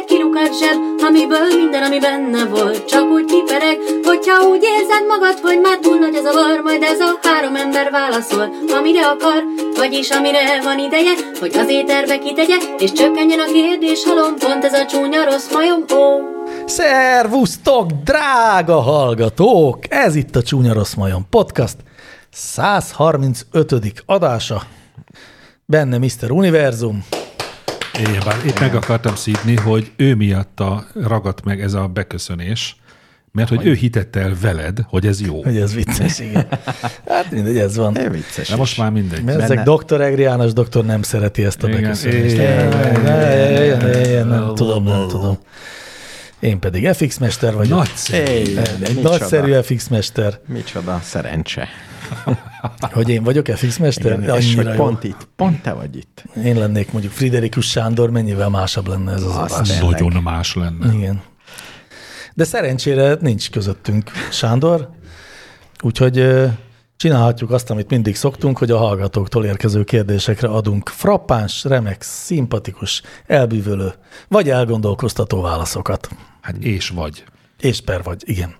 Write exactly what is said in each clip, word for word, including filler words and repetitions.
egy kilukat zseb, amiből minden, ami benne volt, csak úgy kipereg. Hogyha úgy érzed magad, hogy már túl nagy a zavar, majd ez a három ember válaszol, amire akar, vagyis amire van ideje, hogy az éterbe kitegye, és csökkenjen a kérdés halom, pont ez a csúnya rossz majom, ó. Szervusztok, drága hallgatók! Ez itt a Csúnya Rossz Majom Podcast száz harmincötödik adása. Benne miszter Univerzum. Én bár itt meg akartam szídni, hogy ő miatta ragadt meg ez a beköszönés, mert hogy ő hitette el veled, hogy ez jó. Hogy ez vicces, igen. Hát mindegy, ez van. Ez vicces. De most már mindegy. Mert ezek doktor Egri János doktor nem szereti ezt a Igen, beköszönést. igen. Nem tudom, nem tudom. Én pedig ef iksz mester vagyok. Nagyszerű. Hey, Egy nagyszerű ef iksz mester. Micsoda szerencse. Hogy én vagyok ef iksz mester? Igen, és hogy jó. pont itt, pont te vagy itt. Én lennék mondjuk Friderikus Sándor, mennyivel másabb lenne ez az Azt adás. tényleg. Nagyon más lenne. Igen. De szerencsére nincs közöttünk Sándor, úgyhogy ö, csinálhatjuk azt, amit mindig szoktunk, hogy a hallgatóktól érkező kérdésekre adunk frappáns, remek, szimpatikus, elbűvölő, vagy elgondolkoztató válaszokat. Hát és vagy. És per vagy, igen.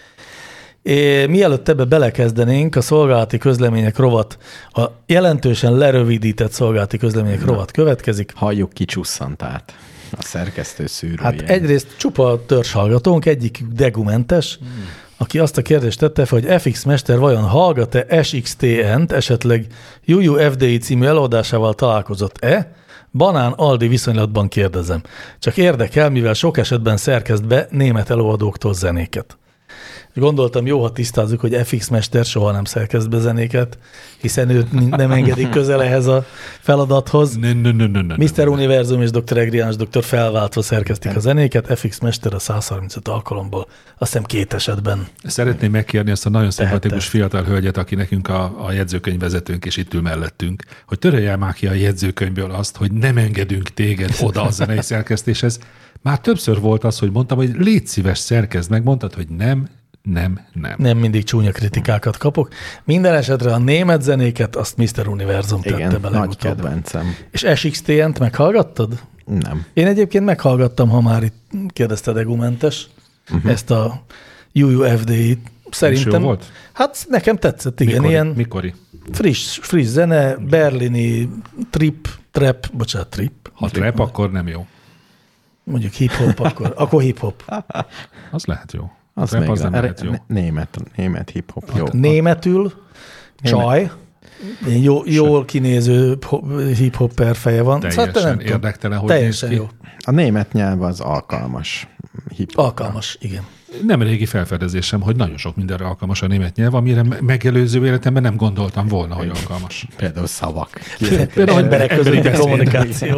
É, mielőtt ebbe belekezdenénk, a szolgálati közlemények rovat, a jelentősen lerövidített szolgálati közlemények Na. rovat következik. Halljuk, kicsusszant át a szerkesztő szűrőjén. Hát egyrészt csupa törzshallgatónk, egyik degumentes, hmm. aki azt a kérdést tette fel, hogy ef iksz mester vajon hallgat-e es iksz té en-t, esetleg u u ef dé i című előadásával találkozott-e? Banán Aldi viszonylatban kérdezem. Csak érdekel, mivel sok esetben szerkeszt be német előadóktól zenéket. Gondoltam, jó, ha tisztázzuk, hogy ef iksz mester soha nem szerkeszt be zenéket, hiszen őt nem engedik közel ehhez a feladathoz. Ne, ne, ne, ne, ne, miszter Univerzum és doktor Egri János doktor felváltva szerkesztik a zenéket, ef iksz mester a száz harmincöt alkalomból, azt hiszem két esetben. Szeretném megkérni azt a nagyon szimpatikus fiatal hölgyet, aki nekünk a, a jegyzőkönyvvezetőnk és itt ül mellettünk, hogy törölje el már ki a jegyzőkönyvből azt, hogy nem engedünk téged oda a zenei szerkesztéshez. Már többször volt az, hogy mondtam, hogy légy szíves, szerkezd meg, mondtad, hogy nem, nem, nem. Nem mindig csúnya kritikákat kapok. Minden esetre a német zenéket azt miszter Univerzum tette Igen, bele. nagy utóbb. kedvencem. És es iksz té en-t meghallgattad? Nem. Én egyébként meghallgattam, ha már itt kérdezte Degumentes, uh-huh. ezt a u u ef dé i-t. Szerintem. jó volt? Hát nekem tetszett, igen. Mikori? Ilyen Mikori? friss, friss zene, berlini trip, trap, bocsánat, trip. Ha trap, akkor nem jó. Mondjuk hip-hop, akkor, akkor hip-hop. Az lehet jó. Az Rap még az nem erre- lehet jó. Német, német hip-hop. Jó. Németül, csaj, ilyen jó, jól kinéző hip-hopper feje van. Teljesen Szóval nem tudom. érdektelen, hogy Teljesen néz ki. jó. A német nyelv az alkalmas hip-hop. Alkalmas, igen. Nem régi felfedezésem, hogy nagyon sok mindenre alkalmas a német nyelv, amire me- megelőző életemben nem gondoltam volna, hogy alkalmas. Például szavak. Például emberek közötti kommunikáció.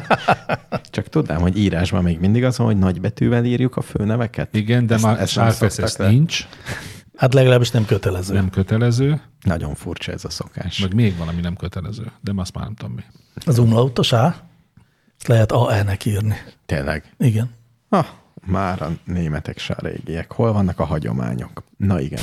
Csak tudnám, hogy írásban még mindig az van, hogy nagybetűvel írjuk a főneveket? Igen, de Ezt- már ezt nem sárfesz szoktak ez le? nincs, Hát legalábbis nem kötelező. nem kötelező, Nagyon furcsa ez a szokás. meg még valami nem kötelező, de azt már nem tudom mi. Az umlautos á? Lehet á é-nek írni. Tényleg. Igen. Ah, már a németek se a régiek. Hol vannak a hagyományok? Na igen.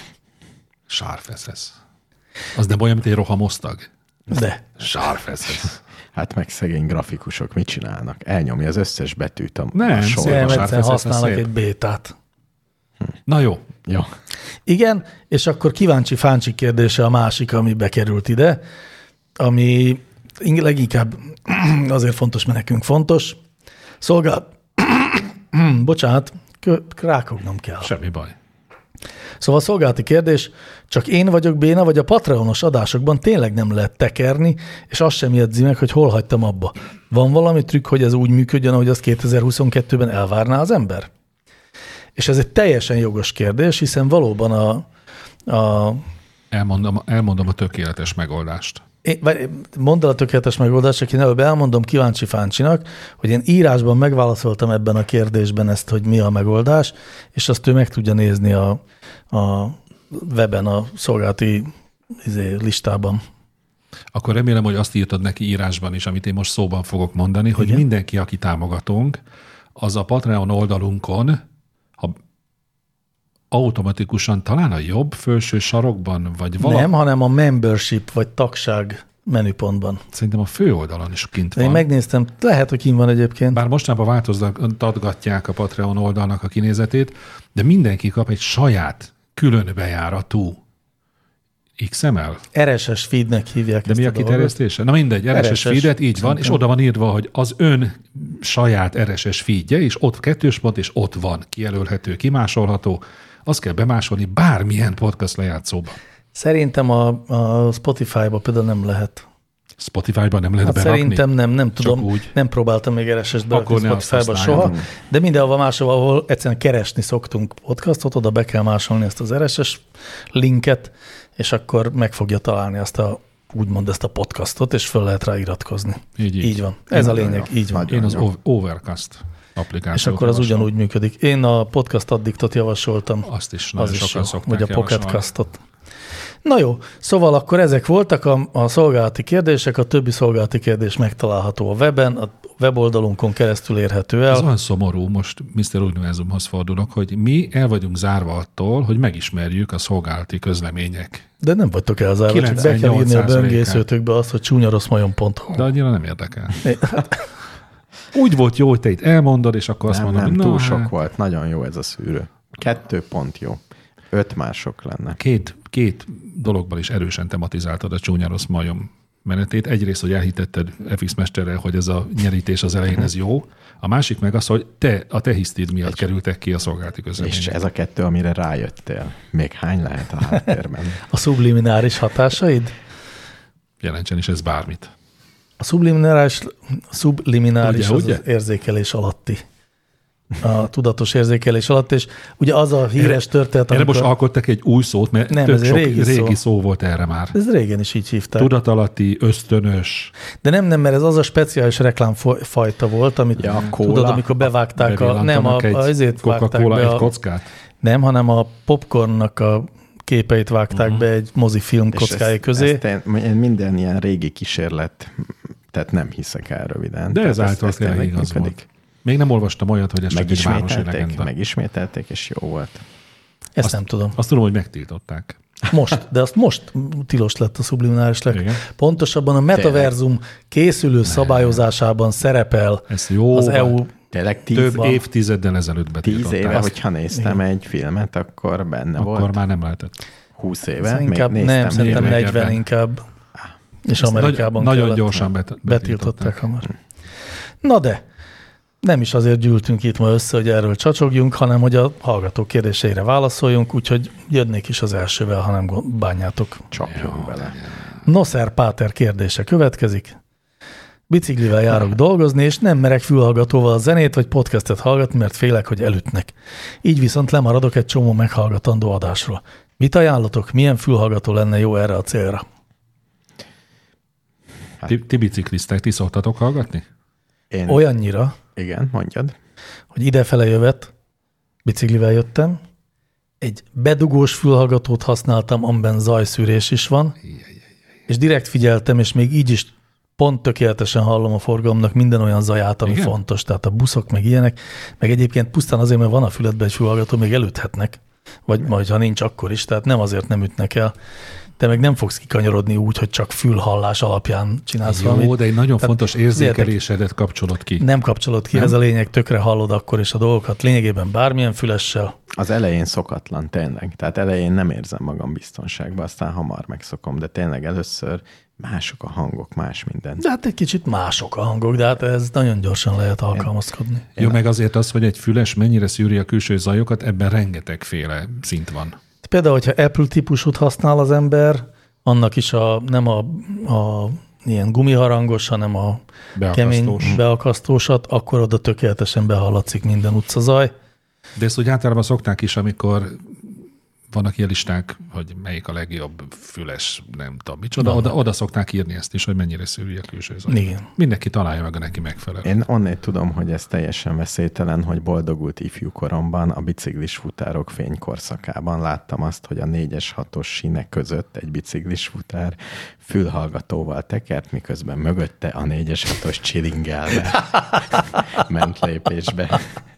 Sárfesz ez. Az nem olyan, mint egy rohamosztag. De. Sárfesz ez. Hát meg szegény grafikusok mit csinálnak? Elnyomja az összes betűt a, Nem, a szép. sorba. Nem, sárfesz, egyszer ez használnak szép. egy bétát. Na jó. Jó. Igen, és akkor kíváncsi-fáncsi kérdése a másik, ami bekerült ide, ami leginkább azért fontos, mert nekünk fontos. Szolgál... Bocsánat, kö- rákognom kell. Semmi baj. Szóval a szolgálati kérdés, csak én vagyok béna, vagy a Patreonos adásokban tényleg nem lehet tekerni, és azt sem jegyzi meg, hogy hol hagytam abba. Van valami trükk, hogy ez úgy működjön, ahogy az kétezer-huszonkettőben elvárná az ember? És ez egy teljesen jogos kérdés, hiszen valóban a... a Elmondom, elmondom a tökéletes megoldást. én, vagy mondd el a tökéletes megoldást, csak én előbb elmondom kíváncsi fáncsinak, hogy én írásban megválaszoltam ebben a kérdésben ezt, hogy mi a megoldás, és azt ő meg tudja nézni a, a weben, a szolgálati izé, listában. Akkor remélem, hogy azt írtad neki írásban is, amit én most szóban fogok mondani, hogy Igen. mindenki, aki támogatónk, az a Patreon oldalunkon, ha automatikusan talán a jobb felső sarokban, vagy valami. Nem, hanem a membership, vagy tagság menüpontban. Szerintem a fő oldalon is kint De van. én megnéztem, lehet, hogy kint van egyébként. Bár mostanában változtatgatják a Patreon oldalnak a kinézetét, de mindenki kap egy saját külön bejáratú iksz em el. er es es feednek hívják. De mi a kiterjesztése? Na mindegy, er es es feedet, így van, és oda van írva, hogy az ön saját er es es feedje, és ott kettős pont, és ott van kijelölhető, kimásolható. Azt kell bemásolni bármilyen podcast lejátszóba. Szerintem a, a Spotify-ba például nem lehet. Spotify-ban nem lehet Hát berakni? szerintem nem, nem tudom. úgy. Nem próbáltam még er es es-t berakni Spotify-ba soha, de mindenhol máshol, ahol egyszerűen keresni szoktunk podcastot, oda be kell másolni ezt az er es es linket, és akkor meg fogja találni azt a, úgymond ezt a podcastot, és föl lehet rá iratkozni. Így, így. így van. Ez a lényeg, így van. Én az Overcast applikációt És akkor az javaslom. ugyanúgy működik. Én a Podcast Addictot javasoltam. Azt is nagyon az sokan is jó, szokták vagy a javasolni. Pocketcastot. Na jó, szóval akkor ezek voltak a, a szolgálati kérdések, a többi szolgálati kérdés megtalálható a weben, a weboldalunkon keresztül érhető el. Ez olyan szomorú, most miszter Univerzumhoz fordulok, hogy mi el vagyunk zárva attól, hogy megismerjük a szolgálati közlemények. De nem vagytok elzárva, csak be kell írni a böngészőtökbe azt, hogy csúnyaroszmajon pont hu. De annyira nem érdekel. Úgy volt jó, hogy te itt elmondod, és akkor azt nem, mondom, nem, hogy túl na, sok volt. Nagyon jó ez a szűrő. Kettő pont jó. Öt mások lenne. Két, két dologban is erősen tematizáltad a csúnya rossz majom menetét. Egyrészt, hogy elhitetted ef iksz Mesterrel, hogy ez a nyerítés az elején ez jó. A másik meg az, hogy te, a te hisztid miatt Egy kerültek ki a szolgálati közlemények. És ez a kettő, amire rájöttél. Még hány lehet a háttérben? A sublimináris hatásaid? Jelentsen is ez bármit. A sublimináris, sublimináris ugye, az, ugye? az érzékelés alatti. A tudatos érzékelés alatt, és ugye az a híres történet, Erre amikor... most alkottak egy új szót, mert Nem, tök ez egy sok régi régi szó. szó volt erre már. Ez régen is így hívták. Tudatalatti, ösztönös. De nem, nem, mert ez az a speciális reklámfajta volt, amit Ja, a tudod, kóla. amikor bevágták a... Nem, a, egy a, azért vágták Coca-Cola, be egy a, kockát. Nem, hanem a popcornnak a képeit vágták uh-huh. be egy mozifilm kockái közé. Ezt én, minden ilyen régi kísérlet, tehát nem hiszek el röviden. De ez Tehát által tényleg tényleg igaz működik. volt. Még nem olvastam olyat, hogy ez csak egy városi Megismételték, legenda. megismételték, és jó volt. Ezt azt, nem tudom. Azt tudom, hogy megtiltották. Most, de azt most tilos lett a sublimináris leg. Igen. Pontosabban a metaverzum készülő szabályozásában szerepel Ez jó. az é u. Tényleg tíz, Több van. évtizeddel ezelőtt betiltották. tíz éve, Azt, hogyha néztem Igen. egy filmet, akkor benne akkor volt. már nem lehetett. húsz éve, Ez még inkább, néztem. nem, szerintem még negyven régebben. inkább. És Ezt Amerikában Nagyon, nagyon kellett. gyorsan bet, Betiltották hamar. Na de, nem is azért gyűltünk itt ma össze, hogy erről csacsogjunk, hanem hogy a hallgatók kérdéseire válaszoljunk, úgyhogy jönnék is az elsővel, ha nem bánjátok. Csapjunk bele. Noszer Páter kérdése következik. Biciklivel járok dolgozni, és nem merek fülhallgatóval a zenét vagy podcastet hallgatni, mert félek, hogy elütnek. Így viszont lemaradok egy csomó meghallgatandó adásról. Mit ajánlotok? Milyen fülhallgató lenne jó erre a célra? Ti, ti biciklisztek, ti szoktatok hallgatni? Én, Olyannyira, Igen, mondjad. hogy idefele jövet, biciklivel jöttem, egy bedugós fülhallgatót használtam, amiben zajszűrés is van, és direkt figyeltem, és még így is pont tökéletesen hallom a forgalomnak minden olyan zaját, ami Igen? fontos. Tehát a buszok, meg ilyenek, meg egyébként pusztán azért, mert van a füledben egy fülhallgató, még elüthetnek, vagy majd, ha nincs, akkor is, tehát nem azért nem ütnek el. Te meg nem fogsz kikanyarodni úgy, hogy csak fülhallás alapján csinálsz Jó, valamit. de egy nagyon Tehát fontos érzékelésedet kapcsolod ki. Nem kapcsolod ki, Nem? ez a lényeg, tökre hallod akkor is a dolgokat, lényegében bármilyen fülessel. Az elején szokatlan, tényleg. Tehát elején nem érzem magam biztonságban, aztán hamar megszokom, de tényleg először mások a hangok, más minden. De hát egy kicsit mások a hangok, de hát ez nagyon gyorsan lehet alkalmazkodni. Jó, meg azért az, hogy egy füles mennyire szűri a külső zajokat, ebben rengetegféle szint van. Például, hogyha Apple típusút használ az ember, annak is a, nem a, a ilyen gumiharangos, hanem a Beakasztós. kemény beakasztósat, akkor oda tökéletesen behallatszik minden utcazaj. De ezt úgy általában szokták is, amikor vannak ilyen listák, hogy melyik a legjobb füles, nem tudom micsoda, oda, oda szokták írni ezt is, hogy mennyire szűri a külső zaj. Igen. Mindenki találja meg a neki megfelelő. Én onnét tudom, hogy ez teljesen veszélytelen, hogy boldogult ifjú koromban a biciklis futárok fénykorszakában láttam azt, hogy a négyes hatos sínek között egy biciklis futár fülhallgatóval tekert, miközben mögötte a négyes hatos csilingelve ment lépésbe.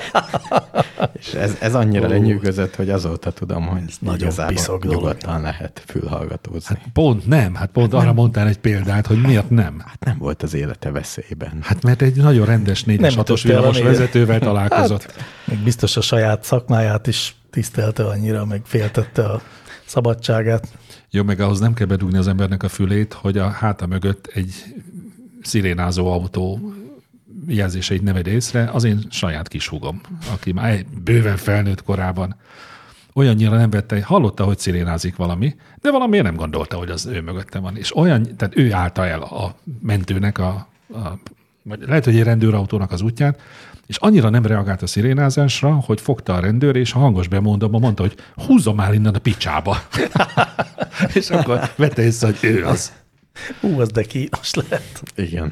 És ez, ez annyira Ó. lenyűgözött, hogy azóta tudom, hogy ez nagyon piszok dolog. nyugodtan lehet fülhallgatózni. Hát pont nem, hát pont hát arra nem. mondtál egy példát, hogy miért nem. Hát nem volt az élete veszélyben. Hát mert egy nagyon rendes négyes hatos villamos vezetővel találkozott. Hát, még biztos a saját szakmáját is tisztelte annyira, meg féltette a szabadságát. Jó, meg ahhoz nem kell bedugni az embernek a fülét, hogy a háta mögött egy szirénázó autó jelzéseit ne vedd észre, az én saját kis húgom, aki már bőven felnőtt korában olyannyira nem vette, hallotta, hogy szirénázik valami, de valamiért nem gondolta, hogy az ő mögötte van. És olyan, tehát ő állta el a mentőnek, a, a, vagy lehet, hogy egy rendőrautónak az útját, és annyira nem reagált a szirénázásra, hogy fogta a rendőr, és a hangos bemondóban mondta, hogy húzzom már innen a picsába. És akkor vette észre, hogy ő az. Hú, az de kínos lehet. Igen.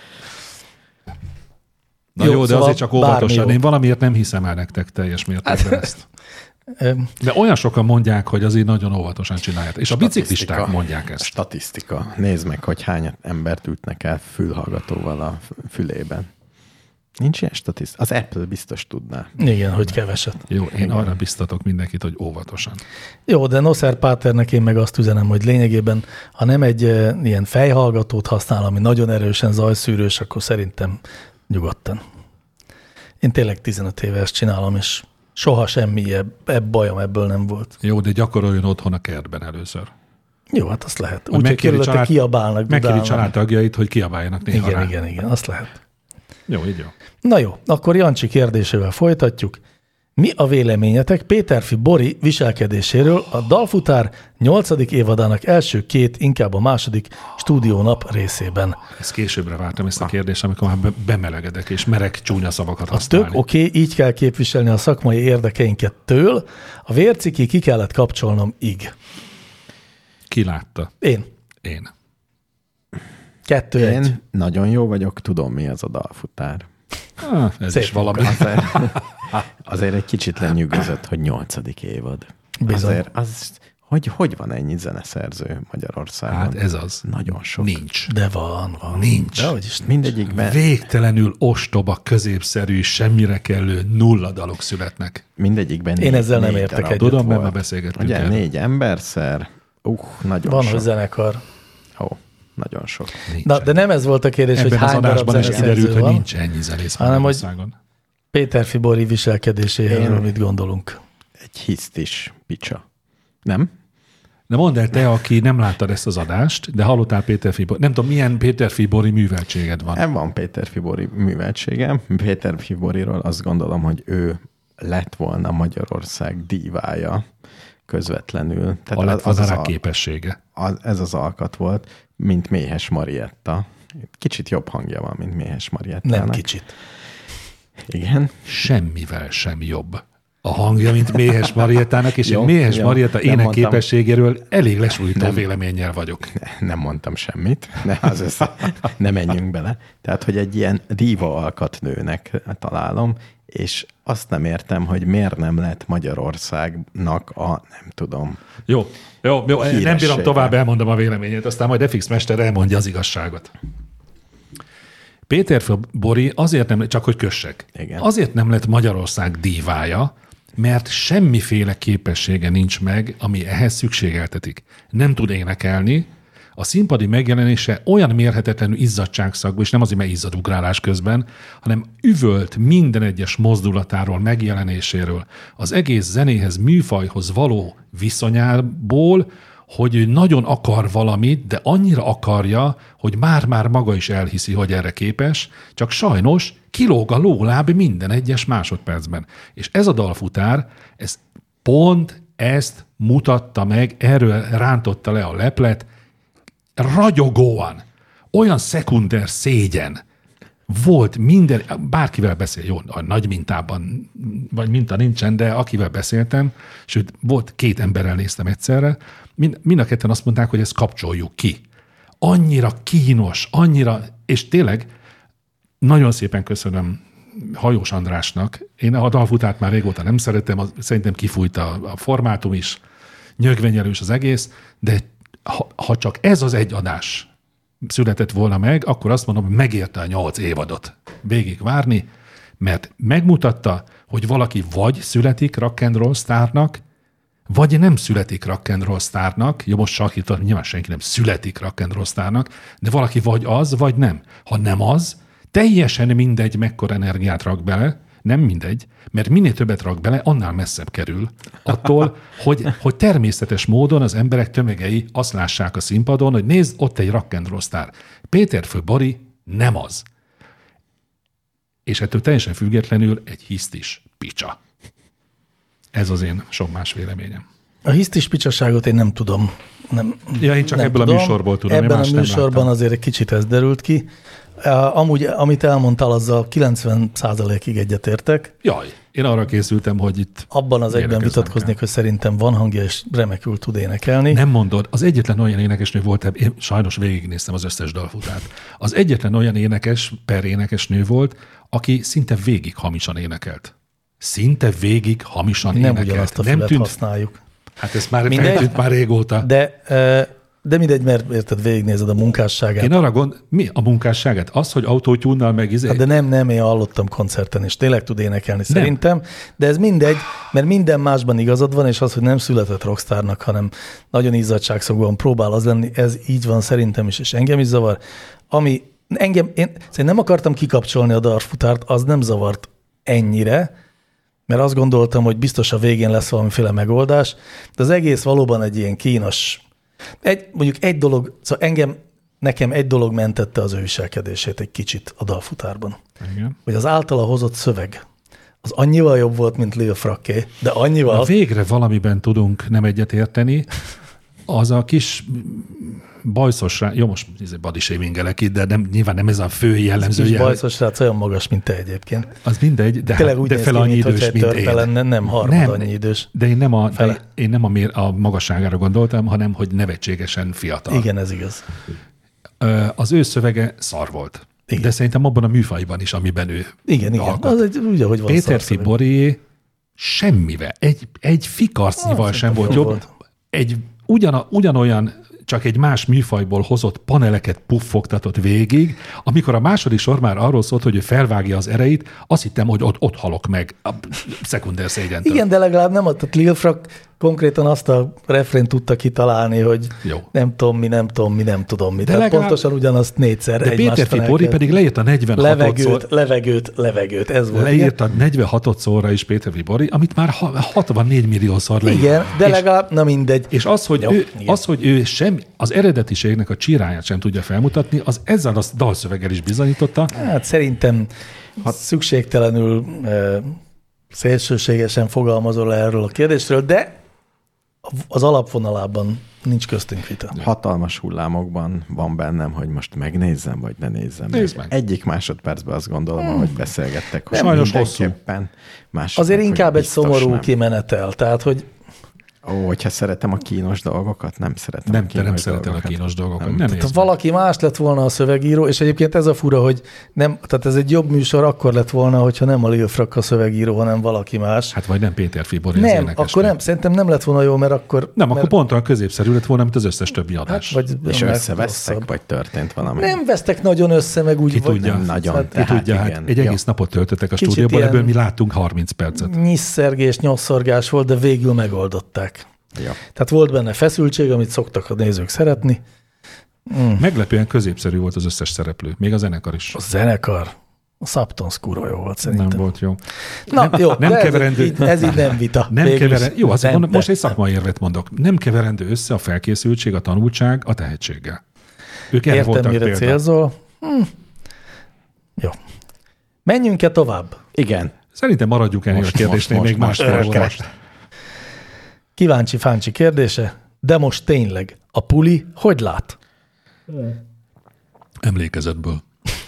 Na jó, jó de szóval azért csak óvatosan. Én valamiért nem hiszem el nektek teljes mértékben ezt. De olyan sokan mondják, hogy azért nagyon óvatosan csinálják. És a biciklisták mondják ezt. Statisztika. Nézd meg, hogy hány embert ütnek el fülhallgatóval a fülében. Nincs ilyen statisztika. Az Apple biztos tudná. Igen, hogy keveset. Jó, én Igen. arra biztatok mindenkit, hogy óvatosan. Jó, de Nosser Páternek én meg azt üzenem, hogy lényegében, ha nem egy e, ilyen fejhallgatót használ, ami nagyon erősen zajszűrős, akkor szerintem nyugodtan. Én tényleg tizenöt éve ezt csinálom, és soha semmi ebb, ebb bajom ebből nem volt. Jó, de gyakoroljon otthon a kertben először. Jó, hát azt lehet. Úgy, hogy körülötte család, kiabálnak. Megkéri családtagjait, hogy kiabáljanak néha Igen, rá. igen, igen, azt lehet. Jó, így jó. Na jó, akkor Jancsi kérdésével folytatjuk. Mi a véleményetek Péterfi Bori viselkedéséről a Dalfutár nyolcadik évadának első két, inkább a második stúdiónap részében? Ezt későbbre vártam ezt a kérdést, amikor már bemelegedek, és merek csúnya szavakat használni. Tök oké, okay, így kell képviselni a szakmai érdekeinket től. A vérciki ki kellett kapcsolnom ig. Ki látta? Én. Én. Kettő Én egy. nagyon jó vagyok, tudom, mi az a Dalfutár. Ah, ez Szép is valami. Azért, azért egy kicsit lenyűgözött, hogy nyolcadik évad. Bizony. Azért az, hogy, hogy van ennyi zeneszerző Magyarországon? Hát ez az. Nagyon sok. Nincs. De van, van. Nincs. De hogy is Mindegyikben. Végtelenül ostoba, középszerű, semmire kellő nulla dalok születnek. Mindegyikben Én négy, ezzel nem négy értek darab egyet. Tudom, mert volt. már beszélgettünk Ugye, el. négy emberszer. Uh, nagyon Van, sok. hogy zenekar. Ó, nagyon sok. Na, de nem ez volt a kérdés, Ebben hogy hány az darab adásban is kiderült, zeneszerző hogy van, nincs ennyi zenész hanem, hogy Magyarországon. Péterfi Bori viselkedéséről Én- mit gondolunk. Egy hisztis picsa. Nem? De mondd el te, aki nem láttad ezt az adást, de hallottál Péterfi Bori. Nem tudom, milyen Péterfi Bori műveltséged van. Nem van Péter Fibori műveltségem. Péter Fiboriról azt gondolom, hogy ő lett volna Magyarország dívája közvetlenül. Tehát a lett volna az rá a- képessége. az, ez az alkat volt, mint Méhes Marietta. Kicsit jobb hangja van, mint Méhes Mariettának. Nem kicsit. Igen. Semmivel sem jobb a hangja, mint Méhes Mariettának, és Jó, én Méhes jó. Marietta Nem ének mondtam. képességéről elég lesújtó véleménnyel vagyok. Nem mondtam semmit, de az össze, ne menjünk bele. Tehát, hogy egy ilyen díva alkatnőnek találom, és azt nem értem, hogy miért nem lett Magyarországnak a, nem tudom. Jó, jó, jó nem bírom Híressége. tovább, elmondom a véleményét, aztán majd F X Mester elmondja az igazságot. Péter Bori azért nem, csak hogy kössek, Igen. azért nem lett Magyarország dívája, mert semmiféle képessége nincs meg, ami ehhez szükségeltetik. Nem tud énekelni, a színpadi megjelenése olyan mérhetetlenül izzadságszagú, és nem azért, mert izzad ugrálás közben, hanem üvölt minden egyes mozdulatáról, megjelenéséről, az egész zenéhez, műfajhoz való viszonyából, hogy ő nagyon akar valamit, de annyira akarja, hogy már-már maga is elhiszi, hogy erre képes, csak sajnos kilóg a lóláb minden egyes másodpercben. És ez a dalfutár, ez pont ezt mutatta meg, erről rántotta le a leplet, ragyogóan, olyan szekunder szégyen volt minden, bárkivel beszél, jó, a nagy mintában, vagy minta nincsen, de akivel beszéltem, sőt, volt két emberrel néztem egyszerre, mind, mind a ketten azt mondták, hogy ezt kapcsoljuk ki. Annyira kínos, annyira, és tényleg nagyon szépen köszönöm Hajós Andrásnak. Én a dalfutárt már régóta nem szeretem, az, szerintem kifújt a, a formátum is, nyögvenyelős az egész, de ha, ha csak ez az egy adás született volna meg, akkor azt mondom, hogy megérte a nyolc évadot végig várni, mert megmutatta, hogy valaki vagy születik rock and roll sztárnak, vagy nem születik rock and roll sztárnak, jó, most sarkított, nyilván senki nem születik rock and roll sztárnak, de valaki vagy az, vagy nem. Ha nem az, teljesen mindegy, mekkora energiát rak bele, nem mindegy, mert minél többet rak bele, annál messzebb kerül attól, hogy, hogy természetes módon az emberek tömegei azt lássák a színpadon, hogy nézd, ott egy rock and roll sztár. Péterfő Bori nem az. És ettől teljesen függetlenül egy hisztis picsa. Ez az én sok más véleményem. A hisztis picsaságot én nem tudom. Nem, ja, én csak nem ebből tudom. a műsorból tudom. Ebben a műsorban azért egy kicsit ez derült ki. Amúgy, amit elmondtál, azzal kilencven százalékig egyetértek. Jaj, én arra készültem, hogy itt... Abban az egyben vitatkoznék, kell. Hogy szerintem van hangja, és remekül tud énekelni. Nem mondod, az egyetlen olyan énekesnő volt, én sajnos végignéztem az összes dalfutát. Az egyetlen olyan énekes, per énekesnő volt, aki szinte végig hamisan énekelt. Szinte végig hamisan nem énekelt. Nem ugyanazt a fület tűnt... használjuk. Hát ez már feltűnt már régóta. De... Uh... De mindegy, mert érted, végignézed a munkásságát. Én arra gond, mi a munkásságát? Az, hogy autótyúnnal meg izé... Hát de nem, nem, én hallottam koncerten, és tényleg tud énekelni nem. Szerintem, de ez mindegy, mert minden másban igazad van, és az, hogy nem született rockstárnak, hanem nagyon izzadságszagúan próbál az lenni, ez így van szerintem is, és engem is zavar. Ami engem, én szerintem nem akartam kikapcsolni a darfutárt, az nem zavart ennyire, mert azt gondoltam, hogy biztos a végén lesz valamiféle megoldás, de az egész valóban egy ilyen kínos. Egy, mondjuk egy dolog, szóval engem, nekem egy dolog mentette az ő viselkedését egy kicsit a dalfutárban. Igen. Hogy az általa hozott szöveg, az annyival jobb volt, mint Lil Fracké, de annyival... Na végre valamiben tudunk nem egyet érteni, az a kis bajszos rá... Jó, most body shamingelek itt, de nem, nyilván nem ez a fő jellemzője. Kis bajszos rác olyan magas, mint te egyébként. Az mindegy, de, tényleg úgy de fel annyi idős, mint én. Lenne, nem harmad nem, annyi idős. De én nem, a, de én nem a, mér, a magasságára gondoltam, hanem hogy nevetségesen fiatal. Igen, ez igaz. Az ő szövege szar volt. Igen. De szerintem abban a műfajban is, amiben ő Igen, igen. Az egy, úgy, ahogy van Péterfi Bori semmivel, egy, egy fikarcnyival ah, sem volt jobb. Volt. Egy ugyan, ugyanolyan, csak egy más műfajból hozott paneleket puffogtatott végig, amikor a második sor már arról szólt, hogy ő felvágja az ereit, azt hittem, hogy ott, ott halok meg a szekunder szégyentől. Igen, de legalább nem adott Lil Frack konkrétan azt a refrént tudta kitalálni, hogy jó. nem tudom mi, nem tudom mi, nem tudom mi. De legalább... pontosan ugyanazt négyszer de Péterfi Bori pedig leírt a negyvenhatodszor. Levegőt, levegőt, levegőt, ez volt. Leírt a negyvenhatodszorra is Péterfi Bori, amit már hatvannégy milliószor leírt. Igen, de és, legalább, na mindegy. És az, hogy, jó, ő, az, hogy ő sem, az eredetiségnek a csíráját sem tudja felmutatni, az ezzel a dalszöveggel is bizonyította. Hát szerintem hát, szükségtelenül e, szélsőségesen fogalmazol erről a kérdésről, de az alapvonalában nincs köztünk vita. Hatalmas hullámokban van bennem, hogy most megnézzem, vagy ne nézzem. Nézd meg. Egyik másodpercben azt gondolom, hmm. hogy beszélgettek. Hogy sajnos hosszú. Azért inkább egy szomorú nem. kimenetel. Tehát, hogy Ó, hogyha szeretem a kínos dolgokat, nem szeretem nem, a kínos te nem dolgokat. szereted a kínos dolgokat. Nem, nem tehát valaki más lett volna a szövegíró, és egyébként ez a fura, hogy nem, tehát ez egy jobb műsor akkor lett volna, hogyha nem a Lil Frack a szövegíró, hanem valaki más. Hát vagy nem Péterfi Bori az énekesnő. Nem, akkor nem, szerintem nem lett volna jó, mert akkor... Nem, mert... akkor pont olyan középszerű lett volna, mint az összes többi adás. Hát, vagy és összevesztek, vagy történt valami? Nem vesztek nagyon össze, meg úgy... Ki tudja, nem nagyon. Hát, ki tudja, hát egy egész ja. napot töltöttek a stúdióban, ebből mi láttunk harminc percet. Nyiszergés, nyosszorgás volt, de végül megoldották. Ja. Tehát volt benne feszültség, amit szoktak a nézők szeretni. Mm. Meglepően középszerű volt az összes szereplő, még a zenekar is. A zenekar? A Subtons kurva jó volt szerintem. Nem volt jó. Na nem, jó, nem ez, keverendő, így, ez így nem vita. Nem keverendő, jó, azért nem, mondom, most egy szakmai érvet mondok. Nem keverendő össze a felkészültség, a tanultság a tehetséggel. Ők erre voltak mire példa. Célzol. Hm. Jó. Menjünk-e tovább? Igen. Szerintem maradjuk ennél a kérdésnél, még más most. Kíváncsi fáncsi kérdése, de most tényleg, a puli hogy lát? Emlékezetből.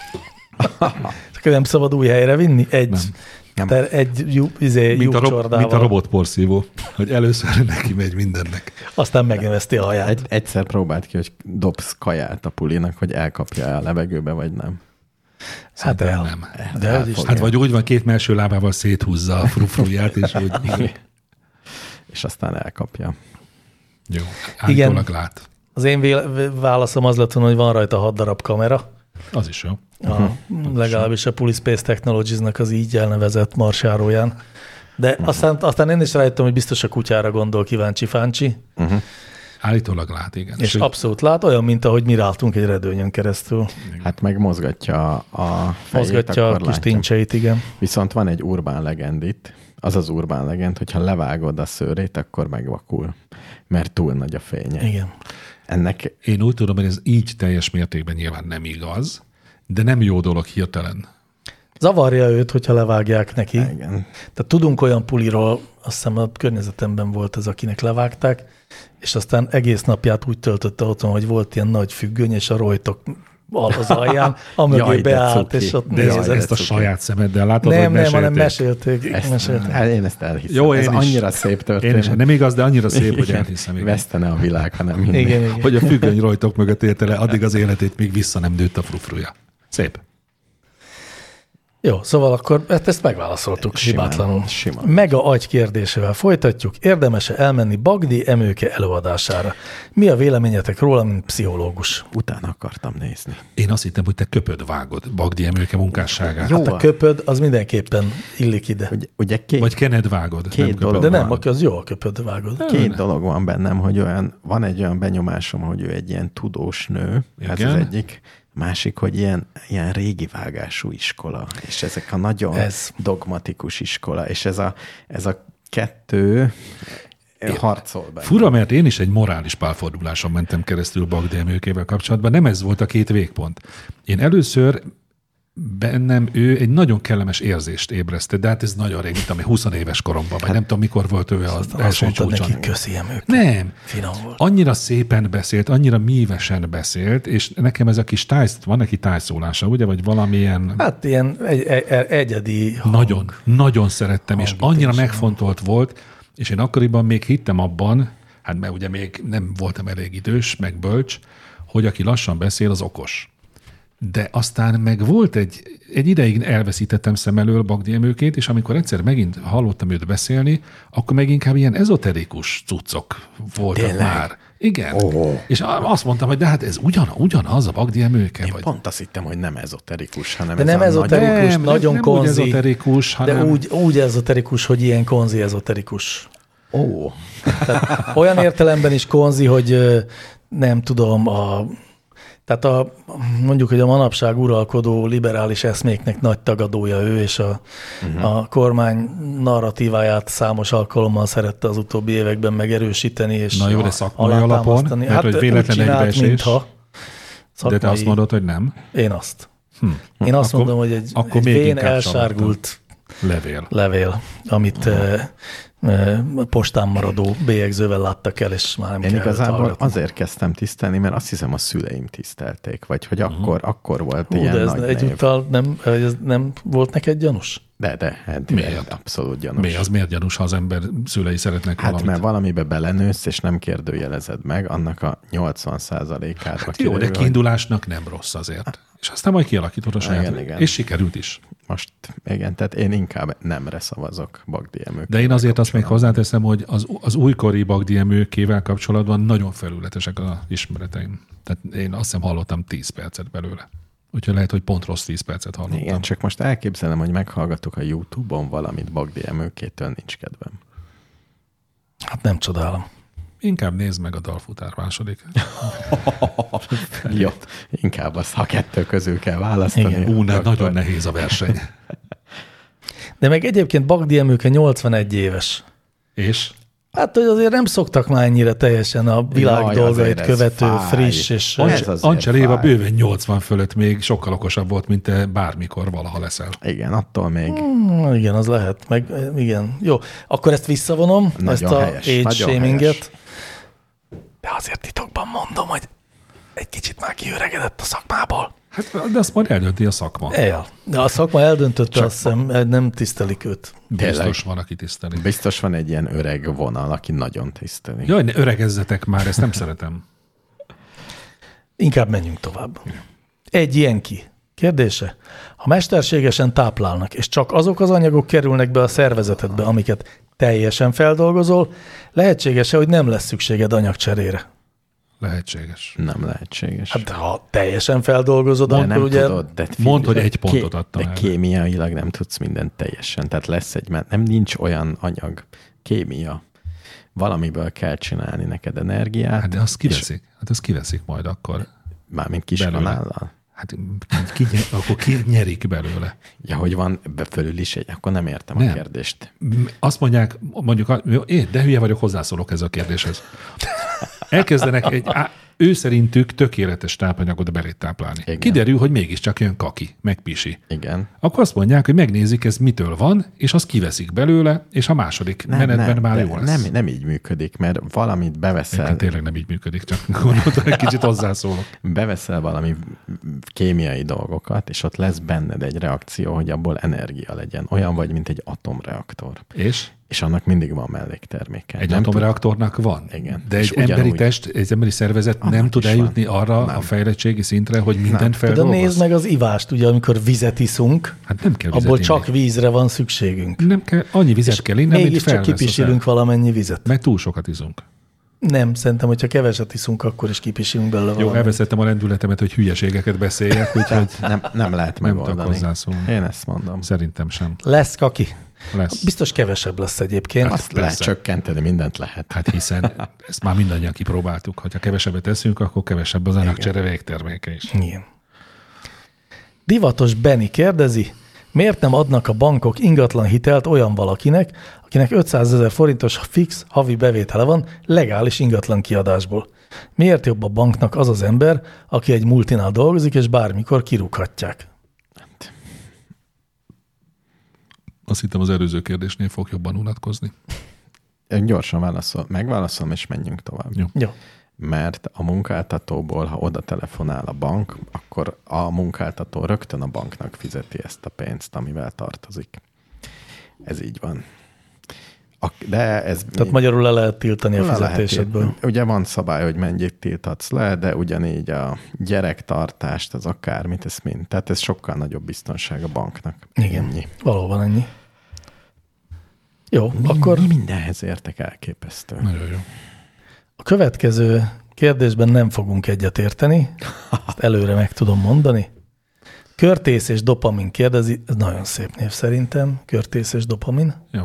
Nem szabad új helyre vinni? Egy, nem. Ter, egy jú, izé, mint, a rob, mint a robotporszívó, hogy először neki megy mindennek. Aztán megneveszti a haját. Egy, egyszer próbált ki, hogy dobsz kaját a pulinak, hogy elkapja a levegőbe, vagy nem. Hát el. Nem. De el hát vagy úgy van, két melső lábával széthúzza a frufruját, és úgy... és aztán elkapja. Jó, állítólag lát. Az én válaszom az lett volna, hogy van rajta hat darab kamera, Az is jó. A, uh-huh. Legalábbis a Pulispace Technologies-nak az így elnevezett marsjáróján. De uh-huh. aztán, aztán én is rájöttem, hogy biztos a kutyára gondol kíváncsi-fáncsi. Uh-huh. Állítólag lát, igen. És, és abszolút lát, olyan, mint ahogy mi ráltunk egy redőnyön keresztül. Hát meg mozgatja a fejét, mozgatja a kis tincseit, igen. Viszont van egy urban legend itt. Az az urban legend, hogyha levágod a szőrét, akkor megvakul, mert túl nagy a fénye. Igen. Ennek... Én úgy tudom, hogy ez így teljes mértékben nyilván nem igaz, de nem jó dolog hirtelen. Zavarja őt, hogyha levágják neki. Igen. Tehát tudunk olyan puliról, azt hiszem a környezetemben volt ez, akinek levágták, és aztán egész napját úgy töltötte otthon, hogy volt ilyen nagy függöny, és a rojtok az alján, amögé beállt, és ott de nézett. Ezt a saját szemeddel látod, nem, hogy mesélték? Nem, hanem mesélték. Ezt, mesélték. Én ezt elhiszem. Jó, én ez is, annyira szép történet. Én is, nem igaz, de annyira szép, hogy elhiszem. Igen. Vesztene a világ, hanem minden. Igen, igen. Hogy a függöny rojtok mögött élte le addig az életét, míg vissza nem nőtt a frufruja. Szép. Jó, szóval akkor ezt megválaszoltuk simán, hibátlanul. Simán. Mega agy kérdésével folytatjuk. Érdemes-e elmenni Bagdi Emőke előadására? Mi a véleményetek róla, mint pszichológus? Utána akartam nézni. Én azt hittem, hogy te köpöd vágod Bagdi Emőke munkásságát. Hát a köpöd, az mindenképpen illik ide. Ugye, ugye két, Vagy kened vágod. Két nem dolog De nem, van. aki az jó, a köpöd vágod. Két dolog van bennem, hogy olyan, van egy olyan benyomásom, hogy ő egy ilyen tudós nő, igen. ez az egyik. Másik, hogy ilyen, ilyen régi vágású iskola, és ezek a nagyon ez. dogmatikus iskola, és ez a, ez a kettő én harcol benne. Fura, mert én is egy morális pálforduláson mentem keresztül Bagdi Emőkével kapcsolatban. Nem ez volt a két végpont. Én először bennem ő egy nagyon kellemes érzést ébresztett, de hát ez nagyon rég, mint ami húsz éves koromban, vagy hát, nem tudom, mikor volt ő az első csúcson. Neki köszi Emőke. Nem. Finom volt. Annyira szépen beszélt, annyira mívesen beszélt, és nekem ez a kis tájsz, van neki tájszólása, ugye, vagy valamilyen... Hát ilyen egy, egy, egyedi hang. Nagyon, nagyon szerettem, és annyira megfontolt volt, és én akkoriban még hittem abban, hát mert ugye még nem voltam elég idős, meg bölcs, hogy aki lassan beszél, az okos. De aztán meg volt egy, egy ideig elveszítettem szem elől Bagdi Emőkét, és amikor egyszer megint hallottam őt beszélni, akkor meg inkább ilyen ezoterikus cuccok voltak Tényleg? Már. Igen. Oh. És azt mondtam, hogy de hát ez ugyan, ugyanaz a Bagdi Emőke. Én vagy. pont azt hittem, hogy nem ezoterikus, hanem de ez nem a ezoterikus, nagy... nagyon nem, konzi. Nem úgy ezoterikus, hanem... De úgy, úgy ezoterikus, hogy ilyen konzi ezoterikus. Ó. Oh. Tehát olyan értelemben is konzi, hogy nem tudom, a... Tehát a, mondjuk, hogy a manapság uralkodó liberális eszméknek nagy tagadója ő, és a, uh-huh. a kormány narratíváját számos alkalommal szerette az utóbbi években megerősíteni, és na jó, de szakmai alapon, mert hát, hogy véletlen egybeesés. Mintha szakmai... De te azt mondod, hogy nem? Én azt. Hm. Én azt akkor, mondom, hogy egy, egy vén elsárgult levél. levél, amit uh-huh. postán maradó bélyegzővel láttak el, és már nem Én igazából azért kezdtem tisztelni, mert azt hiszem a szüleim tisztelték, vagy hogy uh-huh. akkor, akkor volt Hú, ilyen de ez nagy egyúttal nem, ez nem volt neked gyanús? De, de, hát miért? Abszolút gyanús. Mi az miért gyanús, ha az ember szülei szeretnek hát valamit? Hát mert valamibe belenősz, és nem kérdőjelezed meg, annak a nyolcvan százalékát. Hát jó, de kiindulásnak nem rossz azért. És aztán majd kialakítod a saját. Igen, igen. És sikerült is. Most igen, tehát én inkább nemre szavazok Bagdi Emőkével. De én azért azt még hozzáteszem, hogy az, az újkori Bagdi Emőkével kapcsolatban nagyon felületesek az ismereteim. Tehát én azt hiszem hallottam tíz percet belőle. Úgyhogy lehet, hogy pont rossz tíz percet hallottam. Igen, csak most elképzelem, hogy meghallgatok a YouTube-on valamit Bagdi Emőkétől, nincs kedvem. Hát nem csodálom. Inkább nézd meg a Dalfutár második. Jó, inkább azt, ha kettő közül kell választani. Igen. Ú, ne, nagyon nehéz a verseny. De meg egyébként Bagdi Emőke nyolcvanegy éves. És? Hát, hogy azért nem szoktak már ennyire teljesen a világ Jaj, dolgait követő, fáj. friss, és... Ancseléva bőven nyolcvan fölött még sokkal okosabb volt, mint te bármikor valaha leszel. Igen, attól még. Hmm, igen, az lehet. Meg, igen. Jó, akkor ezt visszavonom, nagyon ezt a helyes, age shaminget. De azért titokban mondom, hogy egy kicsit már kiöregedett a szakmából. Hát, de azt majd eldönti a szakma. El. De a szakma eldöntötte, azt hiszem, nem tisztelik őt. Biztos Tényleg. Van, aki tiszteli. Biztos van egy ilyen öreg vonal, aki nagyon tiszteli. Jaj, ne öregezzetek már, ezt nem szeretem. Inkább menjünk tovább. Egy ilyen ki. Kérdése? Ha mesterségesen táplálnak, és csak azok az anyagok kerülnek be a szervezetedbe, amiket teljesen feldolgozol, lehetséges-e, hogy nem lesz szükséged anyagcserére? Lehetséges. Nem lehetséges. Hát ha teljesen feldolgozod, de akkor nem ugye... tudod, de mondd, hogy egy pontot ké- adtam De el. kémiailag nem tudsz mindent teljesen. Tehát lesz egy, mert nem nincs olyan anyag, kémia. Valamiből kell csinálni neked energiát. Hát de azt kiveszik. Hát azt kiveszik majd akkor. Mármint kis belőle. kanállal. Hát ki, ki, akkor ki nyerik belőle. Ja, hogy van be fölül is egy, akkor nem értem Nem. a kérdést. Azt mondják, mondjuk, én, de hülye vagyok, hozzászólok ez a kérdéshez. Elkezdenek egy, á, ő szerintük tökéletes tápanyagot belét táplálni. Igen. Kiderül, hogy mégiscsak jön kaki, meg pisi. Igen. Akkor azt mondják, hogy megnézik, ez mitől van, és azt kiveszik belőle, és a második nem, menetben nem, már de jó lesz. Nem, nem így működik, mert valamit beveszel, Egyébként tényleg nem így működik, csak gondoltam, egy kicsit hozzászólok. beveszel valami kémiai dolgokat, és ott lesz benned egy reakció, hogy abból energia legyen. Olyan vagy, mint egy atomreaktor. És? És annak mindig van mellékterméke. Egy Nem atomreaktornak van. Igen. De És egy emberi ugyanúgy- test, egy emberi szervezet Annak nem tud is eljutni van. arra Nem. a fejlettségi szintre, hogy mindent Nem. De feldolgoz. nézd meg az ivást, ugye, amikor vizet iszunk, Hát nem kell vizet abból inni. csak vízre van szükségünk. Nem kell, annyi vizet És kell inni, amit mégis csak felvesz a kipisilünk szerv. valamennyi vizet. Meg túl sokat izunk. Nem, szerintem, hogyha keveset iszunk, akkor is kipisilünk belőle Jó, valamit. elveszettem a lendületemet, hogy hülyeségeket beszéljek, úgyhogy Nem, nem lehet nem tudok megoldani. hozzászólni. Én ezt mondom. Szerintem sem. Lesz kaki. Lesz. Biztos kevesebb lesz egyébként. Azt persze. lehet csökkenteni, mindent lehet. Hát hiszen ezt már mindannyian kipróbáltuk. Ha kevesebbet teszünk, akkor kevesebb az anyagcsere végterméke is. Igen. Divatos Benni kérdezi, miért nem adnak a bankok ingatlan hitelt olyan valakinek, akinek ötszázezer forintos fix havi bevétele van legális ingatlan kiadásból? Miért jobb a banknak az az ember, aki egy multinál dolgozik, és bármikor kirúghatják? Azt hittem az előző kérdésnél fog jobban unatkozni. Én gyorsan válaszol, megválaszolom, és menjünk tovább. Jó. Jó. Mert a munkáltatóból, ha oda telefonál a bank, akkor a munkáltató rögtön a banknak fizeti ezt a pénzt, amivel tartozik. Ez így van. A, de ez Tehát magyarul le lehet tiltani a le lehet fizetésedből. tiltani. Ugye van szabály, hogy mennyit tilthatsz le, de ugyanígy a gyerektartást, az akármit, ez mind. Tehát ez sokkal nagyobb biztonság a banknak. Igen, Ennyi. valóban ennyi. Jó, Mi, akkor mi mindenhez értek elképesztő. Nagyon jó. a következő kérdésben nem fogunk egyet érteni, ezt előre meg tudom mondani. Körtész és dopamin kérdezi, ez nagyon szép név szerintem, Körtész és dopamin. Jó.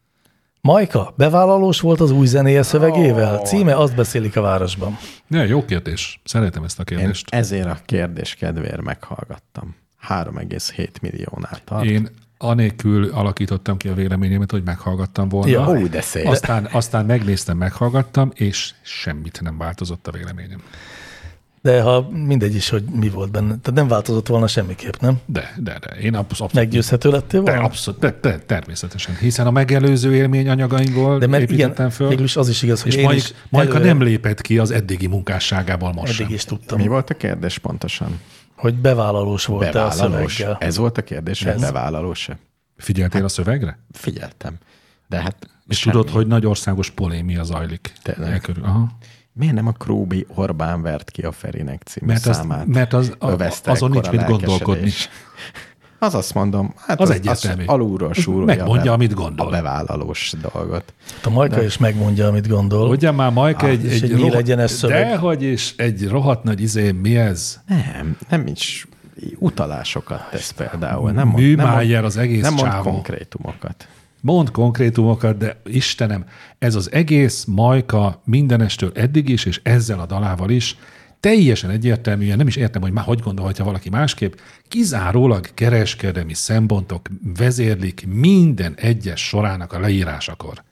Majka, bevállalós volt az új zenéje szövegével? Ó. Címe Azt beszélik a városban. Ja, jó kérdés. Szeretem ezt a Én kérdést. ezért a kérdés kedvéért meghallgattam. három egész hét milliónál tart. Én anélkül alakítottam ki a véleményemet, hogy meghallgattam volna. Ja. Ó, de szép. Aztán, aztán megnéztem, meghallgattam, és semmit nem változott a véleményem. De ha mindegy is, hogy mi volt benne. Tehát nem változott volna semmiképp, nem? De, de, de. Én abszolút... Meggyőzhető lettél De, volna? abszolút, de, de, természetesen. Hiszen a megelőző élmény anyagaimból De mert építettem igen, föl, végül is az is igaz, hogy és én Majk, is Majka előre- nem lépett ki az eddigi munkásságából most Eddig sem. is tudtam, Mi volt a kérdés pontosan? hogy bevállalós volt-e a Bevállalós. szöveggel. Ez volt a kérdés, hogy Ez. bevállalós-e? Figyeltél a szövegre? Figyeltem. De hát És semmi. tudod, hogy nagy országos polémia zajlik. Tényleg? E körül. Aha. Miért nem a Krúbi Orbán vert ki a Ferinek című Mert, azt, számát? mert az, a, övezte azon nincs ekkora mit gondolkodni. lelkesedés. Az azt mondom, hát Az az, egyértelmű. az alulról súrolja megmondja, be amit gondol. a bevállalós dolgot. A Majka De- is megmondja, amit gondol. Ugyan már Majka Ah, egy, és egy, egy rohadt- nyílegyenes szöveg. Dehogy is, egy rohadt nagy izé, mi ez? Nem, nem is utalásokat tesz például. Nem mond, Műmájer az egész nem mond csávó. konkrétumokat. Mond konkrétumokat, de Istenem, ez az egész Majka mindenestől eddig is, és ezzel a dalával is teljesen egyértelműen, nem is értem, hogy már hogy gondolhatja valaki másképp, kizárólag kereskedelmi szempontok vezérlik minden egyes sorának a leírásakor.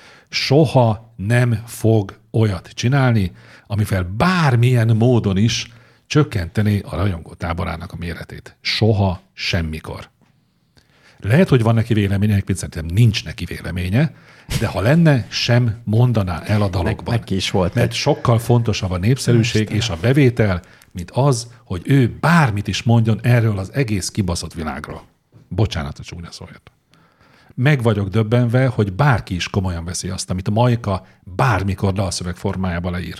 Soha nem fog olyat csinálni, amivel bármilyen módon is csökkenteni a rajongó táborának a méretét. Soha, semmikor. Lehet, hogy van neki véleménye, egyébként szerintem nincs neki véleménye, de ha lenne, sem mondaná el a dalokban. Neki is volt Mert egy- sokkal fontosabb a népszerűség és a bevétel, mint az, hogy ő bármit is mondjon erről az egész kibaszott világról. Bocsánat, a csúnya szóért. Meg vagyok döbbenve, hogy bárki is komolyan veszi azt, amit a Majka bármikor dalszöveg formájába leír.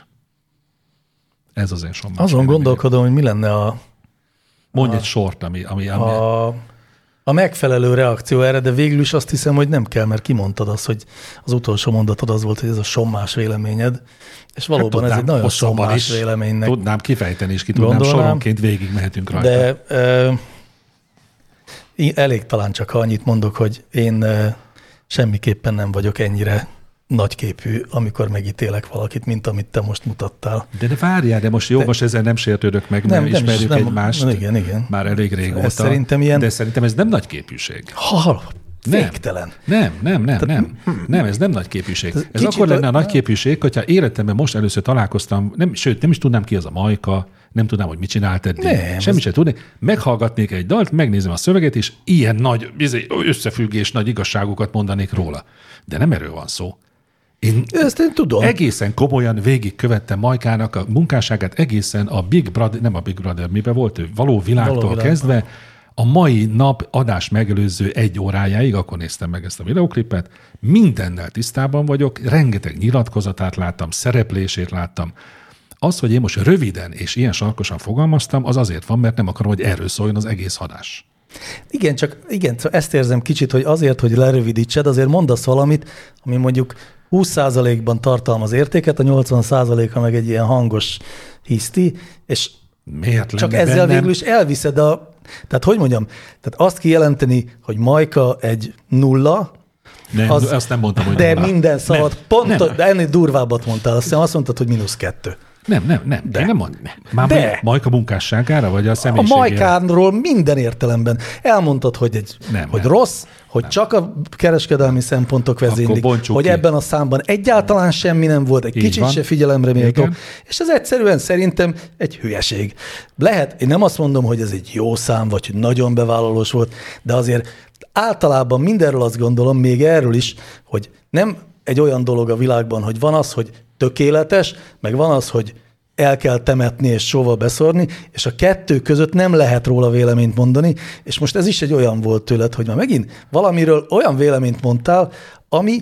Ez az én sommás Azon véleményem. gondolkodom, hogy mi lenne a, Mondj egy sort, ami... ami, ami a a megfelelő reakció erre, de végül is azt hiszem, hogy nem kell, mert kimondtad azt, hogy az utolsó mondatod az volt, hogy ez a sommás véleményed, és valóban hát, ez egy nagyon sommás véleménynek. Tudnám kifejteni, és ki tudnám, soronként végig mehetünk rajta. De e, elég talán csak annyit mondok, hogy én e, semmiképpen nem vagyok ennyire nagyképű, amikor megítélek valakit, mint amit te most mutattál. De, de várjál, de most jó, de, most ezzel nem sértődök meg, nem, mert ismerjük nem, egymást nem, igen, igen. már elég régóta. Ez szerintem ilyen... De szerintem ez nem nagyképűség. Ha, végtelen. Nem, nem, nem, nem. Nem, ez nem nagyképűség. Ez, ez akkor lenne a nagyképűség, hogyha életemben most először találkoztam, nem, sőt, nem is tudnám ki az a Majka, nem tudnám, hogy mit csinált eddig. Nem, Semmit sem tudnék. Meghallgatnék egy dalt, megnézem a szöveget, és ilyen nagy összefüggés, nagy igazságokat mondanék róla. De nem erről van szó. Én, Ezt én tudom. Egészen komolyan végigkövettem Majkának a munkásságát, egészen a Big Brother, nem a Big Brother, miben volt ő, Való világtól Való kezdve, a mai nap adás megelőző egy órájáig, akkor néztem meg ezt a videóklipet, mindennel tisztában vagyok, rengeteg nyilatkozatát láttam, szereplését láttam. Az, hogy én most röviden és ilyen sarkosan fogalmaztam, az azért van, mert nem akarom, hogy erről szóljon az egész adás. Igen, csak igen, ezt érzem kicsit, hogy azért, hogy lerövidítsed, azért mondasz valamit, ami mondjuk húsz százalékban tartalmaz értéket, a nyolcvan százaléka meg egy ilyen hangos hiszti, és miért csak ezzel bennem? Végül is elviszed a... Tehát hogy mondjam, tehát azt kijelenteni, hogy Majka egy nulla, nem, az, azt nem mondtam, hogy de nulla. minden szabad, pont, nem. De ennél durvábbat mondtál, azt hiszem azt mondtad, hogy mínusz kettő. Nem, nem, nem. De. Én nem mondom. Már de. Majka munkásságára, vagy a személyiségére? A Majkáról minden értelemben. Elmondtad, hogy, egy, nem, hogy nem. rossz, hogy nem. csak a kereskedelmi szempontok vezénylik, hogy ki. Ebben a számban egyáltalán semmi nem volt, egy Így kicsit van. se figyelemre méltó, Igen. és ez egyszerűen szerintem egy hülyeség. Lehet, én nem azt mondom, hogy ez egy jó szám, vagy hogy nagyon bevállalós volt, de azért általában mindenről azt gondolom, még erről is, hogy nem egy olyan dolog a világban, hogy van az, hogy tökéletes, meg van az, hogy el kell temetni és sóval beszórni, és a kettő között nem lehet róla véleményt mondani, és most ez is egy olyan volt tőled, hogy már megint valamiről olyan véleményt mondtál, ami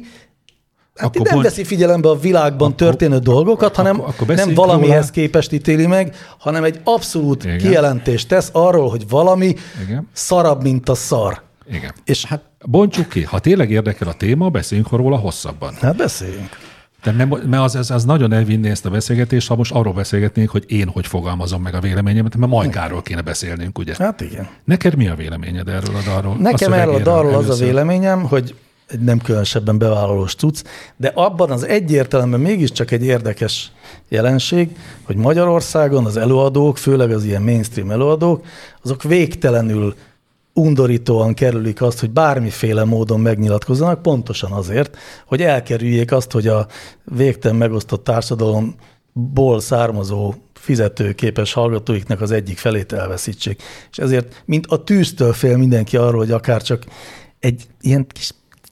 hát nem mond... veszi figyelembe a világban akkor, történő dolgokat, hanem akkor, akkor nem valamihez róla. képest ítéli meg, hanem egy abszolút Igen. kijelentést tesz arról, hogy valami Igen. szarabb, mint a szar. Igen. És hát bontsuk ki, ha tényleg érdekel a téma, beszéljünk róla hosszabban. Hát beszéljünk. De nem, mert az, az, az nagyon elvinné ezt a beszélgetést, ha most arról beszélgetnénk, hogy én hogy fogalmazom meg a véleményemet, mert Majkáról kéne beszélnünk, ugye? Hát igen. Neked mi a véleményed erről a dalról? Nekem a erről a dalról az a véleményem, hogy egy nem különösebben bevállalós cucc, de abban az egy értelemben mégiscsak egy érdekes jelenség, hogy Magyarországon az előadók, főleg az ilyen mainstream előadók, azok végtelenül undorítóan kerülik azt, hogy bármiféle módon megnyilatkozzanak, pontosan azért, hogy elkerüljék azt, hogy a végtelen megosztott társadalomból származó fizetőképes hallgatóiknak az egyik felét elveszítsék. És ezért, mint a tűztől fél mindenki arról, hogy akár csak egy ilyen kis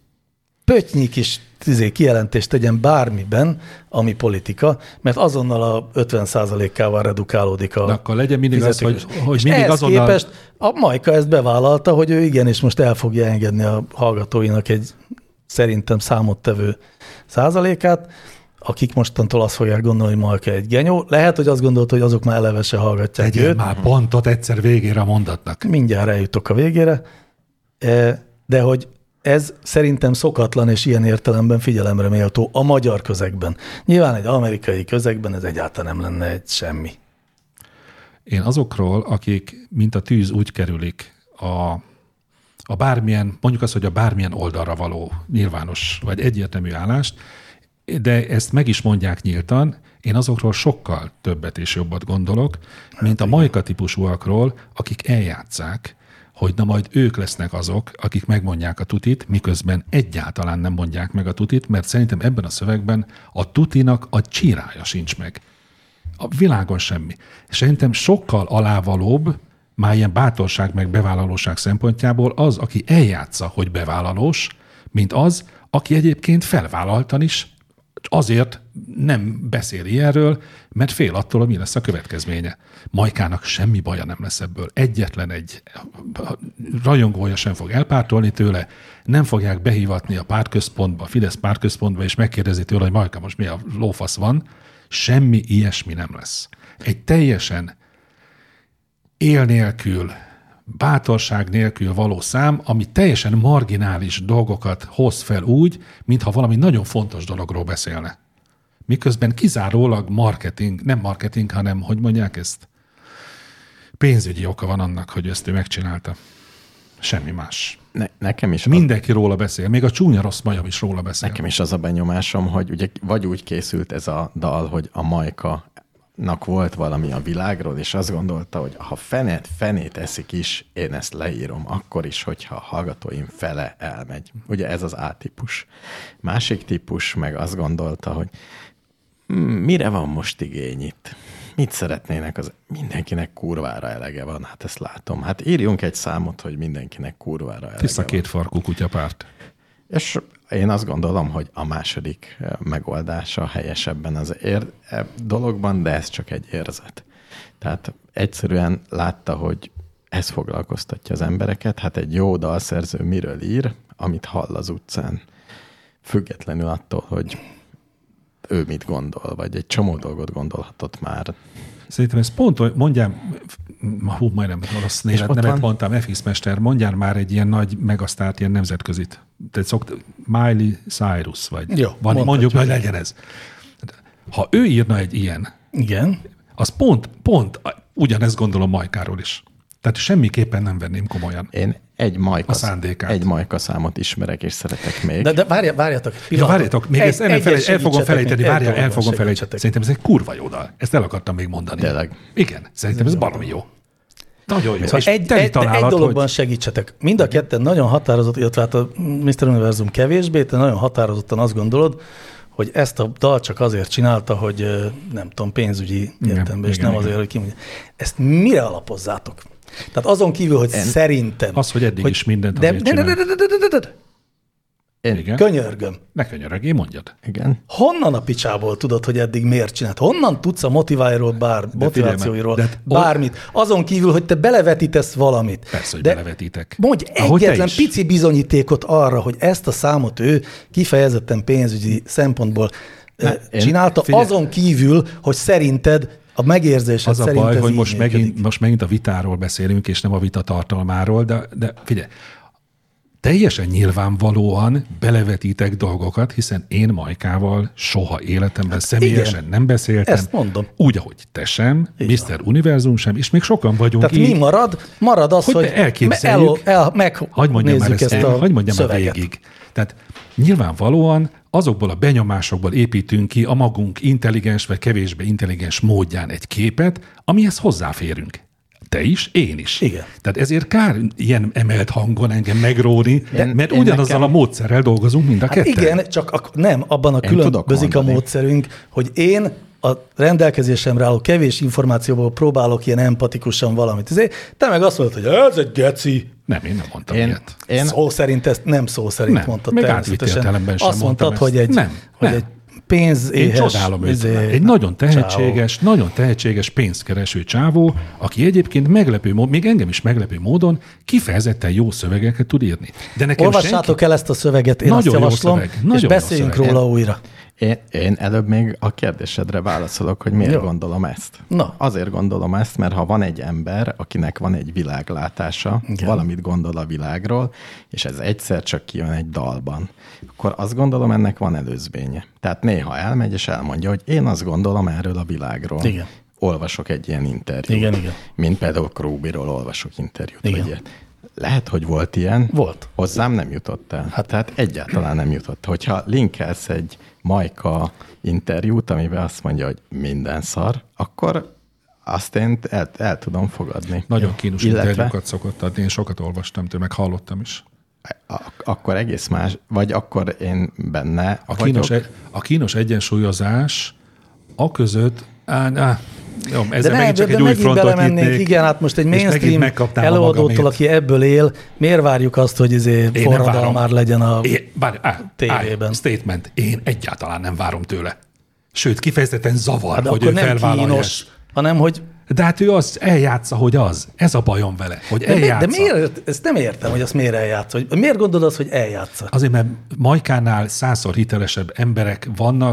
pötnyi kis kijelentést tegyen bármiben, ami politika, mert azonnal a ötven százalékával redukálódik a De akkor legyen mindig az, hogy, hogy mindig ehhez azonnal... képest a Majka ezt bevállalta, hogy ő igenis most el fogja engedni a hallgatóinak egy szerintem számottevő százalékát, akik mostantól azt fogják gondolni, hogy Majka egy genyó. Lehet, hogy azt gondolta, hogy azok már eleve se hallgatják Tegyen őt. Már pontot egyszer végére a mondatnak. Mindjárt eljutok a végére, de hogy ez szerintem szokatlan és ilyen értelemben figyelemre méltó a magyar közegben. Nyilván egy amerikai közegben ez egyáltalán nem lenne egy semmi. Én azokról, akik mint a tűz úgy kerülik a, a bármilyen, mondjuk azt, hogy a bármilyen oldalra való nyilvános vagy egyértelmű állást, de ezt meg is mondják nyíltan, én azokról sokkal többet és jobbat gondolok, mint a Majka típusúakról, akik eljátszák, hogy na majd ők lesznek azok, akik megmondják a tutit, miközben egyáltalán nem mondják meg a tutit, mert szerintem ebben a szövegben a tutinak a csírája sincs meg. A világon semmi. Szerintem sokkal alávalóbb, már ilyen bátorság meg bevállalóság szempontjából az, aki eljátsza, hogy bevállalós, mint az, aki egyébként felvállaltan is azért nem beszél ilyenről, mert fél attól, hogy mi lesz a következménye. Majkának semmi baja nem lesz ebből. Egyetlen egy rajongója sem fog elpártolni tőle, nem fogják behívatni a pártközpontba, a Fidesz pártközpontba, és megkérdezni tőle, hogy Majka, most mi a lófasz van. Semmi ilyesmi nem lesz. Egy teljesen él nélkül, bátorság nélkül való szám, ami teljesen marginális dolgokat hoz fel úgy, mintha valami nagyon fontos dologról beszélne. Miközben kizárólag marketing, nem marketing, hanem, hogy mondják ezt, pénzügyi oka van annak, hogy ezt ő megcsinálta. Semmi más. Ne, nekem is. Mindenki az... róla beszél, még a csúnya rossz majom is róla beszél. Nekem is az a benyomásom, hogy ugye vagy úgy készült ez a dal, hogy a Majka-nak volt valami a világról, és azt gondolta, hogy ha fenet, fenét eszik is, én ezt leírom, akkor is, hogyha a hallgatóim fele elmegy. Ugye ez az A-típus. Másik típus meg azt gondolta, hogy mire van most igény itt? Mit szeretnének? Az mindenkinek kurvára elege van, hát ezt látom. Hát írjunk egy számot, hogy mindenkinek kurvára elege Tiszta van. két farkú kutyapárt. És én azt gondolom, hogy a második megoldása helyesebben az ér dologban, de ez csak egy érzet. Tehát egyszerűen látta, hogy ez foglalkoztatja az embereket. Hát egy jó dalszerző miről ír, amit hall az utcán. Függetlenül attól, hogy ő mit gondol, vagy egy csomó dolgot gondolhatott már. Szerintem ez pont, mondjam, hú, majdnem rossz névet, nevet mondtam, ef iksz Mester, mondjál már egy ilyen nagy megasztárt, ilyen nemzetközit. Tehát szokt, Miley Cyrus, vagy jó, van, mondjuk, hogy legyen ez. Ha ő írna egy ilyen, igen, az pont, pont ugyanezt gondolom Majkáról is. Tehát semmiképpen nem venném komolyan. Én egy Majka, egy Majka számot ismerek, és szeretek még. De, de várja, várjatok. Ja, várjatok, még egy, ezt el, felej, el fogom felejteni, várjál, el fogom felejteni. Szerintem ez egy kurva jó dal. Ezt el akartam még mondani. Tényleg. Igen, szerintem ez baromi jó. Nagyon jó. Szóval egy, egy, találat, egy dologban hogy... segítsetek. Mind a ketten nagyon határozott, illetve hát a miszter Univerzum kevésbé, te nagyon határozottan azt gondolod, hogy ezt a dal csak azért csinálta, hogy nem tudom, pénzügyi értelemben, és nem azért, hogy kimondja. Ezt mire alapozzátok? Tehát azon kívül, hogy en, szerintem... Az, hogy eddig hogy, is mindent de, azért de, de, de, de, de, de, de, de. Én Igen. könyörgöm. Ne könyörögj, mondjad. Igen. Honnan a picsából tudod, hogy eddig miért csinált? Honnan tudsz a motivációról, bár, motivációiról, de bármit? Azon kívül, hogy te belevetítesz valamit. Persze, hogy de belevetítek. Mondj Ahogy egyetlen pici bizonyítékot arra, hogy ezt a számot ő kifejezetten pénzügyi szempontból ne, csinálta, én, azon kívül, hogy szerinted a megérzésed az szerint a baj, ez hogy most megint, működik. most megint a vitáról beszélünk, és nem a vita tartalmáról, de, de figyelj, teljesen nyilvánvalóan belevetítek dolgokat, hiszen én Majkával soha életemben hát személyesen igen, nem beszéltem. Ezt mondom. Úgy, ahogy te sem, miszter Univerzum sem, és még sokan vagyunk Tehát így. mi marad? Marad az, hogy, hogy elképzeljük, el, el, megnézzük ezt, ezt a Hagy mondjam szöveget. már végig. Tehát nyilvánvalóan azokból a benyomásokból építünk ki a magunk intelligens vagy kevésbé intelligens módján egy képet, amihez hozzáférünk. Te is, én is. Igen. Tehát ezért kár ilyen emelt hangon engem megróni, én, mert én ugyanazzal nekem... a módszerrel dolgozunk mind a hát ketten. igen, csak ak- nem, abban a én különbözik a módszerünk, hogy én a rendelkezésemre álló kevés információból próbálok ilyen empatikusan valamit. Ezért te meg azt mondod, hogy ez egy geci. Nem, én nem mondtam én, ilyet. Én... Szó szerint ezt nem szó szerint nem, mondtad még természetesen. átvitt sem azt mondtad, ezt. hogy egy, nem, hogy nem. egy pénzéhes... Én csodálom őt. Izé, Egy nagyon tehetséges, csávó. nagyon tehetséges pénzkereső csávó, aki egyébként meglepő módon, még engem is meglepő módon kifejezetten jó szövegeket tud írni. De nekem olvassátok senki... el ezt a szöveget, én nagyon azt javaslom, szöveg, nagyon és beszéljünk róla újra. Én, én előbb még a kérdésedre válaszolok, hogy miért Jó. gondolom ezt. Na. Azért gondolom ezt, mert ha van egy ember, akinek van egy világlátása, igen, valamit gondol a világról, és ez egyszer csak kijön egy dalban, akkor azt gondolom, ennek van előzménye. Tehát néha elmegy, és elmondja, hogy én azt gondolom erről a világról. Igen. Olvasok egy ilyen interjút. Igen, igen. Mint például Krúbiról olvasok interjút. Igen. Vagy lehet, hogy volt ilyen. Volt. Hozzám nem jutott el. Hát, tehát egyáltalán nem jutott. Hogyha linkelsz egy Majka interjút, amiben azt mondja, hogy minden szar, akkor azt én el, el tudom fogadni. Nagyon kínos Illetve... interjúkat szokott adni, én sokat olvastam tőle, meg hallottam is. Akkor egész más, vagy akkor én benne a kínos, e, a kínos egyensúlyozás a között, á, á, jó, ezzel de megint ne, csak de egy új frontot nyitnék. nyitnék. Igen, hát most egy mainstream előadótól, aki ebből él, miért várjuk azt, hogy izé forradalmár legyen a én, bár, á, tévében? Á, statement. Én egyáltalán nem várom tőle. Sőt, kifejezetten zavar, hát hogy ő felvállalja. Kínos, hanem hogy... De hát ő az eljátsza, hogy az. Ez a bajom vele, hogy eljátsza. De, de miért? Ezt nem értem, hogy azt miért eljátsza. Hogy, miért gondolod azt, hogy eljátsza? Azért, mert Majkánál százszor hitelesebb emberek vannak,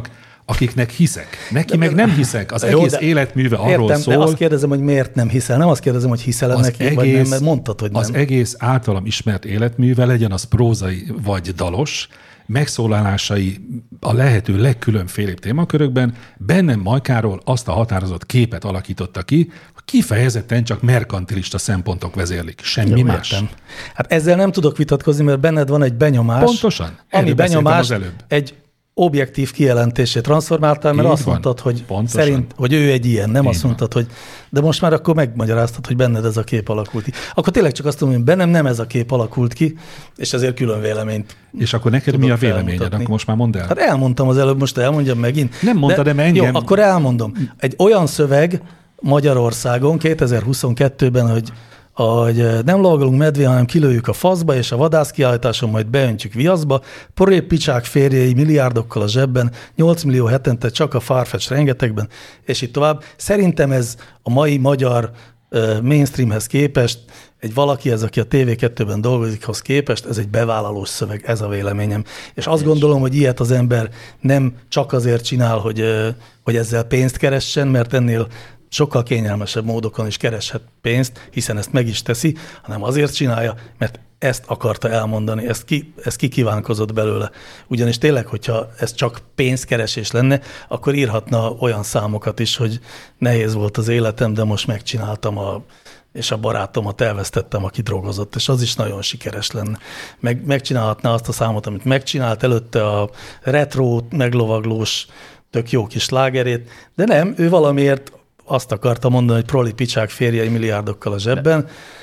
akiknek hiszek. Neki de, meg nem hiszek. Az jó, egész de, életműve arról értem, szól. De azt kérdezem, hogy miért nem hiszel. Nem azt kérdezem, hogy hiszel az neki, egész, vagy nem, mert mondtad, hogy nem. Az egész általam ismert életműve, legyen az prózai vagy dalos, megszólalásai a lehető legkülönfélébb témakörökben bennem Majkáról azt a határozott képet alakította ki, hogy kifejezetten csak merkantilista szempontok vezérlik. Semmi Jó, más. Értem. Hát ezzel nem tudok vitatkozni, mert benned van egy benyomás. Pontosan. Ami benyomás az előbb. egy objektív kijelentését transformáltál, mert Így azt van. mondtad, hogy Pontosan. szerint, hogy ő egy ilyen, nem Így azt mondtad, hogy de most már akkor megmagyaráztad, hogy benned ez a kép alakult ki. Akkor tényleg csak azt mondom, hogy bennem nem ez a kép alakult ki, és ezért külön véleményt. És akkor neked mi a véleményed? Akkor most már mondd el. Hát elmondtam az előbb, most elmondjam megint. Nem mondtad, de, de engem... Jó, akkor elmondom. Egy olyan szöveg Magyarországon kétezer-huszonkettőben, hogy hogy nem lovagolunk medvé, hanem kilőjük a faszba, és a vadászkiállításon majd beöntjük viaszba, porép picsák férjei milliárdokkal a zsebben, nyolc millió hetente csak a Farfetch rengetegben, és így tovább. Szerintem ez a mai magyar uh, mainstreamhez képest, egy valaki, ez, aki a té vé kettőben dolgozikhoz képest, ez egy bevállalós szöveg, ez a véleményem. És azt gondolom, hogy ilyet az ember nem csak azért csinál, hogy, uh, hogy ezzel pénzt keressen, mert ennél sokkal kényelmesebb módokon is kereshet pénzt, hiszen ezt meg is teszi, hanem azért csinálja, mert ezt akarta elmondani, ezt ki, ezt ki kívánkozott belőle. Ugyanis tényleg, hogyha ez csak pénzkeresés lenne, akkor írhatna olyan számokat is, hogy nehéz volt az életem, de most megcsináltam, a, és a barátomat elvesztettem, aki drogozott, és az is nagyon sikeres lenne. Meg, megcsinálhatná azt a számot, amit megcsinált, előtte a retro, meglovaglós, tök jó kis slágerét, de nem, ő valamiért azt akarta mondani, hogy proli picsák férjei milliárdokkal a zsebben.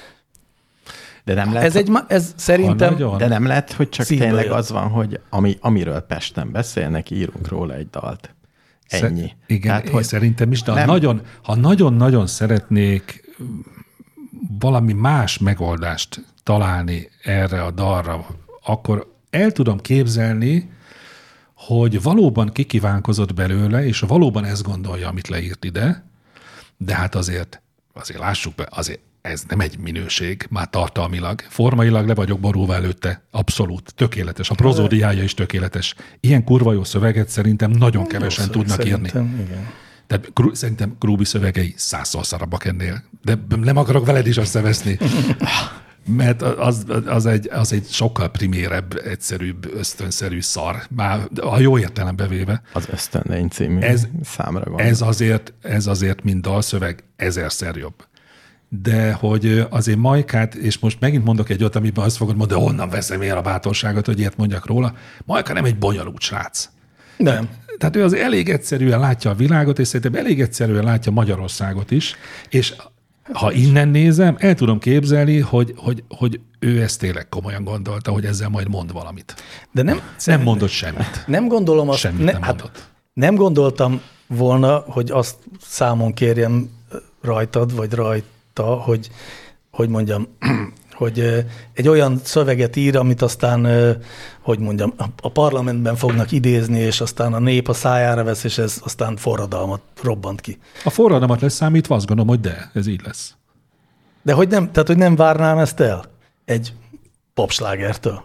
De nem lehet, ez, egy, ez szerintem... De nem lehet, hogy csak szívből tényleg jön. az van, hogy ami, amiről Pesten beszélnek, írunk róla egy dalt. Ennyi. Szer- igen, Tehát, hogy szerintem is, de nem... ha nagyon, ha nagyon-nagyon szeretnék valami más megoldást találni erre a dalra, akkor el tudom képzelni, hogy valóban kikívánkozott belőle, és valóban ezt gondolja, amit leírt ide, de hát azért, azért lássuk be, azért ez nem egy minőség, már tartalmilag. Formailag le vagyok borulva előtte, abszolút, tökéletes. A prozódiája is tökéletes. Ilyen kurva jó szöveget szerintem nagyon kevesen Jó, tudnak írni. Igen. Tehát szerintem Krúbi szövegei százszor szarabbak ennél, de nem akarok veled is összeveszni. Mert az, az, egy, az egy sokkal primérebb, egyszerűbb, ösztönszerű szar, már a jó értelembe véve. Az Ösztönlény című ez, számra van. Ez azért, ez azért, mint dalszöveg, ezerszer jobb. De hogy azért Majkát, és most megint mondok egy olyat, amiben azt fogod mondani, de honnan veszem én a bátorságot, hogy ilyet mondjak róla. Majka nem egy bonyolult srác. Nem. Tehát ő az elég egyszerűen látja a világot, és szerintem elég egyszerűen látja Magyarországot is, és ha innen nézem, el tudom képzelni, hogy, hogy, hogy ő ezt tényleg komolyan gondolta, hogy ezzel majd mond valamit. De nem, nem mondott semmit. Nem gondolom azt, Semmit ne, nem mondott. Hát nem gondoltam volna, hogy azt számon kérjem rajtad, vagy rajta, hogy, hogy mondjam, hogy egy olyan szöveget ír, amit aztán, hogy mondjam, a parlamentben fognak idézni, és aztán a nép a szájára vesz, és ez aztán forradalmat robbant ki. A forradalmat leszámítva azt gondolom, hogy de, ez így lesz. De hogy nem, tehát, hogy nem várnám ezt el egy popslágertől.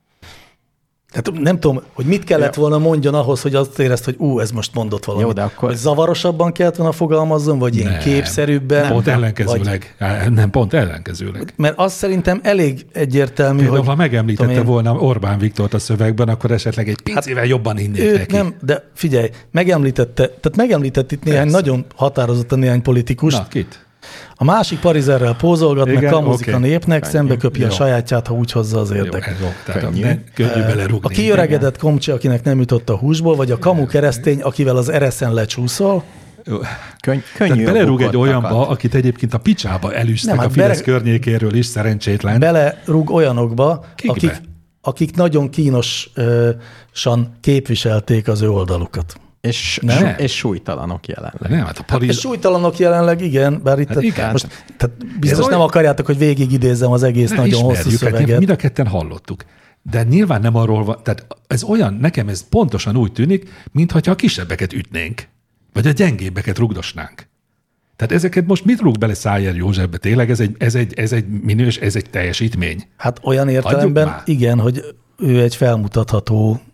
Tehát nem tudom, hogy mit kellett ja. volna mondjon ahhoz, hogy azt érezt, hogy ú, ez most mondott valamit. Jó, de akkor... Hogy zavarosabban kellett volna fogalmazzon, vagy ilyen képszerűbben. Nem, pont ellenkezőleg. Vagy... Nem, pont ellenkezőleg. Mert az szerintem elég egyértelmű, Például, hogy... ha megemlítette én... volna Orbán Viktort a szövegben, akkor esetleg egy picivel hát, jobban innék neki. Nem, de figyelj, megemlítette, tehát megemlített itt néhány, Persze. nagyon határozottan néhány politikust. Na, kit? A másik parizerrel pózolgat, meg kamuzik okay. a népnek, Könnyű. szembe köpi Jó. a sajátját, ha úgy hozza az érdek. Jó, jó, tehát könnyű. Ne, könnyű belerúgni. A kiöregedett komcsi, akinek nem jutott a húsból, vagy a kamu keresztény, akivel az ereszen lecsúszol. Könny, könnyű Tehát belerúg egy olyanba, akad. akit egyébként a picsába elűztek Nem, a hát Fidesz bele... környékéről is, szerencsétlen. Belerúg olyanokba, akik, be? akik nagyon kínosan képviselték az ő oldalukat. És, Nem. és súlytalanok jelenleg. Nem, hát a Pariz... És súlytalanok jelenleg, igen, bár itt Hát igen. most tehát biztos Ez nem olyan- akarjátok, hogy végig idézzem az egész Ne, nagyon hosszú ismerjük, hát szöveget. mind a ketten hallottuk. De nyilván nem arról van, tehát ez olyan, nekem ez pontosan úgy tűnik, mintha a kisebbeket ütnénk, vagy a gyengébbeket rugdosnánk. Tehát ezeket most mit rúg bele Szájer Józsefbe? Tényleg ez egy, ez egy, ez egy minős, ez egy teljesítmény. Hát olyan értelemben, már. igen, hogy ő egy felmutatható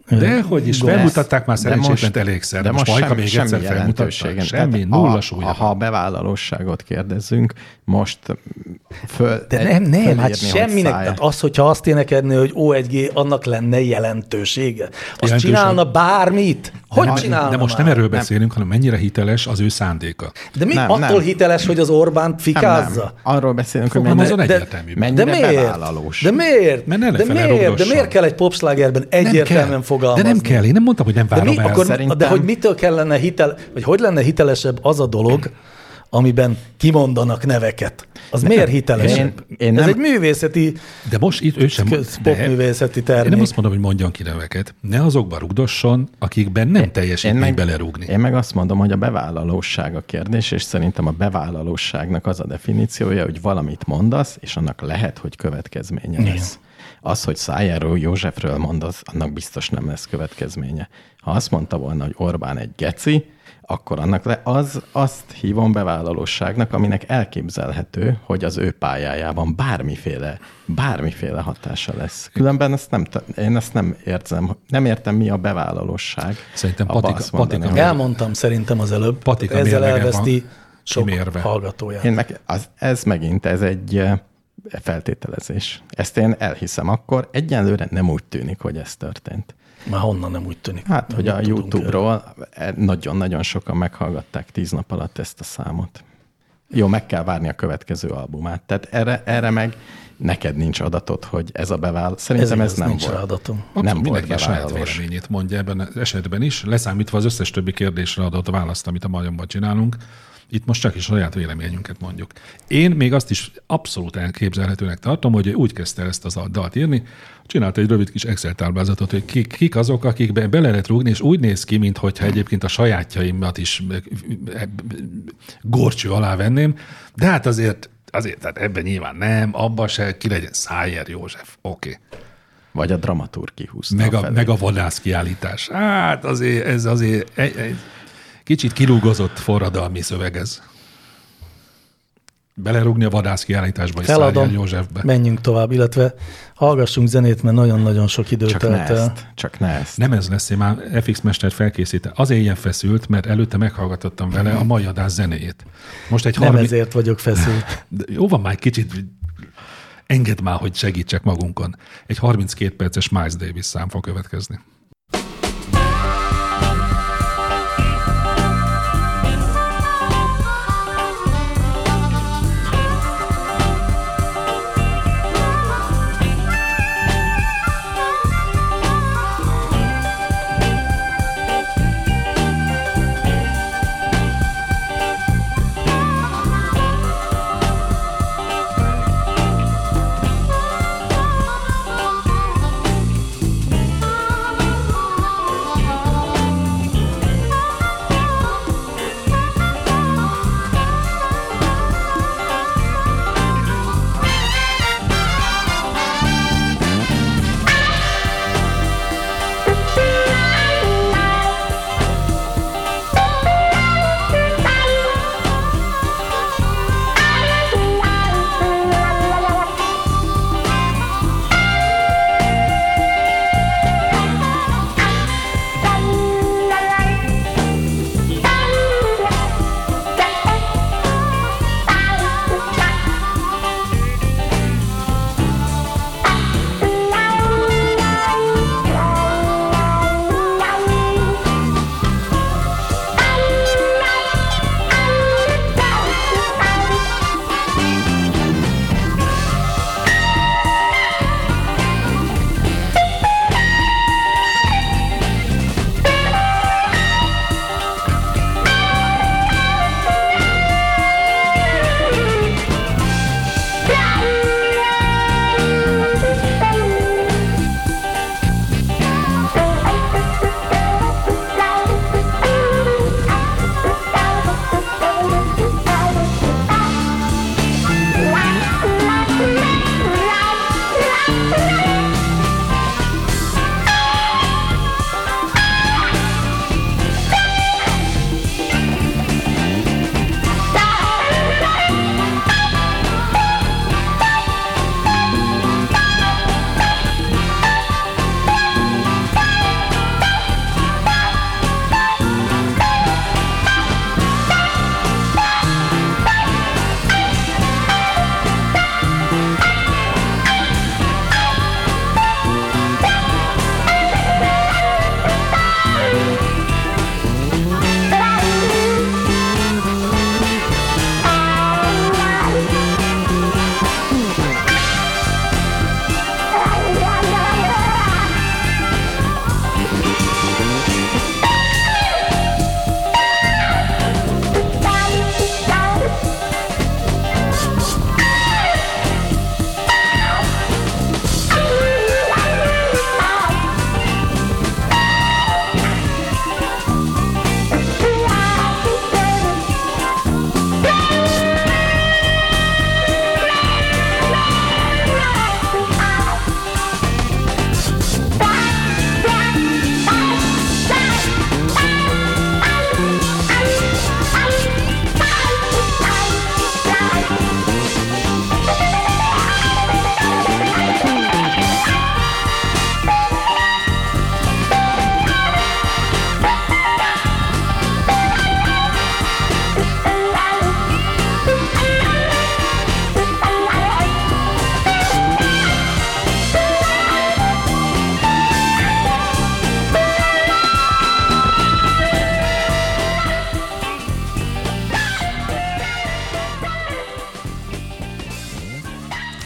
De hogy is, felmutatták már szerencsétlent elégszer. De most, most sem, még egyszer felmutatták. Semmi, nulla súlya. Ha a bevállalóságot kérdezzünk, most föl... De nem, nem, hát semminek. Tehát az, hogyha azt énekedné, hogy ó egy gé, annak lenne jelentősége. Azt csinálna bármit. Hogy de csinálna De most már? nem erről beszélünk, hanem mennyire hiteles az ő szándéka. De mi nem, attól nem. hiteles, hogy az Orbánt fikázza? Nem, nem. Arról beszélünk, hogy mennyire, mennyire, de, mennyire de miért? bevállalós. De miért? Mert ne de, miért? de miért kell egy popslágerben egyértelműen fogalmazni? De nem kell, én nem mondtam, hogy nem várom de mi, el. Akkor, Szerintem... De hogy mitől kellene hitel, vagy hogy lenne hitelesebb az a dolog, amiben kimondanak neveket? Az de miért hitelesebb? Én, én Ez nem... egy művészeti, de most itt ő sem popművészeti termék. Én nem azt mondom, hogy mondjon ki neveket. Ne azokba rugdosson, akikben nem teljesítmény belerúgni. Én meg azt mondom, hogy a bevállalóság a kérdés, és szerintem a bevállalóságnak az a definíciója, hogy valamit mondasz, és annak lehet, hogy következménye lesz. Igen. Az, hogy Szájáról Józsefről mondasz, annak biztos nem lesz következménye. Ha azt mondta volna, hogy Orbán egy geci, akkor annak le, az, azt hívom bevállalóságnak, aminek elképzelhető, hogy az ő pályájában bármiféle, bármiféle hatása lesz. Különben ezt nem, én ezt nem értem, nem értem, mi a bevállalóság. Szerintem Patika, mondani, Patika Elmondtam szerintem az előbb, Patika ezzel elveszti sok kimérve. hallgatóját. Én meg, az, ez megint, ez egy feltételezés. Ezt én elhiszem akkor. Egyenlőre nem úgy tűnik, hogy ez történt. Már honnan nem úgy tűnik? Hát, nem hogy a YouTube-ról nagyon-nagyon sokan meghallgatták tíz nap alatt ezt a számot. Jó, meg kell várni a következő albumát. Tehát erre, erre meg neked nincs adatod, hogy ez a bevállaló. Szerintem ez, ez nem nincs volt. Adatom. Abszolút, nem mindenki volt a saját véleményét mondja ebben az esetben is, leszámítva az összes többi kérdésre adott választ, amit a magyarban csinálunk. Itt most csak is saját véleményünket mondjuk. Én még azt is abszolút elképzelhetőnek tartom, hogy úgy kezdte ezt az dalt írni, csinált egy rövid kis Excel táblázatot, hogy kik, kik azok, akikbe bele lehet rúgni, és úgy néz ki, mintha egyébként a sajátjaimat is górcső alá venném, de hát azért, azért tehát ebben nyilván nem, abban se ki legyen Szájer József, oké. Okay. Vagy a dramaturg kihúzta. Meg a, meg a vadász kiállítás. Hát azért ez azért egy, egy kicsit kilúgozott forradalmi szöveg ez. Belerúgni a vadász kiállításba és Szájer Józsefbe. Menjünk tovább, illetve hallgassunk zenét, mert nagyon-nagyon sok időt csak telt el. Csak ne ezt. Nem ez lesz, én már ef iksz Mester felkészítem. Azért ilyen feszült, mert előtte meghallgatottam vele a mai adás zenéjét. Most egy nem harmi... ezért vagyok feszült. De jó van már egy kicsit, engedd már, hogy segítsek magunkon. Egy harminckét perces Miles Davis szám fog következni.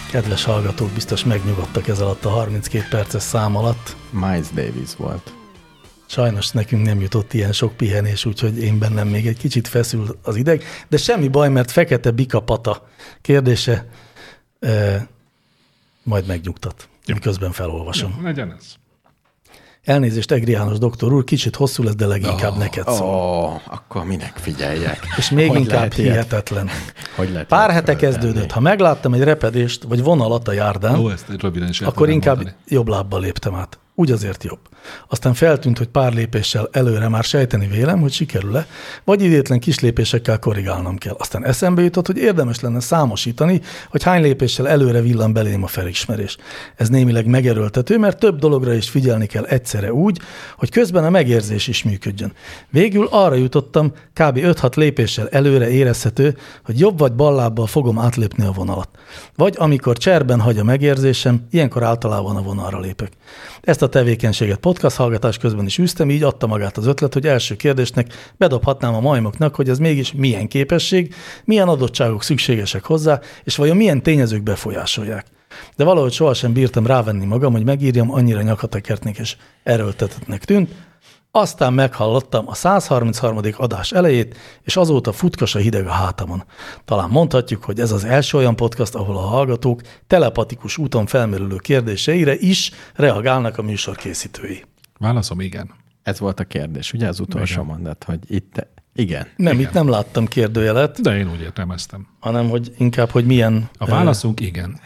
Kedves hallgatók, biztos megnyugodtak ez alatt a harminckét perces szám alatt. Miles Davis volt. Sajnos nekünk nem jutott ilyen sok pihenés, úgyhogy én bennem még egy kicsit feszül az ideg, de semmi baj, mert Fekete Bika Pata kérdése eh, majd megnyugtat, ja. miközben felolvasom. Ja, legyen ez. Elnézést, Egri János doktor úr, kicsit hosszú lesz, de leginkább oh, neked szól. Oh, akkor minek figyeljek? És még hogy inkább hihetetlen. Hogy lehet Pár hete kezdődött. Ha megláttam egy repedést, vagy vonalat a járdán, Ó, ezt röviden is akkor inkább mondani. jobb lábbal léptem át. Úgy azért jobb. Aztán feltűnt, hogy pár lépéssel előre már sejteni vélem, hogy sikerül-e, vagy idétlen kis lépésekkel korrigálnom kell. Aztán eszembe jutott, hogy érdemes lenne számosítani, hogy hány lépéssel előre villan belém a felismerés. Ez némileg megerőltető, mert több dologra is figyelni kell egyszerre úgy, hogy közben a megérzés is működjön. Végül arra jutottam, kb. öt-hat lépéssel előre érezhető, hogy jobb vagy bal lábbal fogom átlépni a vonalat. Vagy amikor cserben hagy a megérzésem, ilyenkor általában a vonalra lépek. Ezt a tevékenységet podcast hallgatás közben is űztem, így adta magát az ötlet, hogy első kérdésnek bedobhatnám a majmoknak, hogy ez mégis milyen képesség, milyen adottságok szükségesek hozzá, és vajon milyen tényezők befolyásolják. De valahogy sohasem bírtam rávenni magam, hogy megírjam, annyira nyakatekertnek és erőltetetnek tűnt. Aztán meghallottam a száz harmincharmadik adás elejét, és azóta futkos a hideg a hátamon. Talán mondhatjuk, hogy ez az első olyan podcast, ahol a hallgatók telepatikus úton felmerülő kérdéseire is reagálnak a műsor készítői. Válaszom igen. Ez volt a kérdés, ugye az utolsó igen. mondat, hogy itt igen. Nem, igen. Itt nem láttam kérdőjelet. De én úgy értelmeztem. Hanem, hogy inkább, hogy milyen... A válaszunk igen.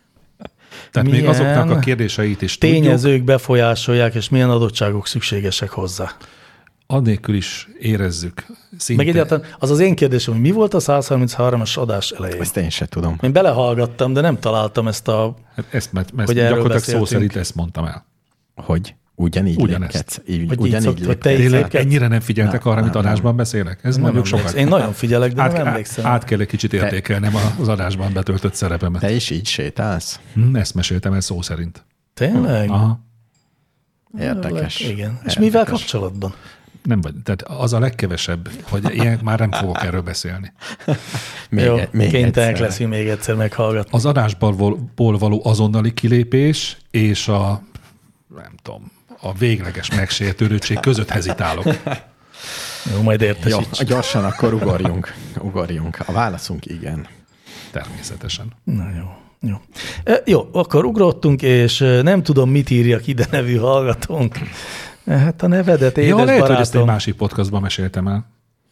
Tehát milyen még azoknak a kérdéseit is tényezők tudjuk. befolyásolják, és milyen adottságok szükségesek hozzá. Annélkül is érezzük szinte. Meg egyáltalán az az én kérdésem, hogy mi volt a száz harmincharmas adás elején? Ezt én se tudom. Én belehallgattam, de nem találtam ezt a... Hát ezt, mert, mert hogy gyakorlatilag szó szerint ezt mondtam el. Hogy? Ugyanígy lépkedsz. Így, ugyanígy így Tényleg ennyire nem figyeltek na, arra, amit adásban beszélek? Ez mondjuk sokat. Én nagyon figyelek, de át, nem emlékszem. Át kell egy kicsit értékelnem az adásban betöltött szerepemet. Te is így sétálsz? Hm, ezt meséltem el szó szerint. Tényleg? Aha. Érdekes. Igen. Érdekes. És mivel kapcsolatban? Nem vagy, tehát az a legkevesebb, hogy ilyen már nem fogok erről beszélni. még Jó, még kénytelenek leszünk még egyszer meghallgatni. Az adásból való azonnali kilépés és a, nem tudom, a végleges megsértődöttség között hezitálok. Jó, majd értesíts. Jó, gyorsan akkor ugorjunk. ugorjunk. A válaszunk igen. Természetesen. Na jó. Jó. E, jó, akkor ugrottunk, és nem tudom, mit írjak ide nevű hallgatónk. Hát a nevedet, édes ja, lehet, barátom. hogy ezt egy másik podcastban meséltem el.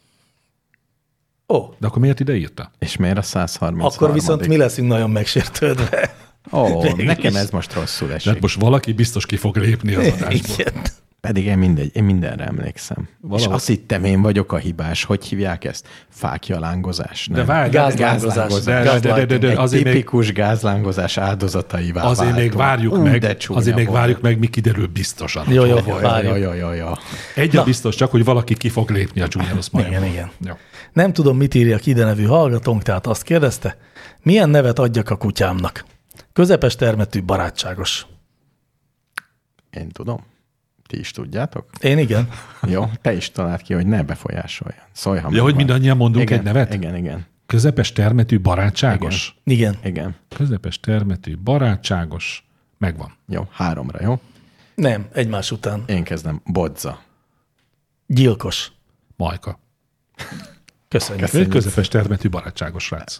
Ó. Oh. De akkor miért ide írta? És miért a száz harmincharmadik? Akkor viszont mi leszünk nagyon megsértődve. Ó, oh, nekem ez most rosszul esik. Tehát most valaki biztos ki fog lépni az adásból. Igen. Pedig én, mindegy, én mindenre emlékszem. Valahogy. És azt hittem, én vagyok a hibás. Hogy hívják ezt? Fákjalángozás. Nem? De várj, gázlángozás. De, de, de, de, de, Egy azért tipikus még, gázlángozás áldozataivá azért váltunk. még várjuk Ú, meg, azért még várjuk meg, mi kiderül biztosan. Jó, jó, jó, jó, jó, jó, jó. Egy a biztos csak, hogy valaki ki fog lépni a Juniorus majomból. Igen, igen. Jó. Nem tudom, mit írjak ide nevű hallgatónk, tehát azt kérdezte, milyen nevet adjak a kutyámnak? Közepes termetű, barátságos. Én tudom. Ti is tudjátok? Én igen. Jó, te is találd ki, hogy ne befolyásoljon. Szólj, ha ja, hogy mindannyian mondunk igen, egy nevet? Igen, igen. Közepes termetű, barátságos? Igen. Igen. Közepes termetű, barátságos. Megvan. Jó, háromra, jó? Nem, egymás után. Én kezdem. Bodza. Gyilkos. Majka. Köszönjük. Köszönjük. Közepes termetű, barátságos srác.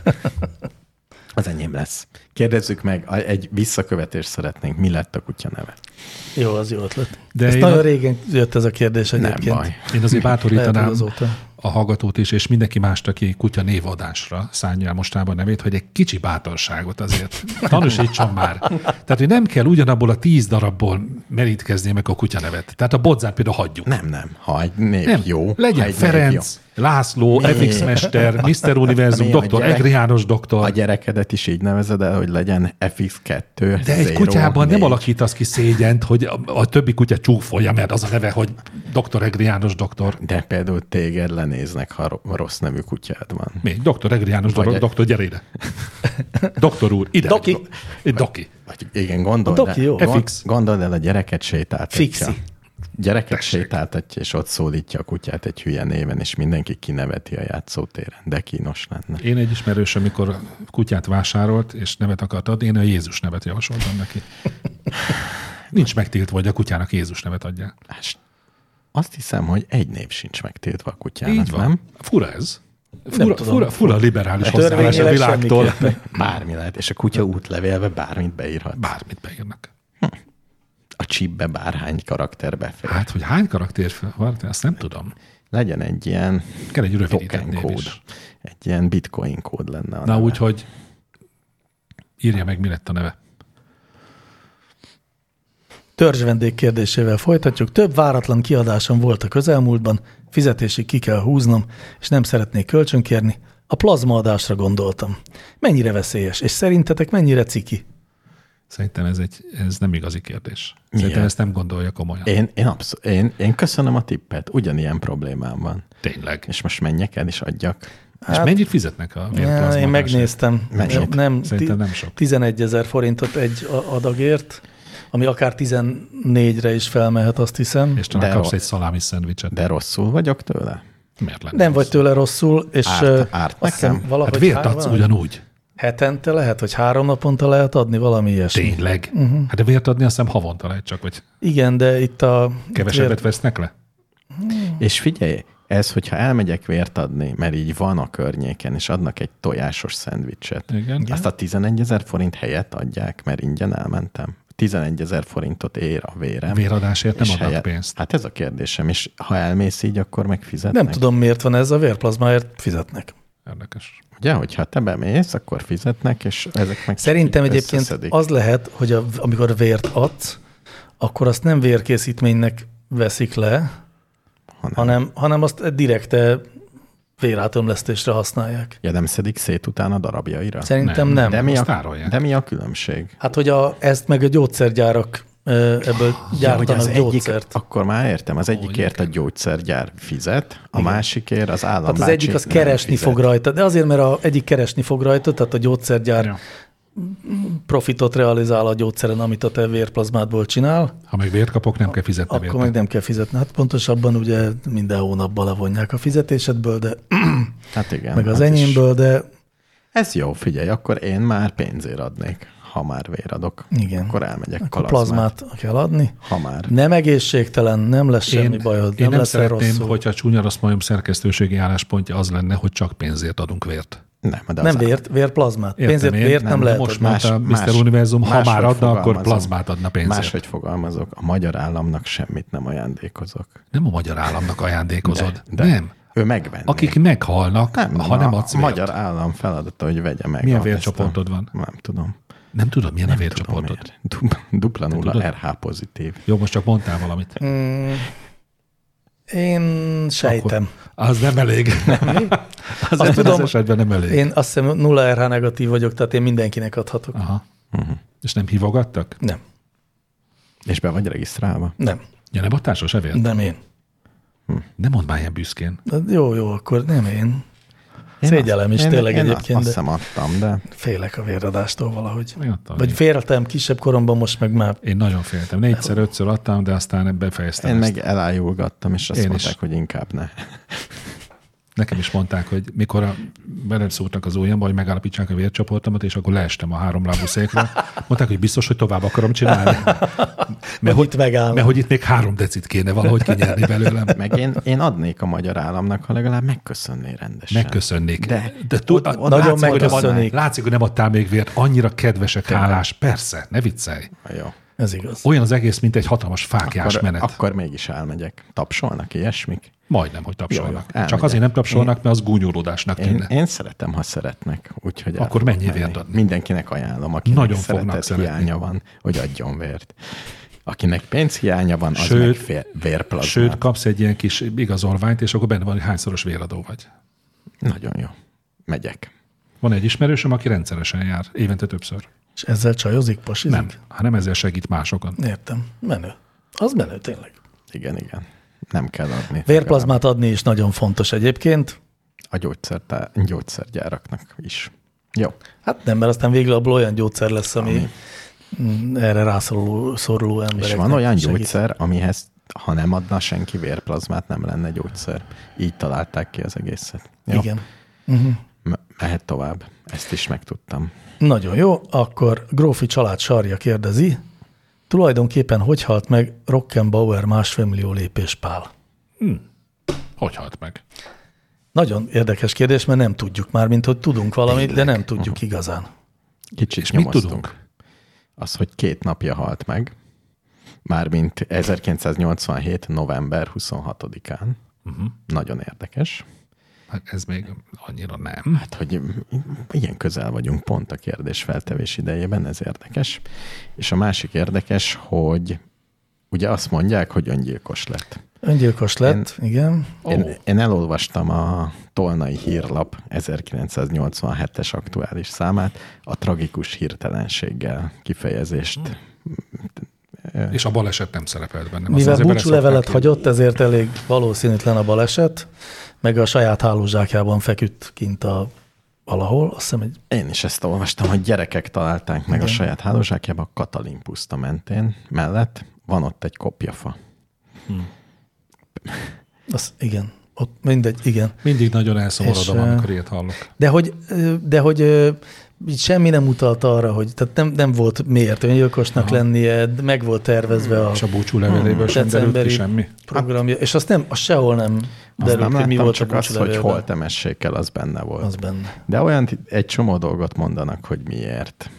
Az enyém lesz. Kérdezzük meg, egy visszakövetést szeretnénk. Mi lett a kutya neve? Jó, az jó ötlet. De ezt nagyon a... régen jött ez a kérdés egyébként. Nem baj. Én azért bátorítanám a hallgatót is, és mindenki mást, aki kutya névadásra szánja el mostában nevét, hogy egy kicsi bátorságot azért tanúsítson már. Tehát, hogy nem kell ugyanabból a tíz darabból merítkezni meg a kutya nevet. Tehát a Bodzát például hagyjuk. Nem, nem. Ha egy név nem. jó. Legyen Ferenc, László, ef iksz Mester, miszter Univerzum, doktor Egri János doktor. A gyerekedet is így nevezed el, hogy legyen ef iksz kettő. De egy kutyában nem alakítasz ki szégyent, hogy a, a többi kutya csúfolja, mert az a neve, hogy doktor Egri János doktor. De például téged lenéznek, ha rossz nevű kutyád van. Mi? doktor Egri János doktor, egy... doktor, gyere ide. Doktor úr, ide. Doki. Egy doki. Vagy igen, gondold, doki, el, jó. gond, gondold el, a gyereket sétáltatja. Fixi. Gyereket sétáltatja, és ott szólítja a kutyát egy hülye néven, és mindenki kineveti a játszótéren, de kínos lenne. Én egy ismerős, amikor kutyát vásárolt, és nevet akart adni, én a Jézus nevet javasoltam neki. Nincs megtiltva, hogy a kutyának Jézus nevet adják. Azt hiszem, hogy egy név sincs megtiltva a kutyának, Így van. nem? Fura ez. Fura, fura, fura liberális hozzáállás a világtól. Bármi lehet, és a kutya útlevélbe bármit beírhat. Bármit beírnak. A chipbe bárhány karakter befér. Hát, hogy hány karakter van, azt nem tudom. Legyen egy ilyen kell egy rövidített név kód. is. Egy ilyen bitcoin kód lenne. Na úgy, hogy írja meg, mi lett a neve. Törzs vendég kérdésével folytatjuk. Több váratlan kiadásom volt a közelmúltban, fizetésig ki kell húznom, és nem szeretnék kölcsönkérni. A plazmaadásra gondoltam. Mennyire veszélyes, és szerintetek mennyire ciki? Szerintem ez, egy, ez nem igazi kérdés. Milyen? Szerintem ezt nem gondolja komolyan. Én, én, abszol- én, én köszönöm a tippet, ugyanilyen problémám van. Tényleg. És most menjek el és adjak. Hát, és mennyit fizetnek a vérplazmaadásért? Én megnéztem. Mennyit? Nem, Szerintem nem sok. tizenegyezer forintot egy adagért, ami akár tizennégyre is felmehet, azt hiszem. És talán De kapsz ro- egy szalámi szendvicset. De rosszul vagyok tőle? Miért lenne? Nem vagy tőle rosszul, és Árt- árt azt hiszem nekem? valahogy Hát vért há- adsz valami ugyanúgy. hetente lehet, hogy három naponta lehet adni, valami ilyesmi. Tényleg? Uh-huh. Hát de vért adni azt hiszem havonta lehet csak, hogy Igen, de itt a... kevesebbet vér- vesznek le? És figyelj, ez, hogyha elmegyek vért adni, mert így van a környéken, és adnak egy tojásos szendvicset, Igen. azt a tizenegyezer forint helyett adják, mert ingyen elmentem. tizenegyezer forintot ér a vérem. Véradásért nem és adnak helyett- pénzt. Hát ez a kérdésem, és ha elmész így, akkor megfizetnek. Nem tudom, miért van ez, a vérplazmáért fizetnek. Érdekes. Ugye, hogyha te bemész, akkor fizetnek, és ezek meg Szerintem így egyébként összeszedik. az lehet, hogy a, amikor vért adsz, akkor azt nem vérkészítménynek veszik le, hanem, hanem, hanem azt direkte vérátömlesztésre használják. Ja, nem szedik szét utána darabjaira? Szerintem nem. De mi, azt a, tárolják. de mi a különbség? Hát, hogy a, ezt meg a gyógyszergyárak ö, ebből Ja, hogy gyártanak az egyik, gyógyszert. akkor már értem, az egyikért a gyógyszergyár fizet, a másikért az állam Hát az bácsi egyik az nem keresni fizet. fog rajta, de azért, mert az egyik keresni fog rajta, tehát a gyógyszergyár Ja. profitot realizál a gyógyszeren, amit a te vérplazmádból csinál, Ha meg vért kapok, nem kell fizetni akkor vért. meg nem kell fizetni. Hát pontosabban ugye minden hónapban levonják a fizetésedből, de Hát igen. meg az hát is- enyémből, de Ez jó, figyelj, akkor én már pénzért adnék, ha már véradok. igen. Akkor elmegyek Akkor plazmát. plazmát kell adni. Ha már. Nem egészségtelen, nem lesz semmi Én, bajod, én nem, nem lesz szeretném, rosszul. hogyha a csúnya rossz majom szerkesztőségi álláspontja az lenne, hogy csak pénzért adunk vért. Nem, de Nem az vért, vérplazmát. Értem Pénzért én, vért nem, nem, lehet most adni. mondta Más- miszter más- Univerzum, ha máshogy már adna, akkor fogalmazom. plazmát adna pénzért. Máshogy fogalmazok, a magyar államnak semmit nem ajándékozok. Nem a magyar államnak ajándékozod. De, de Nem. Ő megvenné. Akik meghalnak, nem, ha nem adsz a vért. magyar állam feladata, hogy vegye meg. Milyen a- vércsoportod ezt a- van? Nem tudom. Nem tudod, milyen Nem a vércsoportod? tudom miért. Dupla, dupla nulla tudod? er há pozitív. Jó, most csak mondtál valamit. Mm, én sejtem. Akkor az nem elég. az ebben tudom, az esetben nem elég. Én azt hiszem nulla er há negatív vagyok, tehát én mindenkinek adhatok. Aha. Uh-huh. És nem hívogattak? Nem, És be vagy regisztrálva? nem, Ja, nem adtál sose vért? nem én. Nem mondd már ilyen büszkén. De jó, jó, akkor nem én. Én Szégyellem is azt- tényleg én, egyébként, Én azt de- hiszem adtam, de Félek a véradástól valahogy. Én adtam. Vagy féltem kisebb koromban, most meg már Én nagyon féltem. Négyszer, ötször adtam, de aztán befejeztem én ezt. meg elájulgattam, és azt Én mondták, is. hogy inkább ne. Nekem is mondták, hogy mikor a, belem szúrtak az ujjamba, hogy megállapítsák a vércsoportomat, és akkor leestem a háromlábú székre. Mondták, hogy biztos, hogy tovább akarom csinálni. Mert, hogy, itt megállom. mert hogy itt még három decit kéne valahogy kinyerni belőlem. Meg én, én adnék a magyar államnak, ha legalább megköszönné rendesen. Megköszönnék. De de tud, ott- ott nagyon látszik, hogy nem ad- megköszönnék. látszik, hogy nem adtál még vért. Annyira kedvesek, hálás. Persze, ne viccelj. Jó. ez igaz. Olyan az egész, mint egy hatalmas fáklyás Akkor, menet. akkor mégis elmegyek. Tapsolnak ilyesmik? Majdnem, hogy tapsolnak. Jó, jó, Csak elmegyek. azért nem tapsolnak, mert az gúnyolódásnak Én, tűnne. én szeretem, ha szeretnek. Úgyhogy el Akkor fogok mennyi menni. vért adni? Mindenkinek ajánlom, akinek Nagyon fognak szeretet szeretni. hiánya van, hogy adjon vért. Akinek pénzhiánya van, az Sőt- meg fér, vérplazmát. Sőt, kapsz egy ilyen kis igazolványt, és akkor benne van, hogy hányszoros véradó vagy. Nagyon jó. Megyek. Van egy ismerősöm, aki rendszeresen jár, évente többször. És ezzel csajozik, pasizik? Nem, hanem ezzel segít másokon. Értem. Menő. Az menő, tényleg. Igen, igen. Nem kell adni. Vérplazmát adni is nagyon fontos egyébként. A gyógyszertá- gyógyszergyáraknak is. Jó. Hát nem, mert aztán végül abból olyan gyógyszer lesz, ami, ami erre rászoruló szoruló embereknek És van olyan segít. gyógyszer, amihez ha nem adna senki vérplazmát, nem lenne gyógyszer. Így találták ki az egészet. Jó? Igen. Uh-huh. Me- mehet tovább. Ezt is megtudtam. Nagyon jó, akkor Grófi család sarja kérdezi, tulajdonképpen hogy halt meg Rockenbauer másfél millió lépéspál? Hmm. Hogy halt meg? Nagyon érdekes kérdés, mert nem tudjuk már, mint hogy tudunk valamit, Tényleg? de nem tudjuk uh-huh. igazán. Kicsit És mit nyomoztunk. tudunk? Az, hogy két napja halt meg, mármint ezerkilencszáznyolcvanhét. november huszonhatodikán. Uh-huh. Nagyon érdekes. Hát ez még annyira nem. Hát, hogy ilyen közel vagyunk pont a kérdés feltevés idejében, ez érdekes. És a másik érdekes, hogy ugye azt mondják, hogy öngyilkos lett. Öngyilkos lett, én, igen. Én, Oh. én elolvastam a Tolnai Hírlap ezerkilencszáznyolcvanhetes aktuális számát, a tragikus hirtelenséggel kifejezést. És a baleset nem szerepelt benne. Mivel búcsúlevelet hagyott, ezért elég valószínűtlen a baleset, meg a saját hálózsákjában feküdt kint a valahol. Azt hiszem, egy... Én is ezt olvastam, hogy gyerekek találták meg Igen. a saját hálózsákjában a Katalin puszta mentén mellett. Van ott egy kopjafa. Hmm. Az, igen. Ott mindegy, igen. Mindig nagyon elszomorodom, És, amikor ilyet hallok. De hogy, de hogy így semmi nem utalta arra, hogy tehát nem, nem volt miért öngyilkosnak Aha. lennie, meg volt tervezve a És a búcsú leveléből sem derült ki semmi? Programja, és azt nem, azt sehol nem derült, hogy mi volt csak a az, hogy búcsúlevélben. hol temessék el, az benne volt. Az benne. De olyan egy csomó dolgot mondanak, hogy miért.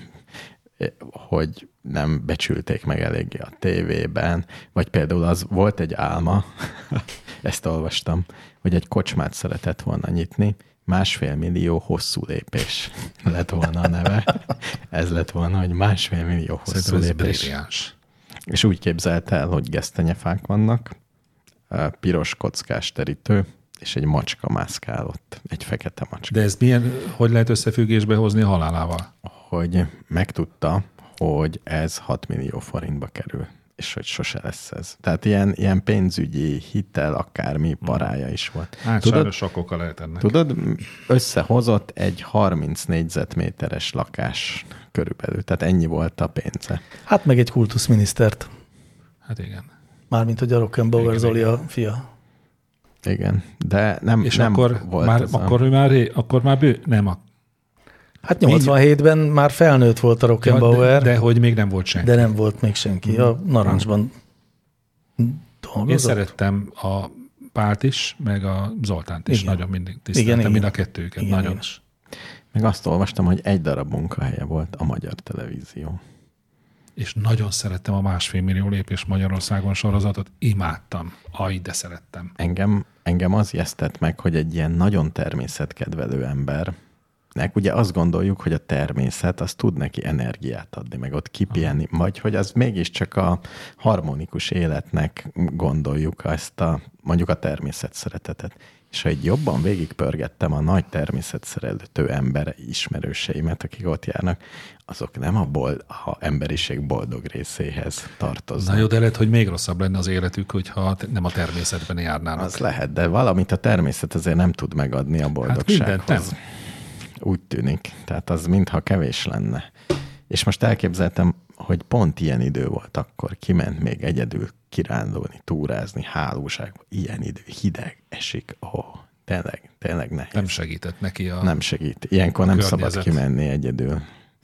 Hogy nem becsülték meg eléggé a tévében, vagy például az volt egy álma, ezt olvastam, hogy egy kocsmát szeretett volna nyitni, másfél millió hosszú lépés lett volna a neve. Ez lett volna, hogy másfél millió hosszú Szerintem lépés. brilliáns. És úgy képzelte el, hogy gesztenyefák vannak, piros kockás terítő, és egy macska mászkál ott, egy fekete macska. De ez milyen, hogy lehet összefüggésbe hozni a halálával? Hogy megtudta, hogy ez hat millió forintba kerül, és hogy sose lesz ez. Tehát ilyen, ilyen pénzügyi hitel, akármi parája is volt. Hát tudod, sajnos sok oka lehet ennek. Tudod, összehozott egy harminc négyzetméteres lakás körülbelül, tehát ennyi volt a pénze. Hát meg egy kultuszminisztert. Hát igen. Mármint, hogy a Rockenbauer Zoli a fia. Igen, de nem, És nem akkor volt már, ez akkor, a... már, ré, akkor már bő, nem a... Hát nyolcvanhétben már felnőtt volt a Rockenbauer, de, de hogy még nem volt senki. de nem volt még senki. A Narancsban dolgozott. Én szerettem a Pált is, meg a Zoltánt is. Igen. Nagyon mindig tiszteltem, Igen, mind a igen. kettőket. Igen, nagyon. én is. Meg azt olvastam, hogy egy darab munkahelye volt a Magyar Televízió. És nagyon szerettem a másfél millió lépés Magyarországon sorozatot. Imádtam. Aj, de szerettem. Engem, engem az jesztett meg, hogy egy ilyen nagyon természetkedvelő embernek, ugye azt gondoljuk, hogy a természet az tud neki energiát adni, meg ott kipihenni, vagy hogy az mégiscsak a harmonikus életnek gondoljuk ezt a, mondjuk a természet szeretetet. És ha egy jobban végigpörgettem a nagy természetszerető ember ismerőseimet, akik ott járnak, azok nem a, bold, a emberiség boldog részéhez tartoznak. Na jó, de lehet, hogy még rosszabb lenne az életük, hogyha nem a természetben járnának. Az lehet, de valamit a természet azért nem tud megadni a boldogsághoz. Hát mindent nem. Úgy tűnik. Tehát az mintha kevés lenne. És most elképzeltem, hogy pont ilyen idő volt akkor, kiment még egyedül kirándulni, túrázni, hálóságba. Ilyen idő, hideg, esik. Ó, oh, tényleg, tényleg nehéz. Nem segített neki a Nem segít. Ilyenkor nem környezet. szabad kimenni egyedül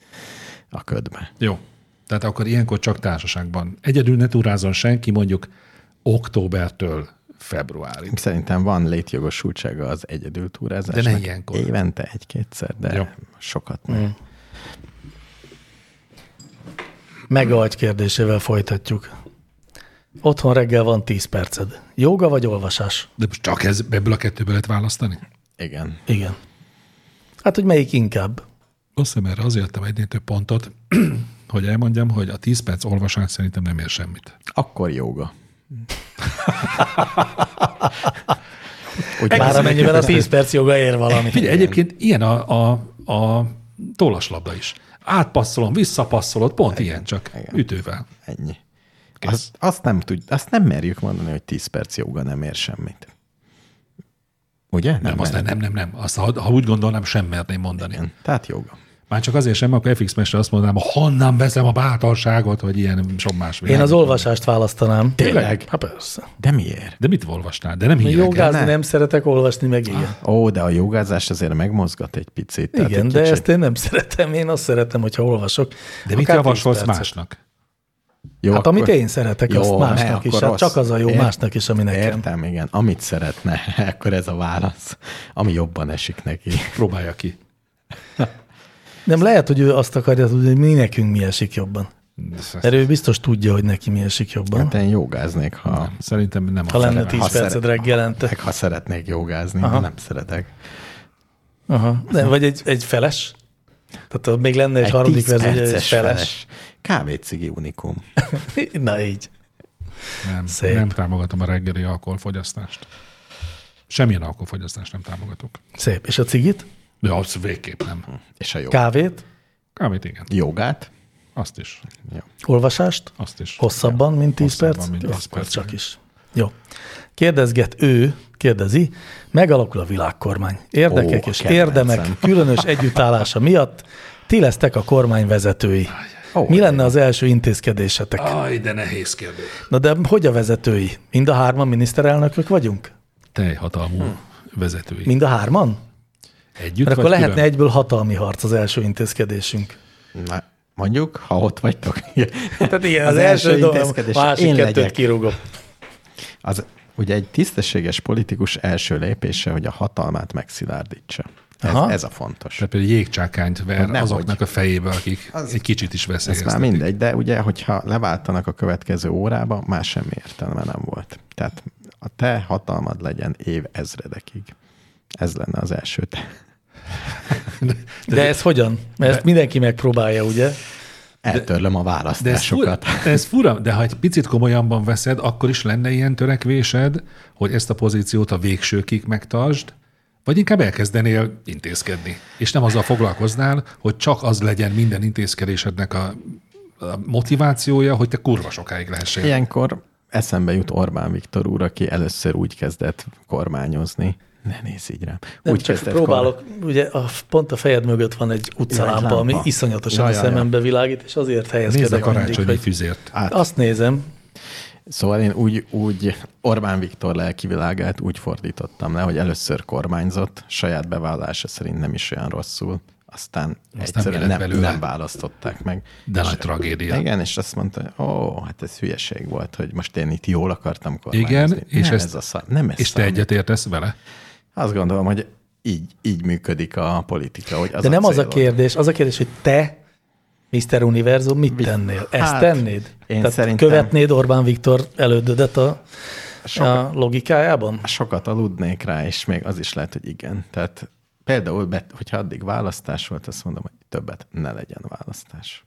a ködbe. Jó. Tehát akkor ilyenkor csak társaságban. Egyedül ne túrázzon senki, mondjuk októbertől februárig. Szerintem van létjogosultsága az egyedül túrázásnak. De ne ilyenkor. Évente egy-kétszer, de Jó. sokat nem. Mm. Megagy kérdésével folytatjuk. Otthon reggel van tíz perced. Jóga vagy olvasás? De most csak ez, ebből a kettőből lehet választani? Igen. Igen. Hát, hogy melyik inkább? Azt hiszem, erre azért jöttem egynél több pontot, hogy elmondjam, hogy a tíz perc olvasás szerintem nem ér semmit. Akkor jóga. Már amennyiben a tíz perc joga ér valami. Figyelj, egyébként ilyen a, a, a tollaslabda is. Átpasszolom, visszapasszolod, pont igen, ilyen, csak igen. Ütővel. Ennyi. Azt, azt, nem tud, azt nem merjük mondani, hogy tíz perc jóga nem ér semmit. Ugye? Nem, nem, azt nem, nem, nem, nem. Azt, ha, ha úgy gondolnám, sem merném mondani. Igen. Tehát jóga. Már csak azért sem, akkor ef iksz Mester azt mondanám, honnan veszem a bátorságot, vagy ilyen sok más. Én az olvasást választanám. Tényleg? Hát persze. De miért? De mit olvasnál? De nem hírek. Jogázni ne? nem szeretek, olvasni meg igen. Ó, de a jogázás azért megmozgat egy picit. tehát Igen, egy de kicsit- ezt én nem szeretem. Én azt szeretem, hogyha olvasok. De mit Akár javasolsz tíz percet. másnak? Jó, Hát amit én szeretek, Jó, azt ne, másnak is. akkor Hát rossz. csak az a jó Ért- másnak is, ami nekem. Értem, igen. Amit szeretne, akkor ez a válasz. Ami jobban esik neki. Próbálja ki. Nem lehet, hogy ő azt akarja tudni, hogy mi nekünk mi esik jobban. Mert ő biztos tudja, hogy neki mi esik jobban. Hát én jogáznék, ha, Nem, szerintem nem. Ha a lenne fele. tíz ha perced szeret- reggelente. meg ha szeretnék jogázni, Aha. de nem szeretek. Aha. Nem, vagy egy, egy feles? Tehát még lenne egy, egy harmadik tíz verzió, hogy egy perces feles. feles. Kávécigi unikum. Na így. Nem, Szép. nem támogatom a reggeli alkoholfogyasztást. Semmilyen alkoholfogyasztást nem támogatok. Szép. És a cigit? De az végképp nem. És a jog. Kávét? Kávét igen. Jogát? Azt is. Jó. Olvasást? Azt is. Hosszabban, mint tíz Hosszabban, perc? mint Jó, tíz akkor perc, csak igen. is. Jó. Kérdezget ő, kérdezi, megalakul a világkormány. Érdekek Ó, a és kedvencem. érdemek különös együttállása miatt ti lesztek a kormány vezetői. Ó, Mi de lenne az első intézkedésetek? Aj, de nehéz kérdés. Na de hogy a vezetői? Mind a hárman miniszterelnökök vagyunk? Teljhatalmú vezetői. Mind a hárman? Együtt Mert vagy akkor lehetne külön? egyből hatalmi harc az első intézkedésünk. Na, mondjuk, ha ott vagytok. Tehát igen, Az az, első első dolog, intézkedés másik én kettőt legyek. kirúgom. Az ugye egy tisztességes politikus első lépése, hogy a hatalmát megszilárdítsa. Ez, Aha. ez a fontos. Tehát például jégcsákányt ver Hát nehogy. azoknak a fejébe, akik Az- egy kicsit is Ez már veszélyeztetik. mindegy, de ugye, hogyha leváltanak a következő órába, már semmi értelme nem volt. Tehát a te hatalmad legyen év ezredekig. Ez lenne az első te. De ez hogyan? Mert ezt mindenki megpróbálja, ugye? Eltörlöm a De ez, választásokat. fura, de ez fura, de ha egy picit komolyabban veszed, akkor is lenne ilyen törekvésed, hogy ezt a pozíciót a végsőkig megtartsd, vagy inkább elkezdenél intézkedni. És nem azzal foglalkoznál, hogy csak az legyen minden intézkedésednek a, a motivációja, hogy te kurva sokáig lehessél. Ilyenkor eszembe jut Orbán Viktor úr, aki először úgy kezdett kormányozni. Ne nézz így rám. Nem úgy csak próbálok, ugye a, pont a fejed mögött van egy utcalámpa, Ja, egy ami lámpa. iszonyatosan Ja, a ja, szemembe világít, és azért Nézd a helyezkedek mindig, karácsonyi hogy füzért. Át. azt nézem. Szóval én úgy, úgy Orbán Viktor lelkivilágát úgy fordítottam le, hogy először kormányzott, saját bevallása szerint nem is olyan rosszul, aztán, Aztán mi egyszerűen lett nem, belőle? nem választották meg. De És- nagy tragédia. Igen, és azt mondta, hogy ó, hát ez hülyeség volt, hogy most én itt jól akartam kormányozni. Igen, és nem ezt- ez a szar, nem ez És te számít. egyetértesz vele? Azt gondolom, hogy így, így működik a politika. Hogy az De nem az a célod. kérdés, az a kérdés, hogy te, miszter Univerzum, mit tennél? Ezt Hát, tennéd? én Tehát szerintem- követnéd Orbán Viktor elődödet a, a logikájában? Sokat aludnék rá, és még az is lehet, hogy igen. Tehát például, be- hogyha addig választás volt, azt mondom, hogy többet ne legyen választás.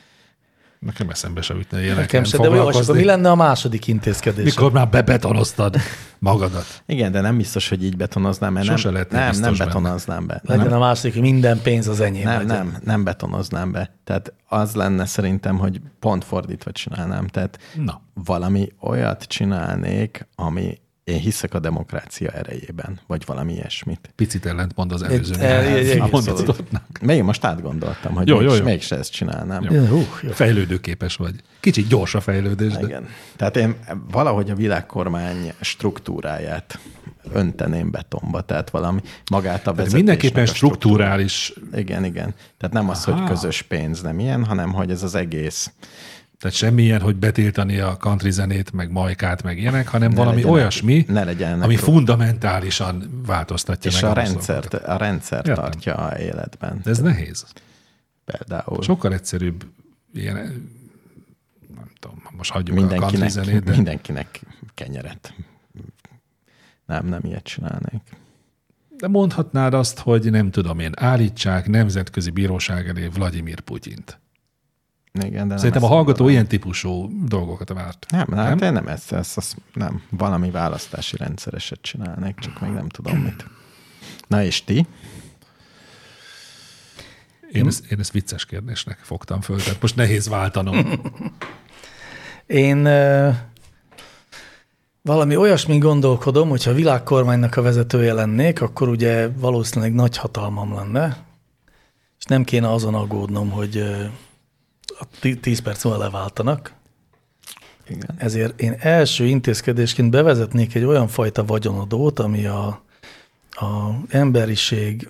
Nekem eszembe se jutna ilyenekkel Nekem se, de jó, és akkor foglalkozni. mi lenne a második intézkedés? Mikor már bebetonoztad magadat. Igen, de nem biztos, hogy így betonoznám, mert Sose nem, lehetnél nem, nem biztos betonoznám be. Legyen Nem, a második, hogy minden pénz az enyém nem, legyen. nem, nem betonoznám be. Tehát az lenne szerintem, hogy pont fordítva csinálnám. Tehát Na. valami olyat csinálnék, ami én hiszek a demokrácia erejében, vagy valami ilyesmit. Picit ellentmond az előző Egy- egy- egy- néhány egy- mondatodnak. Még most átgondoltam, hogy Jó, jó, jó, mégis, jó. mégse ezt csinálnám. Jó. Hú, jó. Fejlődőképes vagy. Kicsit gyors a fejlődés, de Igen. Tehát én valahogy a világkormány struktúráját önteném betonba, tehát valami magát a tehát vezetésnek mindenképpen a struktúra- strukturális, Igen, igen. Tehát nem az, Aha. hogy közös pénz, nem ilyen, hanem hogy ez az egész. tehát semmilyen, hogy betiltani a country zenét, meg majkát, meg ilyenek, hanem ne valami legyenek- olyasmi, ne legyenek ami ró- fundamentálisan változtatja És meg a a rendszert, dolgokat. a rendszer Értem. tartja életben. De ez nehéz. Például Sokkal egyszerűbb ilyen, nem tudom, most hagyjuk a country mindenkinek, zenét, de mindenkinek kenyeret. Nem, nem ilyet csinálnék. De mondhatnád azt, hogy nem tudom én, állítsák nemzetközi bíróság elé Vladimir Putyint. Igen, de nem Szerintem a ezt hallgató mondanám. ilyen típusú dolgokat várt. Nem, nem, nem? Én nem ezt, ezt, ezt, nem. Valami választási rendszereset csinálnék, csak még nem tudom mit. Na és ti? Én ezt, én ezt vicces kérdésnek fogtam föl, tehát most nehéz váltanom. Én uh, valami olyasmin gondolkodom, hogyha a világkormánynak a vezetője lennék, akkor ugye valószínűleg nagy hatalmam lenne, és nem kéne azon aggódnom, hogy tíz perc múlva leváltanak. Igen. Ezért én első intézkedésként bevezetnék egy olyan fajta vagyonadót, ami a, a emberiség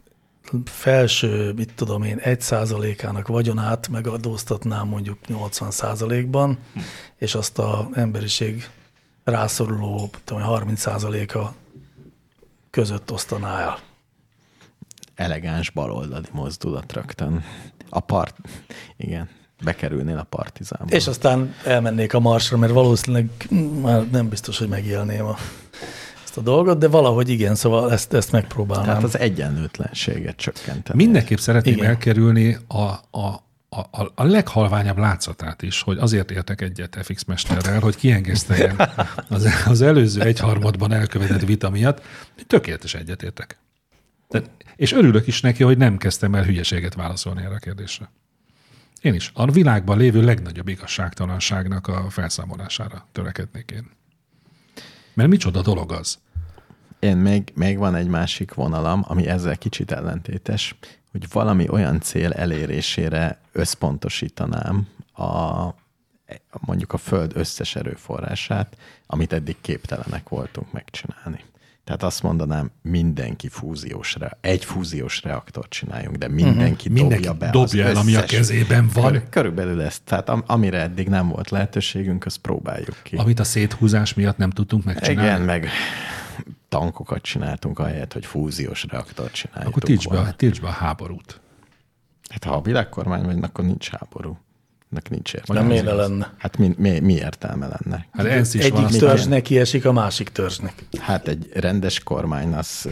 felső, mit tudom én, egy százalékának vagyonát megadóztatnám mondjuk nyolcvan százalékban, hm. és azt az emberiség rászoruló tudom, harminc százaléka között osztaná el. Elegáns baloldali mozdulat rögtön. A part, igen, bekerülnél a partizánba. És aztán elmennék a Marsra, mert valószínűleg már nem biztos, hogy megélném a, ezt a dolgot, de valahogy igen, szóval ezt, ezt megpróbálnám. Tehát az egyenlőtlenséget csökkenteni. Mindenképp szeretném igen. elkerülni a, a, a, a leghalványabb látszatát is, hogy azért értek egyet ef iksz mesterrel, hogy kiengeszteljen az, az előző egyharmadban elkövetett vita miatt. Tökéletes egyetértek. Tehát, és örülök is neki, hogy nem kezdtem el hülyeséget válaszolni erre a kérdésre. Én is. A világban lévő legnagyobb igazságtalanságnak a felszámolására törekednék én. Mert micsoda dolog az? Én még, még van egy másik vonalam, ami ezzel kicsit ellentétes, hogy valami olyan cél elérésére összpontosítanám a, mondjuk a Föld összes erőforrását, amit eddig képtelenek voltunk megcsinálni. Tehát azt mondanám, mindenki fúziós, egy fúziós reaktort csináljunk, de mindenki uh-huh. dobja mindenki be dobja az el, ami a kezében van. Kör, körülbelül ezt. Tehát am, amire eddig nem volt lehetőségünk, azt próbáljuk ki. Amit a széthúzás miatt nem tudtunk megcsinálni. Igen, meg tankokat csináltunk ahelyett, hogy fúziós reaktort csináljuk. Akkor tiltsd be, tiltsd be a háborút. Hát ha a világkormány vagy, akkor nincs háború. Ennek nincs értelme. Nem miért lenne? Hát mi, mi, mi értelme lenne? Hát ez is egyik van, törzsnek kiesik a másik törzsnek. Hát egy rendes kormány az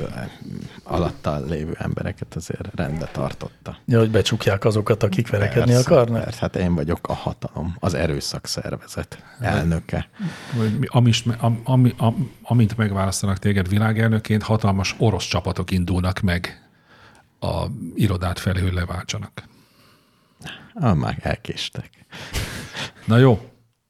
alatta lévő embereket azért rendbe tartotta. Ja, hogy becsukják azokat, akik verekedni persze, akarnak? Persze, hát én vagyok a hatalom, az erőszakszervezet elnöke. Amis, am, ami, am, amint megválasztanak téged világelnökként, hatalmas orosz csapatok indulnak meg a irodát felé, hogy leváltsanak. Ah, már elkéstek. Na jó.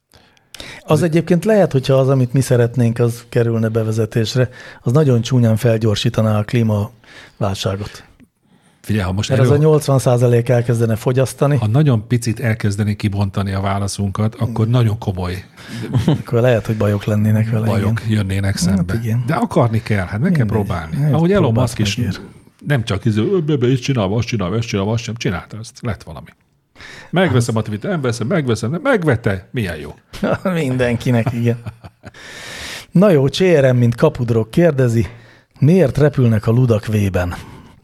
Az egyébként lehet, hogyha az, amit mi szeretnénk, az kerülne bevezetésre, az nagyon csúnyán felgyorsítaná a klímaválságot. Figyelj, ha most Mert erről, az a nyolcvan százalék elkezdene fogyasztani. Ha nagyon picit elkezdeni kibontani a válaszunkat, akkor nagyon komoly akkor lehet, hogy bajok lennének vele. Bajok igen. jönnének szembe. Hát igen. De akarni kell, hát meg kell próbálni. Hát ahogy Elon Musk is megér. nem csak így csinálom, azt csinálom, ezt csinálom, azt sem csinálta, azt lett valami. Megveszem a Twitter, nem veszem, megveszem, nem, megvette, milyen jó. Mindenkinek, igen. Na jó, cé er em, mint kapudrog kérdezi, miért repülnek a ludak V-ben?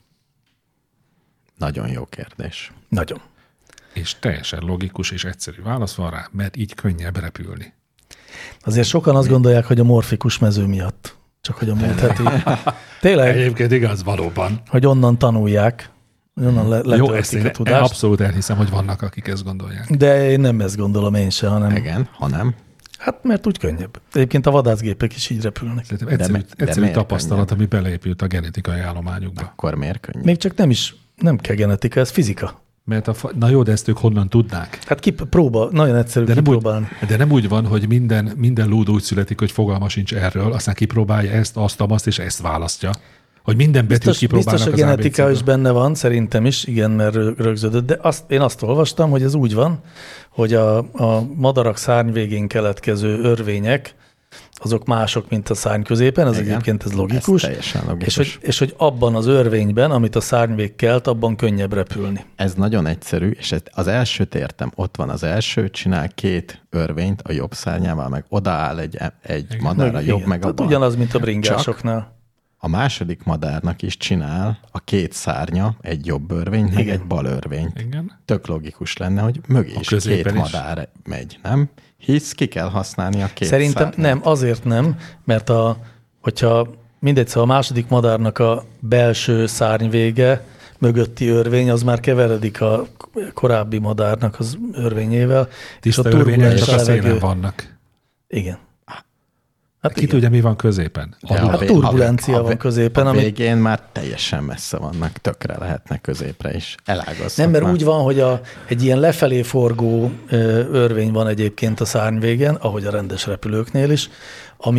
Nagyon jó kérdés. Nagyon. És teljesen logikus és egyszerű válasz van rá, mert így könnyebb repülni. Azért sokan azt gondolják, hogy a morfikus mező miatt. Csak hogy a múlt heti. Tényleg, Egyébként igaz, valóban. hogy onnan tanulják, hogy onnan le- Jó, ezt letöltik én a tudást. abszolút elhiszem, hogy vannak, akik ezt gondolják. De én nem ezt gondolom én se, hanem... Igen, hanem. Hát mert úgy könnyebb. Egyébként a vadászgépek is így repülnek. Szerintem egyszerű, de, de egyszerű tapasztalat, könnyebb? ami beleépült a genetikai állományukba. Akkor miért könnyű? Még csak nem is, nem kell genetika, ez fizika. Mert a fa... Na jó, de ezt ők honnan tudnák? Hát ki próba, nagyon egyszerű De nem, úgy, kipróbálni. de nem úgy van, hogy minden, minden lúd úgy születik, hogy fogalma sincs erről, aztán kipróbálja ezt, azt, azt, és ezt választja. Hogy minden betűt Biztos, kipróbálnak biztos a az genetika á bé is cé-ből. benne van, szerintem is, igen, mert rögződött, de azt, én azt olvastam, hogy ez úgy van, hogy a, a madarak szárny végén keletkező örvények, azok mások, mint a szárny középen, az Igen, egyébként ez logikus. ez teljesen logikus. És hogy, és hogy abban az örvényben, amit a szárnyvég kelt, abban könnyebb repülni. Ez nagyon egyszerű, és az elsőt értem, ott van az első, csinál két örvényt a jobb szárnyával, meg odaáll egy, egy madár a jobb, Igen, meg a tehát bal. ugyanaz, mint a bringásoknál. A második madárnak is csinál a két szárnya, egy jobb örvényt, meg egy bal örvényt. Igen. Tök logikus lenne, hogy mögé A is két középen is. madár megy, nem? Hisz ki kell használni a két Szerintem szárnyat. nem, azért nem, mert a, hogyha mindegy, szóval a második madárnak a belső szárnyvége mögötti örvény, az már keveredik a korábbi madárnak az örvényével. Tiszta és a örvények turbulens csak a szélen levegő- vannak. Igen. Hát Ki igen. tudja, mi van középen? De A vé- turbulencia a- van középen, A ami- végén már teljesen messze vannak, tökre lehetnek középre is. Elágaznak. Nem, mert már. úgy van, hogy a, egy ilyen lefelé forgó ö, örvény van egyébként a szárnyvégen, ahogy a rendes repülőknél is, ami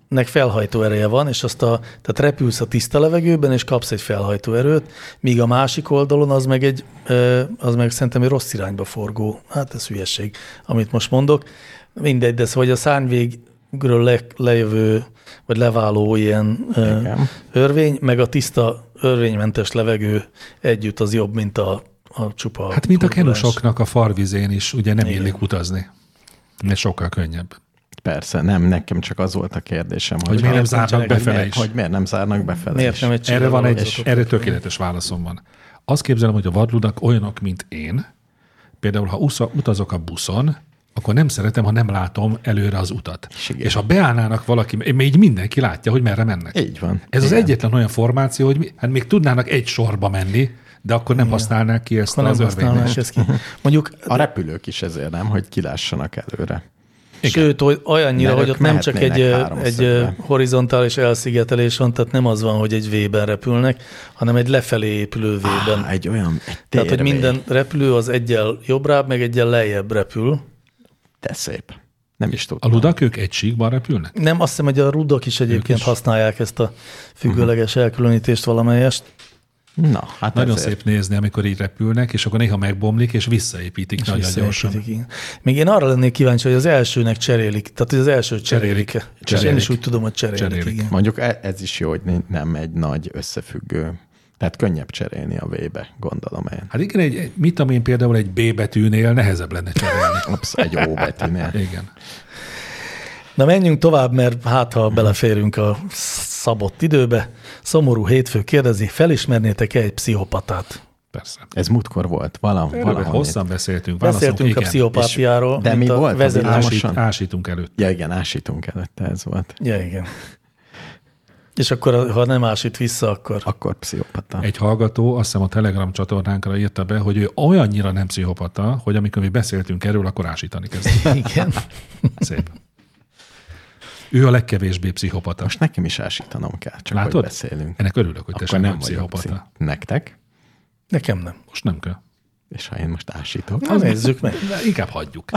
nek felhajtó ereje van, és azt a, tehát repülsz a tiszta levegőben, és kapsz egy felhajtó erőt, míg a másik oldalon az meg egy, az meg szerintem egy rossz irányba forgó, hát ez hülyeség, amit most mondok. Mindegy, de szóval a szárnyvégről le, lejövő, vagy leváló ilyen Igen. örvény, meg a tiszta örvénymentes levegő együtt az jobb, mint a, a csupa. Hát mint turbulens. A kenusoknak a farvizén is ugye nem Igen. illik utazni. Ez sokkal könnyebb. Persze, nem, nekem csak az volt a kérdésem, hogy, hogy miért nem zárnak befele is. Hogy miért nem zárnak befele miért is. Nem egy erre van egy, erre tökéletes válaszom van. Azt képzelem, hogy a vadludak olyanok, mint én, például ha utazok a buszon, akkor nem szeretem, ha nem látom előre az utat. És, és ha beállnának valaki, így mindenki látja, hogy merre mennek. Így van. Ez Igen. az egyetlen olyan formáció, hogy mi, hát még tudnának egy sorba menni, de akkor nem Igen. használnák ki ezt akkor az örvényest. Mondjuk a repülők is ezért nem, hogy kilássanak előre. Igen. Sőt, hogy olyannyira, Mert hogy ott nem csak egy, egy horizontális elszigetelés van, tehát nem az van, hogy egy V-ben repülnek, hanem egy lefelé épülő V-ben. Ah, egy olyan, egy Tehát, hogy minden repülő az egyel jobbrább, meg egyel lejjebb repül. De szép. Nem is tudtam. A ludak ők egy síkban repülnek? Nem, azt hiszem, hogy a rudok is egyébként is. használják ezt a függőleges uh-huh. elkülönítést valamelyest. Na, hát nagyon ezért. szép nézni, amikor így repülnek, és akkor néha megbomlik, és visszaépítik és nagyon visszaépítik, gyorsan. Igen. Még én arra lennék kíváncsi, hogy az elsőnek cserélik, tehát hogy az első cserélik. cserélik. cserélik. Én is úgy tudom, hogy cserélik. cserélik. Igen. Mondjuk ez is jó, hogy nem egy nagy összefüggő, tehát könnyebb cserélni a V-be, gondolom én. Hát igen, egy, mit tudom én például egy B betűnél nehezebb lenne cserélni. Absz, egy O betűnél. Igen. Na menjünk tovább, mert hát ha beleférünk a szabott időbe. Szomorú hétfő kérdezi, felismernétek-e egy pszichopatát? Persze. Ez múltkor volt. Valahol, valahol hosszan beszéltünk. Beszéltünk igen. a pszichopátiáról. De mi volt? Ásít, ásítunk előtt. Ja igen, ásítunk előtte ez volt. Ja igen. És akkor, ha nem ásít vissza, akkor... Akkor pszichopata. Egy hallgató, azt hiszem a Telegram csatornánkra írta be, hogy ő olyannyira nem pszichopata, hogy amikor mi beszéltünk erről, akkor ásítani kezdett. Igen. Szép. Ő a legkevésbé pszichopata. Most nekem is ásítanom kell, csak Látod? hogy beszélünk. Ennek örülök, hogy akkor te nem vagy pszichopata. Nektek? Nekem nem. Most nem kell. És ha én most ásítok? Na, nézzük meg. Inkább hagyjuk.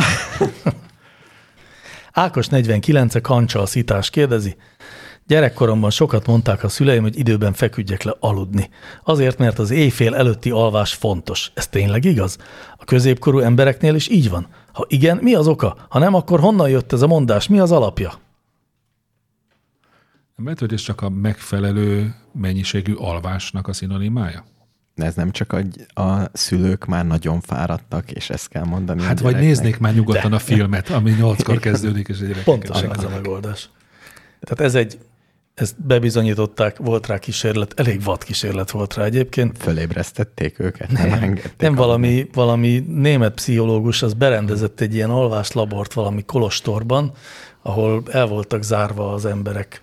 Ákos negyvenkilenc a Kancsa a szitás kérdezi. Gyerekkoromban sokat mondták a szüleim, hogy időben feküdjek le aludni. Azért, mert az éjfél előtti alvás fontos. Ez tényleg igaz? A középkorú embereknél is így van? Ha igen, mi az oka? Ha nem, akkor honnan jött ez a mondás? Mi az alapja? Mert hogy ez csak a megfelelő mennyiségű alvásnak a szinonimája? Ez nem csak a, a szülők már nagyon fáradtak, és ezt kell mondani. Hát vagy néznék már nyugodtan De. a filmet, ami nyolckor kezdődik, és a gyerekek. Pontosan ez a megoldás. Tehát ez egy, ezt bebizonyították, volt rá kísérlet, elég vad kísérlet volt rá egyébként. Fölébresztették őket, nem, nem engedték. Nem, valami, valami német pszichológus, az berendezett egy ilyen alváslabort valami kolostorban, ahol el voltak zárva az emberek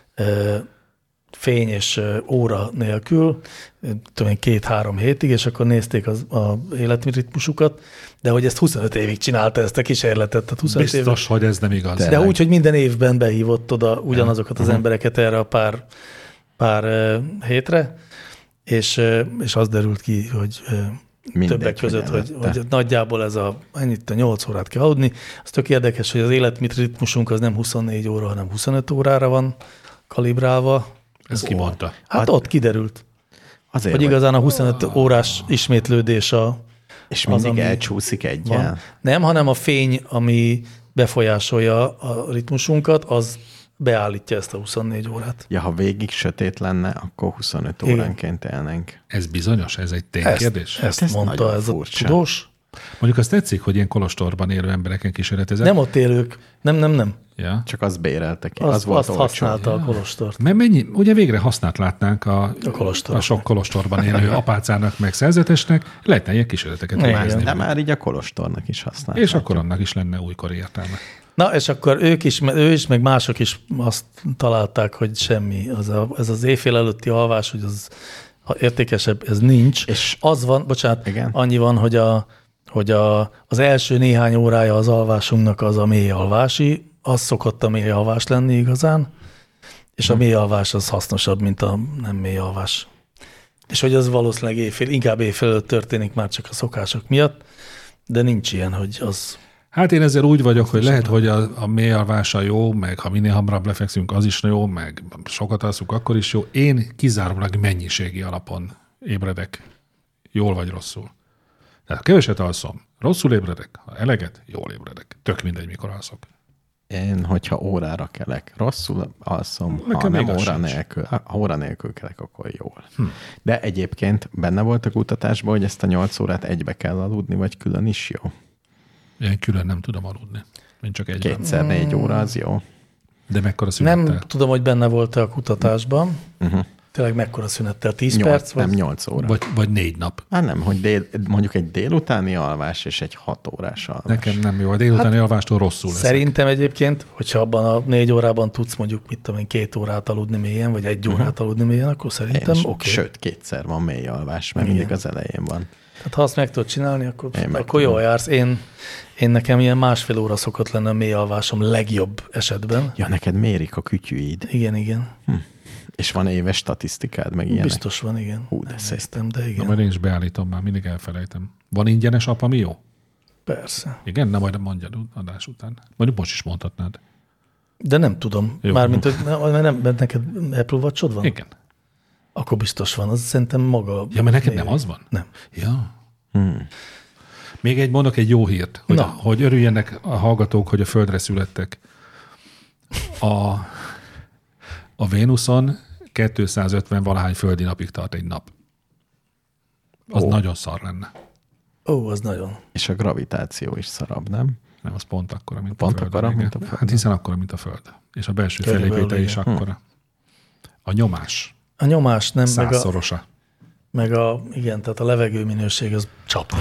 fény és óra nélkül, tudom két-három hétig, és akkor nézték az a életritmusukat, de hogy ezt huszonöt évig csinálta ezt a kísérletet. Tehát huszonöt Biztos, évig, hogy ez nem igaz. De úgy, hogy minden évben behívott oda ugyanazokat az embereket erre a pár, pár hétre, és, és az derült ki, hogy Mindegy, többek között, hogy, hogy nagyjából ez a, ennyit a nyolc órát kell aludni. Az tök érdekes, hogy az életritmusunk az nem huszonnégy óra, hanem huszonöt órára van kalibrálva. Ez ki mondta? Hát, hát ott kiderült, azért hogy igazán a huszonöt órás ismétlődés a... És mindig az, elcsúszik egyel? Nem, hanem a fény, ami befolyásolja a ritmusunkat, az beállítja ezt a huszonnégy órát. Ja, ha végig sötét lenne, akkor huszonöt óránként élnénk. Ez bizonyos? Ez egy ténykérdés? Ezt, ezt mondta ez furcsa. A tudós. Mondjuk azt tetszik, hogy ilyen kolostorban élő embereken kísérletezett. Nem ott élők. Nem, nem, nem. Ja. Csak azt bérelte ki. Az, az volt azt használta ja. a kolostort. Mert mennyi, ugye végre hasznát látnánk a, a, a sok kolostorban élő apácának, meg szerzetesnek, lehetne ilyen kísérleteket végezni. De már így a kolostornak is használták. És akkor annak is lenne újkori értelme. Na, és akkor ők is, ő is, meg mások is azt találták, hogy semmi. Az a, ez az éjfél előtti alvás, hogy az értékesebb, ez nincs. És az van, bocsánat, igen. annyi van, hogy, a, hogy a, az első néhány órája az alvásunknak az a mély alvási, az szokott a mély alvás lenni igazán, és a mély alvás az hasznosabb, mint a nem mély alvás. És hogy az valószínűleg éjfél, inkább éjfél előtt történik már csak a szokások miatt, de nincs ilyen, hogy az... Hát én ezzel úgy vagyok, hogy lehet, hogy a, a mély alvása jó, meg ha minél hamarabb lefekszünk, az is jó, meg sokat alszunk, akkor is jó. Én kizárólag mennyiségi alapon ébredek, jól vagy rosszul. Tehát ha keveset alszom, rosszul ébredek, ha eleget, jól ébredek. Tök mindegy, mikor alszok. Én, hogyha órára kelek, rosszul alszom, Nekem ha nem óra sincs. nélkül, ha óra nélkül kelek, akkor jól. Hm. De egyébként benne volt a kutatásban, hogy ezt a nyolc órát egybe kell aludni, vagy külön is jó? Én külön nem tudom aludni. Én csak egyben. Kétszer négy óra az jó. De mekkora szünettel? Nem tudom, hogy benne volt a kutatásban. Uh-huh. Tényleg mekkora szünettel? tíz Nyolc, perc? nem Vagy? nyolc óra. Vagy, vagy négy nap. Hát nem, hogy dél, mondjuk egy délutáni alvás és egy hat órás alvás. Nekem nem jó. A délutáni hát, alvástól rosszul leszek. Szerintem egyébként, hogyha abban a négy órában tudsz mondjuk, mit tudom én, két órát aludni mélyen, vagy egy órát uh-huh. aludni mélyen, akkor szerintem oké. Okay. Sőt, kétszer van mély alvás, mert Igen. mindig az elején van. Tehát ha azt meg tudod csinálni, akkor, Én akkor jól jársz. Én, én nekem ilyen másfél óra szokott lenni a mély alvásom legjobb esetben. Ja, neked mérik a kütyűid. Igen, igen. Hm. És van éves statisztikád, meg ilyenek? Biztos van, igen. Hú, de szép. Néztem, de igen. Na, majd én is beállítom, már mindig elfelejtem. Van ingyenes apa, mi jó? Persze. Igen, na majd mondjad adás után. Mondjuk most is mondhatnád. De nem tudom. Jó. Mármint, hogy mert nem, mert neked Apple Watch-od van? Igen. Akkor biztos van. Az szerintem maga... Ja, mert neked nem az van? Nem. Ja. Hmm. Még egy mondok egy jó hírt, hogy, Na. hogy örüljenek a hallgatók, hogy a Földre születtek. A, a Vénuszon kétszázötven valahány földi napig tart egy nap. Az Ó. nagyon szar lenne. Ó, az nagyon. És a gravitáció is szarabb, nem? Nem, az pont akkora, mint Pont a Föld. akkora, igen. mint a Föld. Hát hiszen akkora, mint a Föld. És a belső Körülbelül, felépítése is igen. akkora. A nyomás A nyomás nem, meg a, százszorosa. meg a, igen, tehát a levegő minőség az csapni.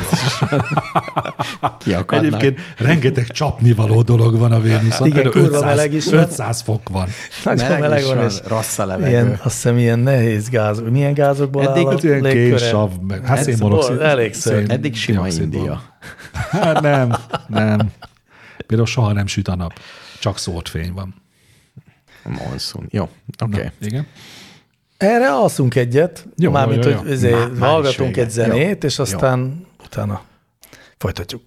Ki akadnak? Egyébként rengeteg csapnivaló dolog van a Vénuszon. Igen, Például kurva meleg is van. ötszáz fok van. Nagyon Meleg meleg is van, van, és rossz a levegő. ilyen, azt hiszem ilyen nehéz gázok. Milyen gázokból Eddig áll a ilyen légköre? kés-sav, meg hát Ez szénmonoxid. bor- elég szörnyű. Eddig sima Dioxidból. India. Hát nem, nem. Például soha nem süt a nap. Csak szórt fény van. Monszun. Jó, oké. Okay. Igen. Erre alszunk egyet, Jó, mármint, jó, jó. hogy ezért Már- már is hallgatunk vége. egy zenét, Jó, és aztán utána folytatjuk.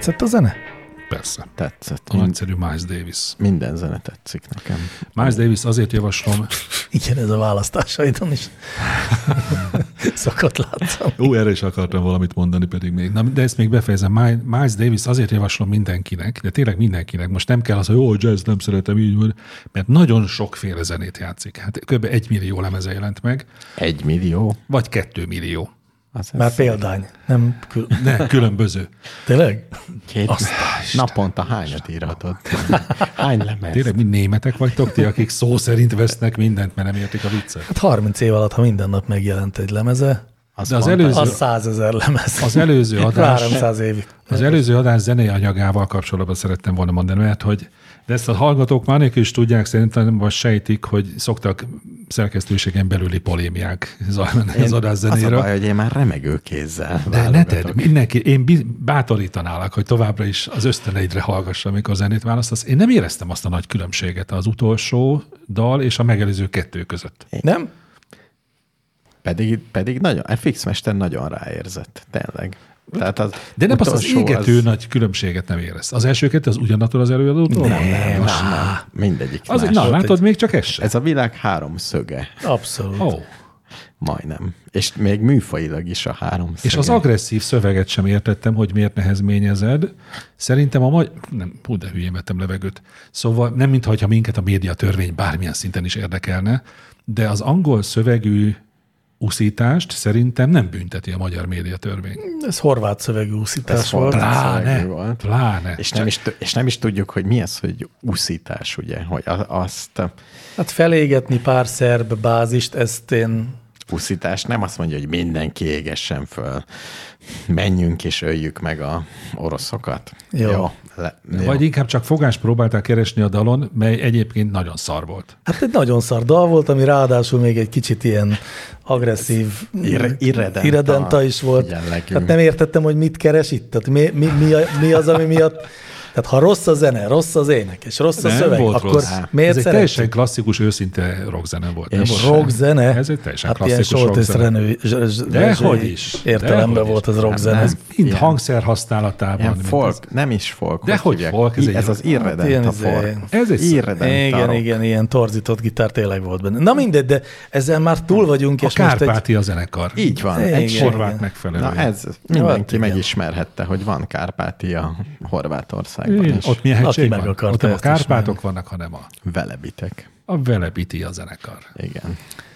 Tetszett a zene? Persze. Tetszett. A nagyszerű Miles Davis. Minden zene tetszik nekem. Miles Davis azért javaslom. Igen, ez a választásaidon is szokott látszani. Ó, erre is akartam valamit mondani pedig még. Na, de ezt még befejezem. Miles Davis azért javaslom mindenkinek, de tényleg mindenkinek. Most nem kell az, hogy jó, jazz nem szeretem így, mert nagyon sokféle zenét játszik. Hát kb. egy millió lemeze jelent meg. Egy millió? Vagy kettő millió. Az Már példány, nem kül- Ne, különböző. Tényleg? Két naponta hányat írhatod? Hány lemez? Tényleg mind németek vagytok ti, akik szó szerint vesznek mindent, mert nem értik a viccet? Hát harminc év alatt, ha minden nap megjelent egy lemeze, De az előző, az százezer lemez. az előző adás, háromszáz évig. az előző adás zenei anyagával kapcsolatban szerettem volna mondani, mert hogy de ezt a hallgatók már nélkül is tudják, szerintem vagy sejtik, hogy szoktak szerkesztőségen belüli polémiák zajlani az adás zenéről. Az a baj, hogy én már remegő kézzel De ne tedd, mindenki, én bátorítanálak, hogy továbbra is az ösztöneidre hallgass, amikor zenét választasz. Én nem éreztem azt a nagy különbséget az utolsó dal és a megelőző kettő között. Nem? Pedig, pedig nagyon, ef iksz Mester nagyon ráérzett, tényleg. Tehát az De nem azt az égető az... nagy különbséget nem érez. Az első kettő az ugyanattól az előadótól? Nem, nem, nem, nem. Mindegyik Az, más. na, látod, még csak ez sem. Ez a világ három szöge. Abszolút. Oh. Majdnem. És még műfajilag is a három szöge. És az agresszív szöveget sem értettem, hogy miért nehezményezed. Szerintem a magyar... Nem, hú, de hülyén vettem levegőt. Szóval nem mintha minket a médiatörvény bármilyen szinten is érdekelne, de az angol szövegű uszítást szerintem nem bünteti a magyar médiatörvény. Ez horvát szövegű úszítás Ez volt. Pláne, volt. pláne. És nem, is, és nem is tudjuk, hogy mi az, hogy uszítás, ugye? Hogy azt Hát felégetni pár szerb bázist, ezt én... uszítás nem azt mondja, hogy mindenki égessen föl. Menjünk és öljük meg a oroszokat. Jó. Jó. Le, jó. Vagy inkább csak fogást próbáltál keresni a dalon, mely egyébként nagyon szar volt. Hát egy nagyon szar dal volt, ami ráadásul még egy kicsit ilyen agresszív, Ir- irredenta irredenta is volt. jellegű. Hát nem értettem, hogy mit keres itt. Tehát mi, mi, mi, a, mi az, ami miatt... Tehát ha rossz a zene, rossz az ének, és rossz a Nem szöveg, volt akkor rossz. miért Ez egy szeretjük? teljesen klasszikus, őszinte rockzene volt. Nem És volt? rockzene? Ez egy teljesen hát ilyen klasszikus Soltész rockzene. Renő Dehogy is. értelemben Dehogy volt is. az rockzene. Ez mind Ilyen- hangszer használatában. Ilyen mint folk, ez. nem is folk. De hogy hívják? folk, ez egy ez rock. az irredenta Hát ilyen folk. izé- Ez egy Irredenta Igen, rock. igen, ilyen torzított gitár tényleg volt benne. Na mindegy, de ezzel már túl vagyunk, A és most egy... Kárpátia zenekar. Így van. Igen, Egy igen. Horvát megfelelő. Na ez mindenki igen. megismerhette, hogy van Kárpátia Horvátországban Igen, is. ott milyen Aki hegység meg van? akarta Ott nem a ezt Kárpátok ismerni. vannak, hanem a, Velebitek. a Velebiti a zenekar. Igen.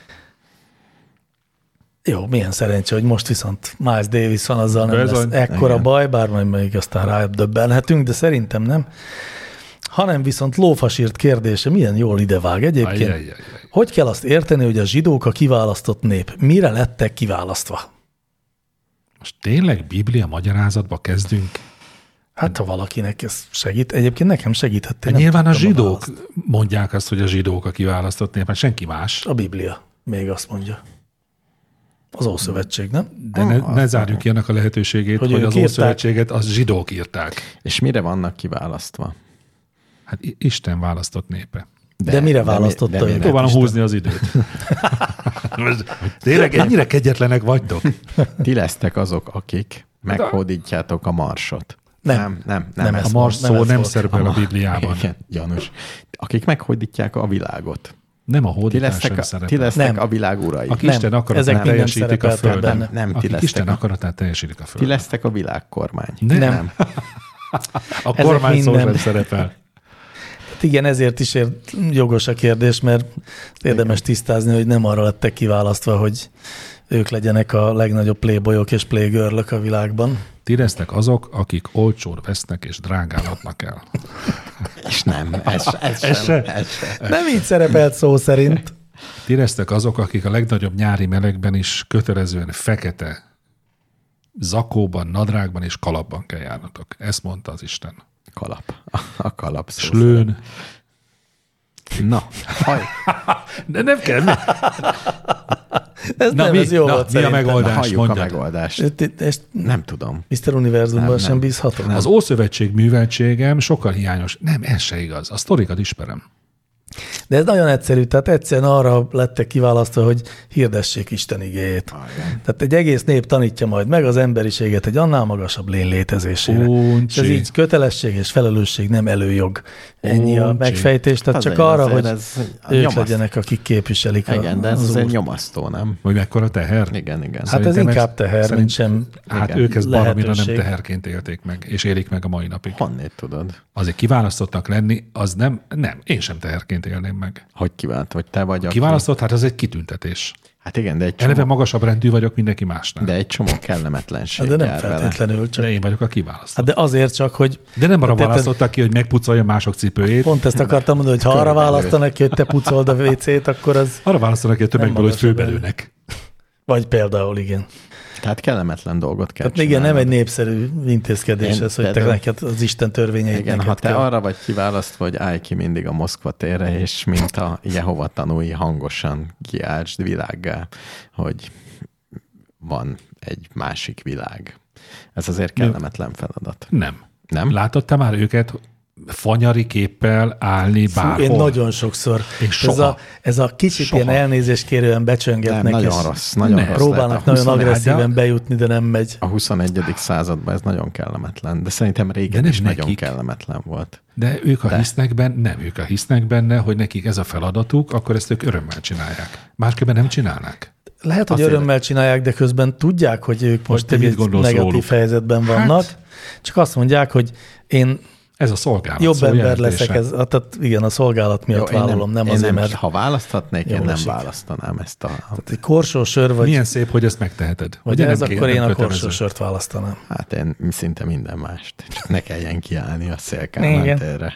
Jó, milyen szerencsé, hogy most viszont Miles Davis van, azzal nem Bizony. lesz ekkora Igen. baj, bár majd még aztán rádöbbenhetünk, de szerintem nem. Hanem viszont lófasírt kérdése, milyen jól idevág egyébként. Ajjajjaj. Hogy kell azt érteni, hogy a zsidók a kiválasztott nép? Mire lettek kiválasztva? Most tényleg Biblia magyarázatba kezdünk? Hát, ha valakinek ez segít, egyébként nekem segített. én Hát nem nyilván a tudtam zsidók választ. mondják azt, hogy a zsidók a kiválasztott nép, hát senki más. A Biblia még azt mondja. Az Ószövetség, nem? De ne, ne zárjuk ki annak a lehetőségét, Hogy hogy, ők az írták. Ószövetséget az zsidók írták. És mire vannak kiválasztva? Hát I- Isten választott népe. De, de mire mi- választotta de mire? őket? Próbálom Isten? húzni az időt. Most tényleg ennyire kegyetlenek vagytok? Ti lesztek azok, akik meghódítjátok a marsot. Nem. Nem, nem, Nem nem. ez A ez Mars nem szó ez nem volt. szerepel a Bibliában. Igen, gyanús. Akik meghódítják a világot. Nem a Ti hódítás lesztek, sem a, szerepel. ti lesztek Nem. a világ urai. Aki Nem, Isten ezek akaratát minden teljesítik a szerepeltek földön. benne. Nem, ti Akik lesztek Isten a- akaratát teljesítik a Ti földön. lesztek a világkormány. Nem. Nem. A kormány szó minden. sem szerepel. Hát igen, ezért is ér, jogos a kérdés, mert érdemes tisztázni, hogy nem arra lettek kiválasztva, hogy ők legyenek a legnagyobb playboyok és playgirlök a világban. Ti lesztek azok, akik olcsón vesznek és drágán adnak el. És nem, ez, ez, Ez sem, se? ez sem. Nem így szerepelt szó szerint. Ti lesztek azok, akik a legnagyobb nyári melegben is kötelezően fekete zakóban, nadrágban és kalapban kell járnatok. Ezt mondta az Isten. Kalap. A kalap szó. Slőn. Na, haj. De nem kell. Mi, Ez na, nem, mi, ez jó na, volt mi a szerintem. megoldás? Halljuk a Mondjad. megoldást. Ezt, ezt Nem tudom. miszter Univerzumban Nem, sem nem. bízhatok? Az Ószövetség műveltségem sokkal hiányos. Nem, ez se igaz. A sztorikat ismerem. De ez nagyon egyszerű, tehát egyszerűen arra lettek kiválasztva, hogy hirdessék Isten igéjét. Ah, tehát egy egész nép tanítja majd meg az emberiséget egy annál magasabb lény létezésére. Uncsi. És ez így kötelesség és felelősség, nem előjog. Ennyi Uncsi. A megfejtés, tehát az csak arra, hogy ők nyomaszt. legyenek, akik képviselik. Igen, a, de ez az azért nyomasztó, nem? Hogy mekkora teher? Igen, igen. Hát szerintem ez inkább teher, szerint, mint sem Hát igen, ők ezt baromira nem teherként élték meg, és élik meg a mai napig. Honnét tudod? Azért kiválasztottak lenni, az nem, nem, én sem teherként élném meg. Hogy kivált, hogy te vagy? Kiválasztott, hát az egy kitüntetés. Hát igen, de egy csomó... Eleve magasabb rendű vagyok mindenki másnál. De egy csomó kellemetlenség hát de nem feltétlenül. Csak... De én vagyok a kiválasztott. Hát de azért csak, hogy... De nem arra választották ki, hogy megpucolja mások cipőjét. Pont ezt akartam mondani, hogy ha arra választanak ki, hogy te pucold a vécét, akkor az... Arra választanak ki a tömegből, hogy főbelőnek. Vagy például, igen. Tehát kellemetlen dolgot kell Tehát igen, nem egy népszerű intézkedés ez, hogy te neked az Isten törvényeit igen, ha te kell. Arra vagy kiválasztva, hogy állj ki mindig a Moszkva térre, és mint a Jehova tanúi hangosan kiáltsd világgá, hogy van egy másik világ. Ez azért kellemetlen feladat. Nem. Nem? Látod te már őket fanyari képpel állni Fú, bárhol? Én nagyon sokszor. Ez a, ez a kicsit soha. Ilyen elnézést kérően becsöngetnek. Nem, nagyon rossz. Nagyon ne, rossz próbálnak nagyon agresszíven de... bejutni, de nem megy. A huszonegyedik században ez nagyon kellemetlen, de szerintem régen is nekik. Nagyon kellemetlen volt. De ők ha hisznek benne, nem ők ha hisznek benne, hogy nekik ez a feladatuk, akkor ezt ők örömmel csinálják. Másképpen nem csinálnák. Lehet, hogy Azért... örömmel csinálják, de közben tudják, hogy ők most egy negatív róluk? helyzetben vannak. Hát... Csak azt mondják, hogy én ez a szolgálat. Jobb ember jelentése. leszek, ez, tehát igen, a szolgálat miatt Jó, vállalom, nem, nem azért, nem, mert... Ha választhatnék, én nem esik. választanám ezt a... Tehát egy korsósör vagy... Milyen szép, hogy ezt megteheted. Vagy ez, akkor én a korsósört választanám. Hát én szinte minden mást. Csak ne kelljen kiállni a Szél-Kálmán térre.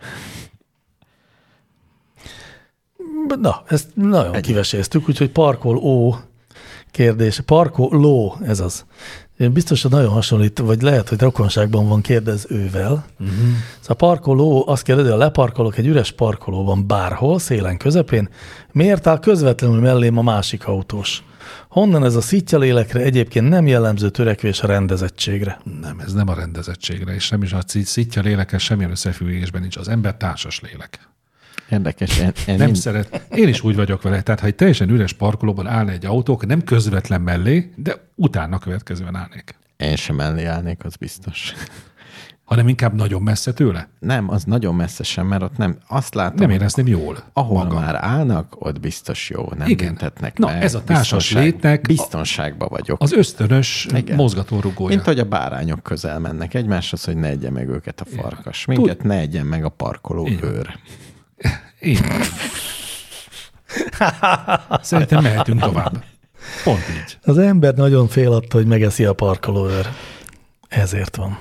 Na, ezt nagyon egy. kiveséztük, úgyhogy parkoló kérdés. Parkoló, ez az. Én biztos, hogy nagyon hasonlít, vagy lehet, hogy rokonságban van kérdezővel. Uh-huh. Szóval a parkoló azt kérdezi, ha leparkolok egy üres parkolóban bárhol, szélen közepén, miért áll közvetlenül mellém a másik autós? Honnan ez a szitja lélekre egyébként nem jellemző törekvés a rendezettségre? Nem, ez nem a rendezettségre, és nem is a szitja lélekkel semmilyen összefüggésben nincs. Az ember társas lélek. Érdekes. Én, én nem mind... szeret. Én is úgy vagyok vele. Tehát, ha egy teljesen üres parkolóban állna egy autó, nem közvetlen mellé, de utána következően állnék. Én sem mellé állnék, az biztos. Hanem inkább nagyon messze tőle? Nem, az nagyon messze sem, mert ott nem, azt látom. Nem érezném jól. Ahol magam. Már állnak, ott biztos jó. Nem igen. büntetnek Na, meg. ez a társas létnek. Biztonságban vagyok. Az ösztönös igen. mozgatórugója. Mint hogy a bárányok közel mennek egymáshoz, hogy ne egye meg őket a farkas. Minket ne egyen meg a parkoló őr. Én. Szerintem mehetünk tovább. Pont így. Az ember nagyon fél attól, hogy megeszi a parkolóőr. Ezért van.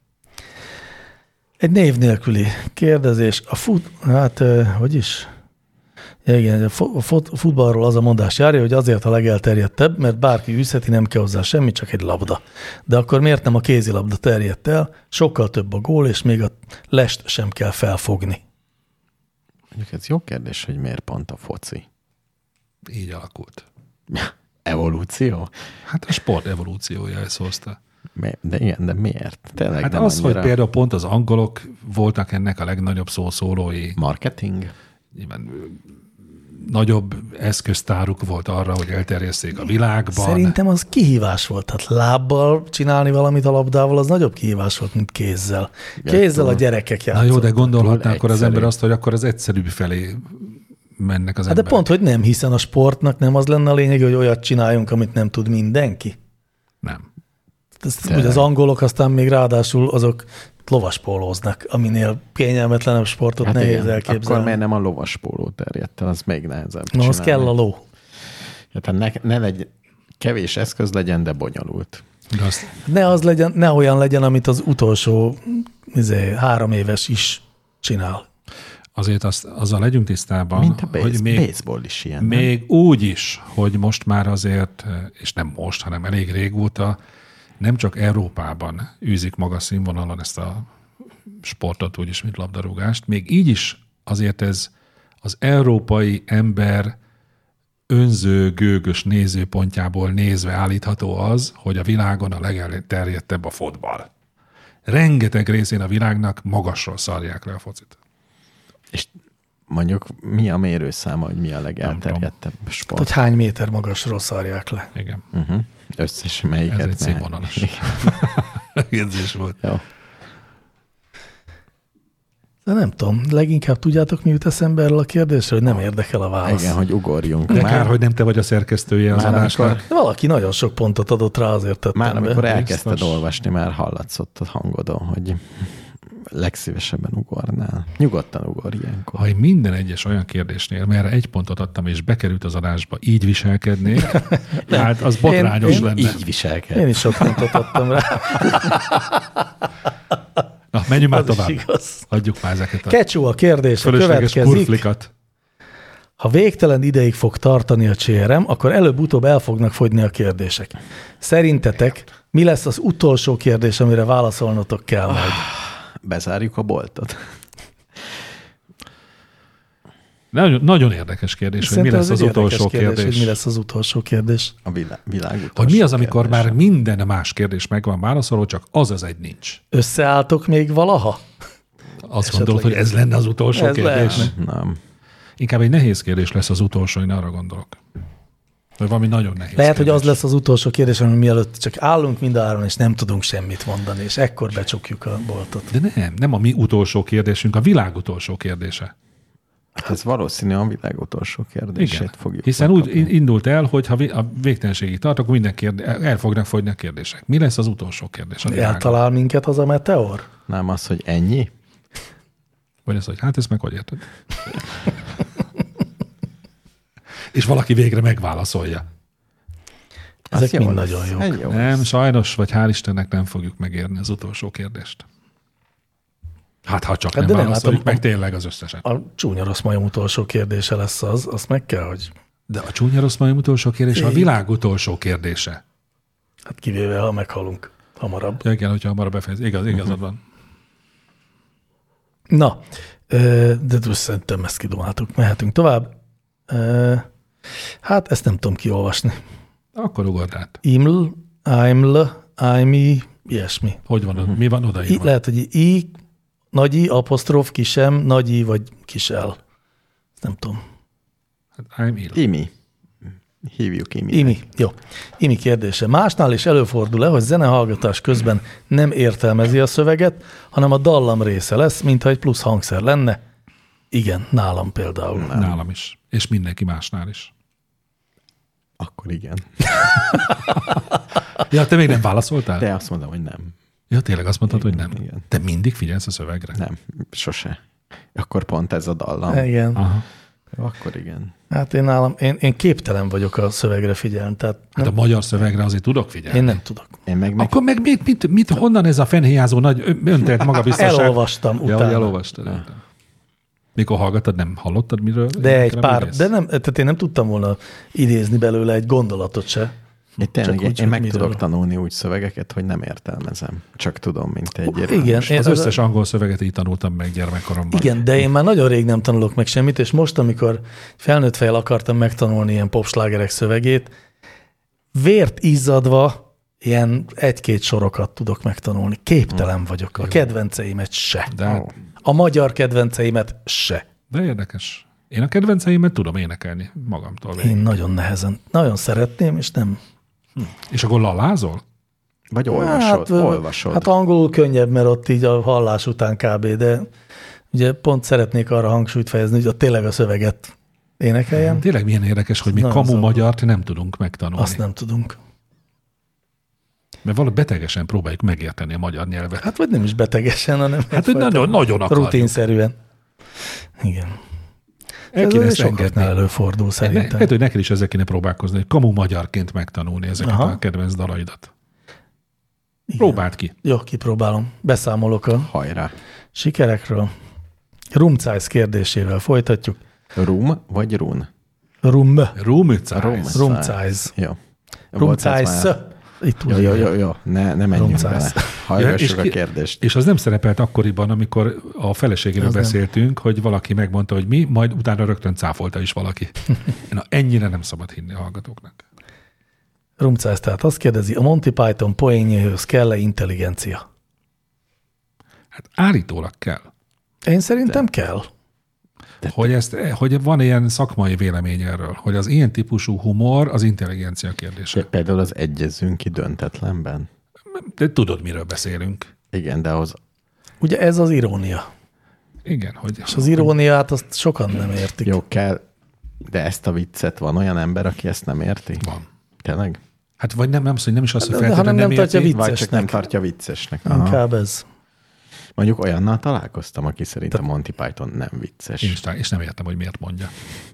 Egy név nélküli kérdezés. A fut... Hát, hogy is? Ja, igen, a futballról az a mondás járja, hogy azért a legelterjedtebb, mert bárki űzheti, nem kell hozzá semmi, csak egy labda. De akkor miért nem a kézilabda terjedt el? Sokkal több a gól, és még a lest sem kell felfogni. Mondjuk ez jó kérdés, hogy miért pont a foci. Így alakult. Evolúció? Hát a sport evolúciója ezt hozta. De igen, de miért? Tényleg hát nem az, annyira... hogy például pont az angolok voltak ennek a legnagyobb szószólói. Marketing? Nyilván nagyobb eszköztáruk volt arra, hogy elterjesszék a világban. Szerintem az kihívás volt. Tehát lábbal csinálni valamit a labdával, az nagyobb kihívás volt, mint kézzel. Kézzel a gyerekek játszottak. Na jó, de gondolhatná akkor az ember azt, hogy akkor az egyszerűbb felé mennek az hát emberek. De pont, hogy nem, hiszen a sportnak nem az lenne a lényeg, hogy olyat csináljunk, amit nem tud mindenki. Nem. Ugye az angolok aztán még ráadásul azok lovaspólóznak, aminél kényelmetlenebb sportot hát nehéz igen. elképzelni. Akkor miért nem a lovaspóló terjedt el, az még nehezebb No, az kell a ló. Hát ne, ne legy, kevés eszköz legyen, de bonyolult. De azt... ne, az legyen, ne olyan legyen, amit az utolsó izé, három éves is csinál. Azért az, azzal legyünk tisztában, mint a base, hogy még, baseball is ilyen. Még nem? úgy is, hogy most már azért, és nem most, hanem elég régóta, nem csak Európában űzik magas színvonalon ezt a sportot, úgyis, mint labdarúgást, még így is azért ez az európai ember önző, gőgös nézőpontjából nézve állítható az, hogy a világon a legelterjedtebb a fotball. Rengeteg részén a világnak magasról szarják le a focit. És Mondjuk mi a mérőszáma, hogy mi a legelterjedtebb sport? Tehát, hogy hány méter magasról szarják le. Igen. Uh-huh. Összes melyiket. Ez egy színvonalas érzés volt. Jó. De nem tudom, leginkább tudjátok, mi jut eszembe erről a kérdésről, hogy nem érdekel a válasz. Igen, hogy ugorjunk. De Már, kár, hogy nem te vagy a szerkesztője az már adásnak. amikor, De valaki nagyon sok pontot adott rá, azért tettem már amikor be. elkezdted Biztos. olvasni, már hallatszott a hangodon, hogy legszívesebben ugornál. Nyugodtan ugorj ilyenkor. Ha én minden egyes olyan kérdésnél, mert egy pontot adtam, és bekerült az adásba, így viselkednék, hát az botrányos Én- én lenne. Így viselkedj. Én is sok pontot adtam rá. Na, menjünk már Az is tovább. igaz. Adjuk már ezeket a Kecsó a kérdés, a fölösleges következik. purflikat. Ha végtelen ideig fog tartani a cé er em, akkor előbb-utóbb el fognak fogyni a kérdések. Szerintetek mi lesz az utolsó kérdés, amire válaszolnotok kell majd? Bezárjuk a boltot. Nagyon, nagyon érdekes kérdés, hogy mi Szerintem lesz ez az egy érdekes utolsó kérdés. Hogy mi lesz az utolsó kérdés? A világ, világ utolsó Hogy mi az, amikor kérdése. már minden más kérdés meg van válaszolva, csak az az egy nincs. Összeálltok még valaha? Azt gondolod, hogy ez lenne az utolsó Ez kérdés? lehetne. Nem. Inkább egy nehéz kérdés lesz az utolsó, én arra gondolok. Vagy valami nagyon nehéz Lehet, hogy kérdés. az lesz az utolsó kérdés, ami mielőtt csak állunk mindáron, és nem tudunk semmit mondani, és ekkor becsukjuk a boltot. De nem, nem a mi utolsó kérdésünk, a világ utolsó kérdése. Hát ez valószínű a világ utolsó kérdését Igen. fogjuk Hiszen úgy megkapni. indult el, hogy ha vé- a végtelenségig tart, akkor minden kérdés, el fognak fogyni a kérdések. Mi lesz az utolsó kérdés? A világon? Eltalál minket az a meteor? Nem az, hogy ennyi? Vagy az, hogy hát ezt meg hogy érted? És valaki végre megválaszolja. Ezek Az jó mind lesz. nagyon jók. Egy jó Nem, lesz. sajnos, vagy hál' Istennek nem fogjuk megérni az utolsó kérdést. Hát ha csak Hát hát de nem nem, válaszoljuk hát a- meg tényleg az összeset. A csúnya rossz majom utolsó kérdése lesz az, azt meg kell, hogy De a csúnya rossz majom utolsó kérdése a Igen. világ utolsó kérdése. hát kivéve, ha meghalunk hamarabb. Ja, igen, hogyha hamarabb befejez. Igaz, igazad van. Na, ö, de szerintem ezt kidomáltuk. Mehetünk tovább. Ö, Hát ezt nem tudom kiolvasni. Akkor ugord át. Iml, Iml, Imi, ilyesmi. Hogy van, uh-huh. mi van I, odaírva? lehet, hogy I, nagy I, apostrof, kisem, nagy I, vagy kisel. Nem tudom. Hát, I'm ill. Imi. Hívjuk Imi. Imi, jó. Imi kérdése. Másnál is előfordul-e, hogy zenehallgatás közben nem értelmezi a szöveget, hanem a dallam része lesz, mintha egy plusz hangszer lenne? Igen, nálam például. Nem. Nálam is. És mindenki másnál is. Akkor igen. Ja, te még nem válaszoltál? De azt mondom, hogy nem. Ja, tényleg azt mondtad, hogy nem. Igen. Te mindig figyelsz a szövegre? Nem, sose. Akkor pont ez a dallam. Igen. Aha. Jó, akkor igen. Hát én nálam, én, én képtelen vagyok a szövegre figyelni, tehát Hát nem, a magyar szövegre azért tudok figyelni. én nem tudok. Én meg, meg Akkor meg mit, mit, mit, honnan ez a fenhéjázó nagy ö- öntelt magabiztosság? Elolvastam Ja, utána. hogy elolvastad. Ja. Mikor hallgattad, nem hallottad, miről? De egy nem pár, egész? de nem, tehát én nem tudtam volna idézni belőle egy gondolatot se. én tényleg, Csak én, úgy, én hogy meg miről. tudok tanulni úgy szövegeket, hogy nem értelmezem. Csak tudom, mint egy Igen, értelmes. én Az az- összes angol szöveget így tanultam meg gyermekkoromban. Igen, de én már nagyon rég nem tanulok meg semmit, és most, amikor felnőtt fejjel akartam megtanulni ilyen popslágerek szövegét, vért izzadva ilyen egy-két sorokat tudok megtanulni. Képtelen vagyok. A kedvenceimet se. De, hát- A magyar kedvenceimet se. de érdekes. Én a kedvenceimet tudom énekelni magamtól. Én nagyon nehezen, nagyon szeretném, és nem. És akkor lalázol? Vagy olvasod, ö, olvasod. hát angolul könnyebb, mert ott így a hallás után kb., de ugye pont szeretnék arra hangsúlyt fejezni, hogy ott tényleg a szöveget énekeljem. Tényleg milyen érdekes, hogy mi Nagyon kamu zavaró. magyart nem tudunk megtanulni. Azt nem tudunk. Mert valahogy betegesen próbáljuk megérteni a magyar nyelvet. Hát vagy nem is betegesen, hanem Hát, hogy egyfajta nagyon, nagyon akarjuk. rutinszerűen. Igen. El Ez kéne ezt sokaknál engedni. előfordul Ne, szerintem. lehet, hogy neked is ezzel kéne próbálkozni, hogy kamu magyarként megtanulni ezeket Aha. a kedvenc dalaidat. Igen. Próbáld ki. Jó, kipróbálom. Beszámolok a Hajrá. sikerekről. Rumcájsz kérdésével folytatjuk. Rum vagy run? Rum. Rumcájsz. Rumcájsz. Rumcájsz. Jó. Rumcájsz. Itt Jó, úgy jó, írja. jó, jó. Ne, ne menjünk Rumcájsz. bele. Ja, Hallgassuk és a ki- kérdést. És az nem szerepelt akkoriban, amikor a feleségéről Az nem. beszéltünk, hogy valaki megmondta, hogy mi, majd utána rögtön cáfolta is valaki. Na, ennyire nem szabad hinni a hallgatóknak. Rumcájsz tehát azt kérdezi, a Monty Python poénjéhöz kell-e intelligencia? Hát állítólag kell. Én szerintem kell. hogy, ezt, hogy van ilyen szakmai vélemény erről, hogy az ilyen típusú humor az intelligencia kérdése. De például az egyezünk ki döntetlenben. De tudod, miről beszélünk. Igen, de ahhoz... Ugye ez az irónia. Igen, hogy... És az iróniát azt sokan nem értik. Jó, kell, de ezt a viccet van olyan ember, aki ezt nem érti? Van. Tényleg? Hát vagy nem, nem, hogy nem is azt, hogy De, hanem feltétlenül nem nem tartja érti, viccesnek. Vagy csak nem tartja viccesnek. Aha. Inkább ez. Mondjuk olyannal találkoztam, aki szerint a Monty Python nem vicces. Én is, és nem értem, hogy miért mondja.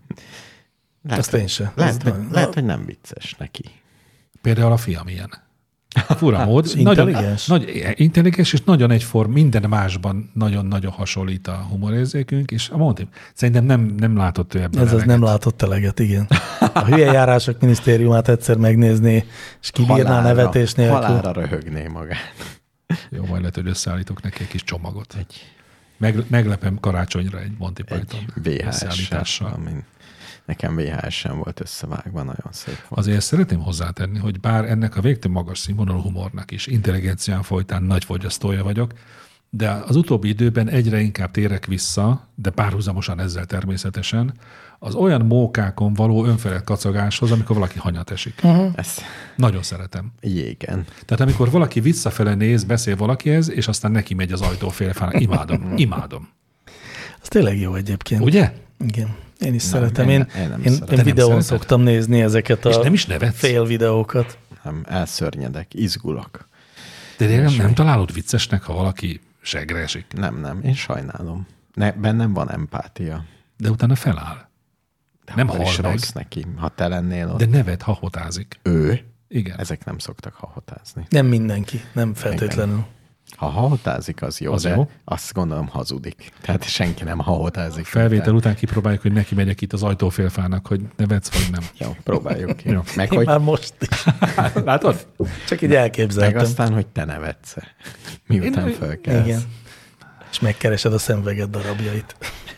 Lehet, Ezt én sem. Lehet, hogy, Ez lehet, hogy nem vicces neki. Például a fiam ilyen. Fura mód. És Nagyon, intelligens? nagy, intelligens, és nagyon egyform, minden másban nagyon-nagyon hasonlít a humorérzékünk, és a Monty, szerintem nem, nem látott ő ebben Ez az eleget. nem látott eleget, igen. A hülyejárások minisztériumát egyszer megnézni, és kibírná Halálra- nevetés nélkül. Halálra röhögné magát. Jó, majd lehet, hogy összeállítok neki egy kis csomagot. Egy, Meg, meglepem karácsonyra egy Monty Python egy vé há es-sel, összeállítással. amin nekem vé há es sem volt összevágva, nagyon szép volt. Azért szeretném hozzátenni, hogy bár ennek a végtelen magas színvonalú humornak is intelligencián folytán nagy fogyasztója vagyok, de az utóbbi időben egyre inkább térek vissza, de párhuzamosan ezzel természetesen, az olyan mókákon való önfelett kacagáshoz, amikor valaki hanyat esik. Uh-huh. Ez Nagyon szeretem. jégen. Tehát amikor valaki visszafele néz, beszél valakihez, és aztán neki megy az ajtó félfának. Imádom, imádom. Ez tényleg jó egyébként. Ugye? Igen. Én is Nem, szeretem. én- Én, én nem én, szeretem. én nem videón szereted? szoktam nézni ezeket a És nem is nevetsz? fél videókat. Nem, elszörnyedek, izgulok. De nem, nem találod viccesnek, ha valaki segre esik, Nem, nem, én sajnálom. Ne, bennem van empátia. de utána feláll. De Nem akkor is hal meg. rossz neki, ha te lennél ott. De nevet hahotázik. Ő? Igen. Ezek nem szoktak hahotázni. Nem mindenki, nem feltétlenül. Ha hahotázik, az jó, Az de jó. azt gondolom hazudik. Tehát senki nem hahotázik. Felvétel után kipróbáljuk, hogy neki megyek itt az ajtófélfának, hogy nevetsz, vagy nem. Jó, próbáljuk ki. Jó. Meg, Én hogy, már most is. Látod? Csak így meg elképzeltem. aztán, hogy te nevetsz-e. Miután Én- fölkelsz. Igen. És megkeresed a szemveget darabjait.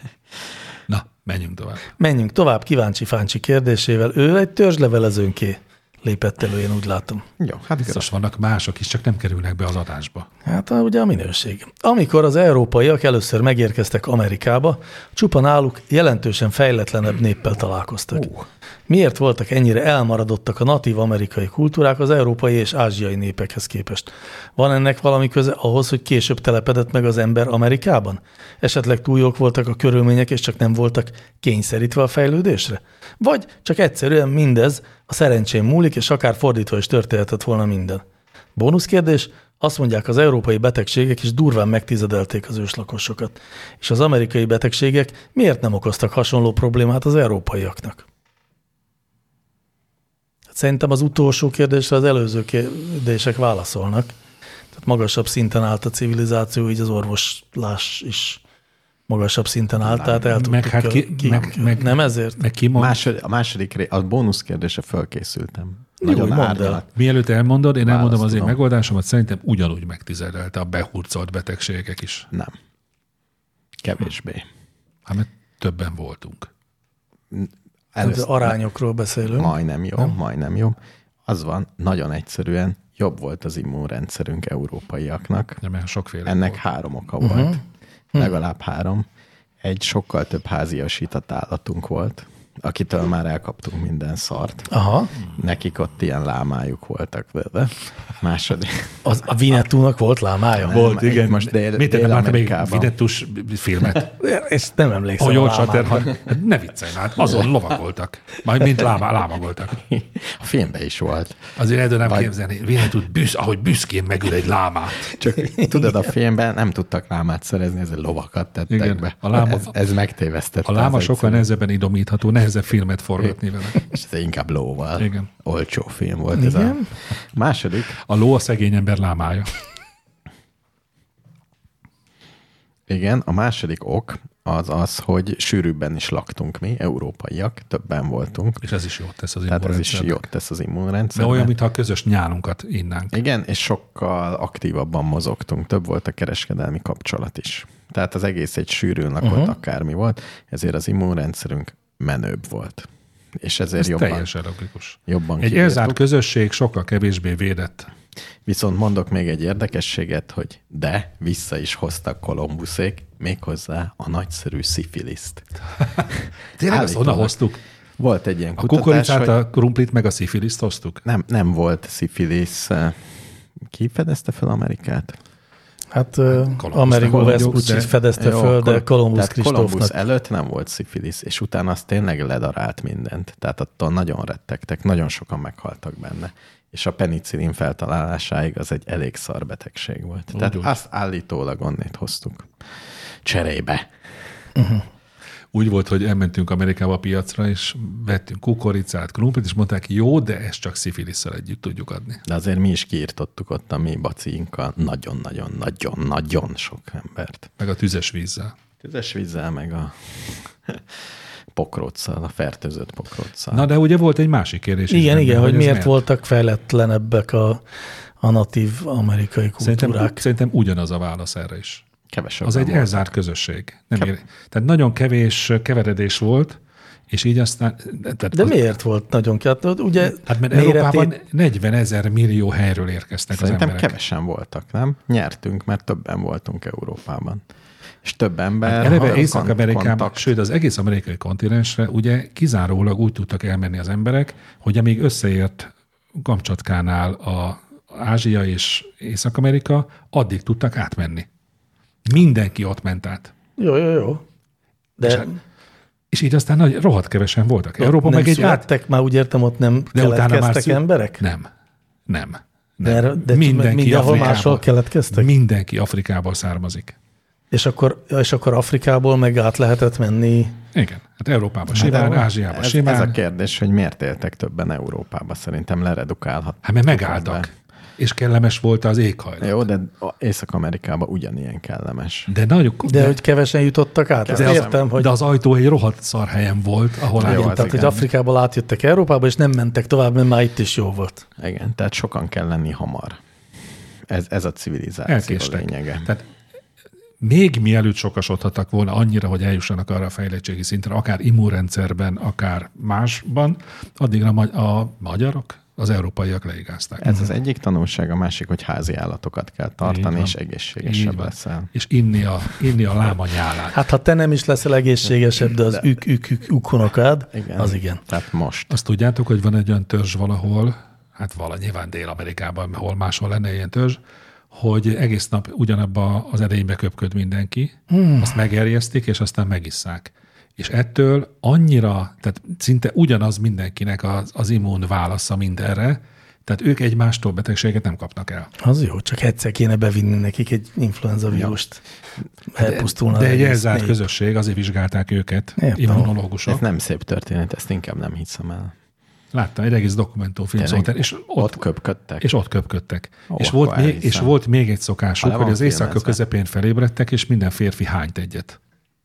Na, menjünk tovább. Menjünk tovább kíváncsi fáncsi kérdésével. Ő egy törzslevelezőnké lépett elő, én úgy látom. Jó, hát Biztos vannak mások is, csak nem kerülnek be az adásba. Hát ugye a minőség. Amikor az európaiak először megérkeztek Amerikába, csupa náluk jelentősen fejletlenebb néppel találkoztak. Uh. Miért voltak ennyire elmaradottak a natív amerikai kultúrák az európai és ázsiai népekhez képest? Van ennek valami köze ahhoz, hogy később telepedett meg az ember Amerikában? Esetleg túl jók voltak a körülmények, és csak nem voltak kényszerítve a fejlődésre? Vagy csak egyszerűen mindez a szerencsén múlik, és akár fordítva is történhetett volna minden? Bónuszkérdés, azt mondják, az európai betegségek is durván megtizedelték az őslakosokat. És az amerikai betegségek miért nem okoztak hasonló problémát az európaiaknak? Szerintem az utolsó kérdésre az előző kérdések válaszolnak. Tehát magasabb szinten állt a civilizáció, így az orvoslás is magasabb szinten állt, tehát el tudtuk, Meg hát ki- ki, meg- meg- nem ezért? Meg ki mond, Másod, a második ré, a bónusz kérdésre fölkészültem. Jó, Nagyon mondd el. árnyalat. Mielőtt elmondod, én elmondom az én Választom. megoldásomat, szerintem ugyanúgy megtizedelte a behurcolt betegségek is. Nem. Kevésbé. Hát mert többen voltunk. Először, arányokról beszélünk. Majdnem jó, nem? majdnem jó. Az van, nagyon egyszerűen jobb volt az immunrendszerünk európaiaknak. Nem, mert sokféle Ennek volt. három oka uh-huh. volt. Legalább három. Egy sokkal több háziasított állatunk volt, akitől már elkaptunk minden szart. Aha. Nekik ott ilyen lámájuk voltak vele. Második. Az, a Vinettúnak volt lámája? Nem, Volt, itt igen. Most dél, Mit te láttam még Dél-Amerikában. Vinettus filmet? És nem emlékszem Ahogy a Old lámára. Shatterhand, ne viccelj már, azon lovagoltak. Majd mint láma, lámagoltak. A filmben is volt. Azért el tudnám Vagy- képzelni, Vinettus, büsz, ahogy büszkén megül egy lámát. Csak tudod, a filmben nem tudtak lámát szerezni, ezzel lovakat tettek Igen, be. a láma- ez, ez megtévesztette. A láma az sokkal egyszerűen. nehezebben idomítható, nehezebb filmet forgatni vele. És ez inkább lóval. Igen. Olcsó film volt ez a Igen. második. A ló a szegény ember lámája. Igen, a második ok az az, hogy sűrűbben is laktunk mi, európaiak, többen voltunk. És ez is jót tesz az Tehát ez is immunrendszernek. jót tesz az De immunrendszernek. olyan, mintha a közös nyálunkat innánk. Igen, és sokkal aktívabban mozogtunk, több volt a kereskedelmi kapcsolat is. Tehát az egész egy sűrűn lakott, uh-huh. akármi volt, ezért az immunrendszerünk menőbb volt. És ezért Ez jobban, teljesen logikus. jobban Egy kibírtuk. elzárt közösség sokkal kevésbé védett Viszont mondok még egy érdekességet, hogy de vissza is hoztak Kolumbuszék, méghozzá a nagyszerű szifiliszt. Tényleg azt oda hoztuk? Volt egy ilyen a kutatás, kukoricát, hogy... a krumplit, meg a szifiliszt hoztuk? Nem, nem volt szifilisz. Ki fedezte fel Amerikát? Hát Amerigo Vespucci de... fedezte Jó, föl, de Columbus Kristófnak. Kristófnak. előtt nem volt szifilisz, és utána az tényleg ledarált mindent. Tehát attól nagyon rettegtek, nagyon sokan meghaltak benne. És a penicillin feltalálásáig az egy elég szar betegség volt. Úgy, Tehát úgy. azt állítólag onnét hoztuk. Cserébe. Uh-huh. Úgy volt, hogy elmentünk Amerikába a piacra, és vettünk kukoricát, krumplit, és mondták, jó, de ezt csak szifilisszel együtt tudjuk adni. De azért mi is kiirtottuk ott a mi baciinkkal nagyon-nagyon-nagyon-nagyon sok embert. Meg a tüzes vízzel. Tüzes vízzel, meg a pokróccal, a fertőzött pokróccal. Na, de ugye volt egy másik kérdés. Igen, benne, igen, hogy, hogy miért, miért voltak fejletlenebbek a, a natív amerikai kultúrák. Szerintem, szerintem ugyanaz a válasz erre is. Kevesebb az egy volt. Elzárt közösség. Nem ér, tehát nagyon kevés keveredés volt, és így aztán... Tehát De az, miért volt nagyon kevés? Ugye hát mert méretét... Európában negyvenezer millió helyről érkeztek Szerintem az emberek. Kevesen voltak, nem? Nyertünk, mert többen voltunk Európában. És több ember... Hát eleve Észak-Amerikában, sőt az egész amerikai kontinensre ugye kizárólag úgy tudtak elmenni az emberek, hogy amíg összeért Kamcsatkánál a Ázsia és Észak-Amerika, addig tudtak átmenni. Mindenki ott ment át. Jó, jó, jó. De... És, és így aztán nagy, rohadt kevesen voltak. Ott Európa nem meg egy születtek, át... már úgy értem, ott nem de keletkeztek szület... emberek? Nem. Nem. nem. De, de mindenki mindenhol máshol keletkeztek? Mindenki Afrikából származik. És akkor, és akkor Afrikából meg át lehetett menni? Igen. Hát Európában simán, Ázsiában simán. Ez a kérdés, hogy miért éltek többen Európába? Szerintem leredukálhat. Hát mert megálltak. És kellemes volt az éghajlat. Jó, de Észak-Amerikában ugyanilyen kellemes. De, nagyon, de, de hogy kevesen jutottak át? De, értem, hogy... de az ajtó egy rohadt szar helyen volt, ahol átjöttek. Tehát, igen. hogy Afrikából átjöttek Európába, és nem mentek tovább, mert már itt is jó volt. Igen, tehát sokan kell lenni hamar. Ez, ez a civilizáció Elkéstek. lényege. Tehát még mielőtt sokasodhattak volna annyira, hogy eljussanak arra a fejlettségi szintre, akár immunrendszerben, akár másban, addigra a magyarok, az európaiak leigázták. Ez az egyik tanulság, a másik, hogy házi állatokat kell tartani, és egészségesebb leszel. És inni a, inni a láma nyálát. Hát ha te nem is leszel egészségesebb, de az de... ük, ük, ük, ukonokád, igen. az igen. Tehát most. Azt tudjátok, hogy van egy olyan törzs valahol, hát vala nyilván Dél-Amerikában, hol máshol lenne ilyen törzs, hogy egész nap ugyanabba az edénybe köpköd mindenki, hmm. azt megerjesztik, és aztán megisszák. És ettől annyira, tehát szinte ugyanaz mindenkinek az, az immun válasza mindenre, tehát ők egymástól betegséget nem kapnak el. Az jó, csak egyszer kéne bevinni nekik egy influenza vírust. Elpusztulna. De, de egy elzárt közösség, azért vizsgálták őket, immunológusok. Ez nem szép történet, ezt inkább nem hiszem el. Láttam, egy egész dokumentumfilm szólt, és ott, ott köpködtek. És ott köpködtek. Ó, és, volt még, és volt még egy szokásuk, hogy az éjszaka közepén felébredtek, és minden férfi hányt egyet.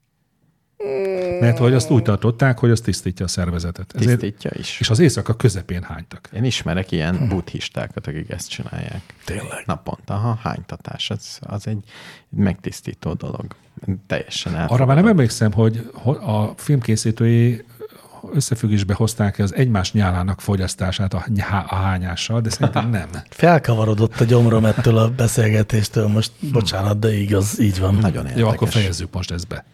Mert hogy azt úgy tartották, hogy az tisztítja a szervezetet. Ezért, tisztítja is. És az éjszaka közepén hánytak. Én ismerek ilyen hm. buddhistákat, akik ezt csinálják. Tényleg? Naponta, ha hánytatás, az, az egy megtisztító dolog. Teljesen elfogadott. Arra már nem emlékszem, hogy a filmkészítői összefüggésbe hozták az egymás nyálának fogyasztását a, a hányással, de szerintem nem. Felkavarodott a gyomrom ettől a beszélgetéstől, most bocsánat, de igaz, így van. Nagyon érdekes. Jó, akkor fejezzük most ezt be.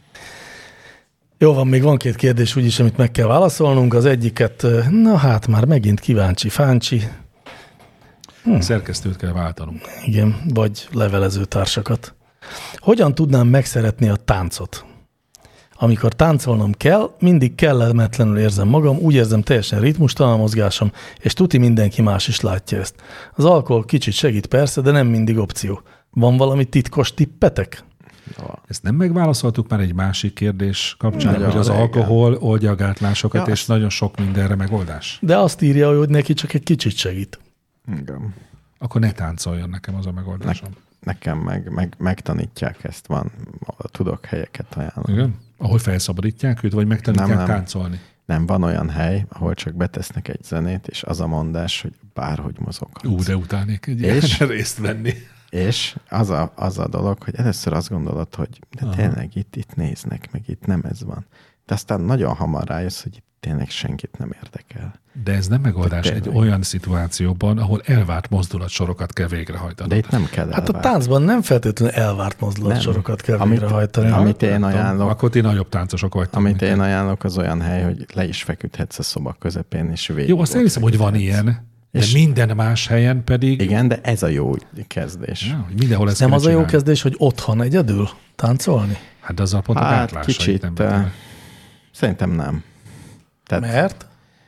Jó van, még van két kérdés úgyis, amit meg kell válaszolnunk. Az egyiket, na hát már megint kíváncsi, fáncsi. Hm. Szerkesztőt kell váltanunk. Igen, vagy levelező társakat. Hogyan tudnám megszeretni a táncot? Amikor táncolnom kell, mindig kellemetlenül érzem magam, úgy érzem teljesen ritmustalan a mozgásom, és tuti mindenki más is látja ezt. Az alkohol kicsit segít persze, de nem mindig opció. Van valami titkos tippetek? Ezt nem megválaszoltuk már egy másik kérdés kapcsán, nagyon hogy az régen. Alkohol oldja a gátlásokat, ja, és nagyon sok mindenre megoldás. De azt írja, hogy neki csak egy kicsit segít. Igen. Akkor ne táncoljon, nekem az a megoldásom. Ne, nekem meg, meg, megtanítják ezt, van, tudok helyeket ajánlani. Igen? Ahol felszabadítják őt, vagy megtanítják nem, nem. táncolni? Nem, van olyan hely, ahol csak betesznek egy zenét, és az a mondás, hogy bárhogy mozoghatsz. Ú, de utálnék egy ilyen részt venni. És az a, az a dolog, hogy először azt gondolod, hogy de tényleg itt, itt néznek, meg itt nem ez van. De aztán nagyon hamar rájössz, hogy itt tényleg senkit nem érdekel. De ez nem megoldás egy olyan szituációban, ahol elvárt mozdulatsorokat kell végrehajtani. De itt nem kell elvárt. Hát a táncban nem feltétlenül elvárt mozdulatsorokat kell amit, végrehajtani. Amit én ajánlok, akkor ti nagyobb táncosok vagytok. Amit én ajánlok, az olyan hely, hogy le is feküdhetsz a szoba közepén, és végig. Jó, azt elhiszem, hogy van ilyen, de és minden más helyen pedig... Igen, de ez a jó kezdés. Ja, hogy mindenhol ezt nem az csinálni. A jó kezdés, hogy otthon egyedül táncolni? Hát azzal pont a hát gátlásait kicsit, nem uh, szerintem nem. Tehát, Mert?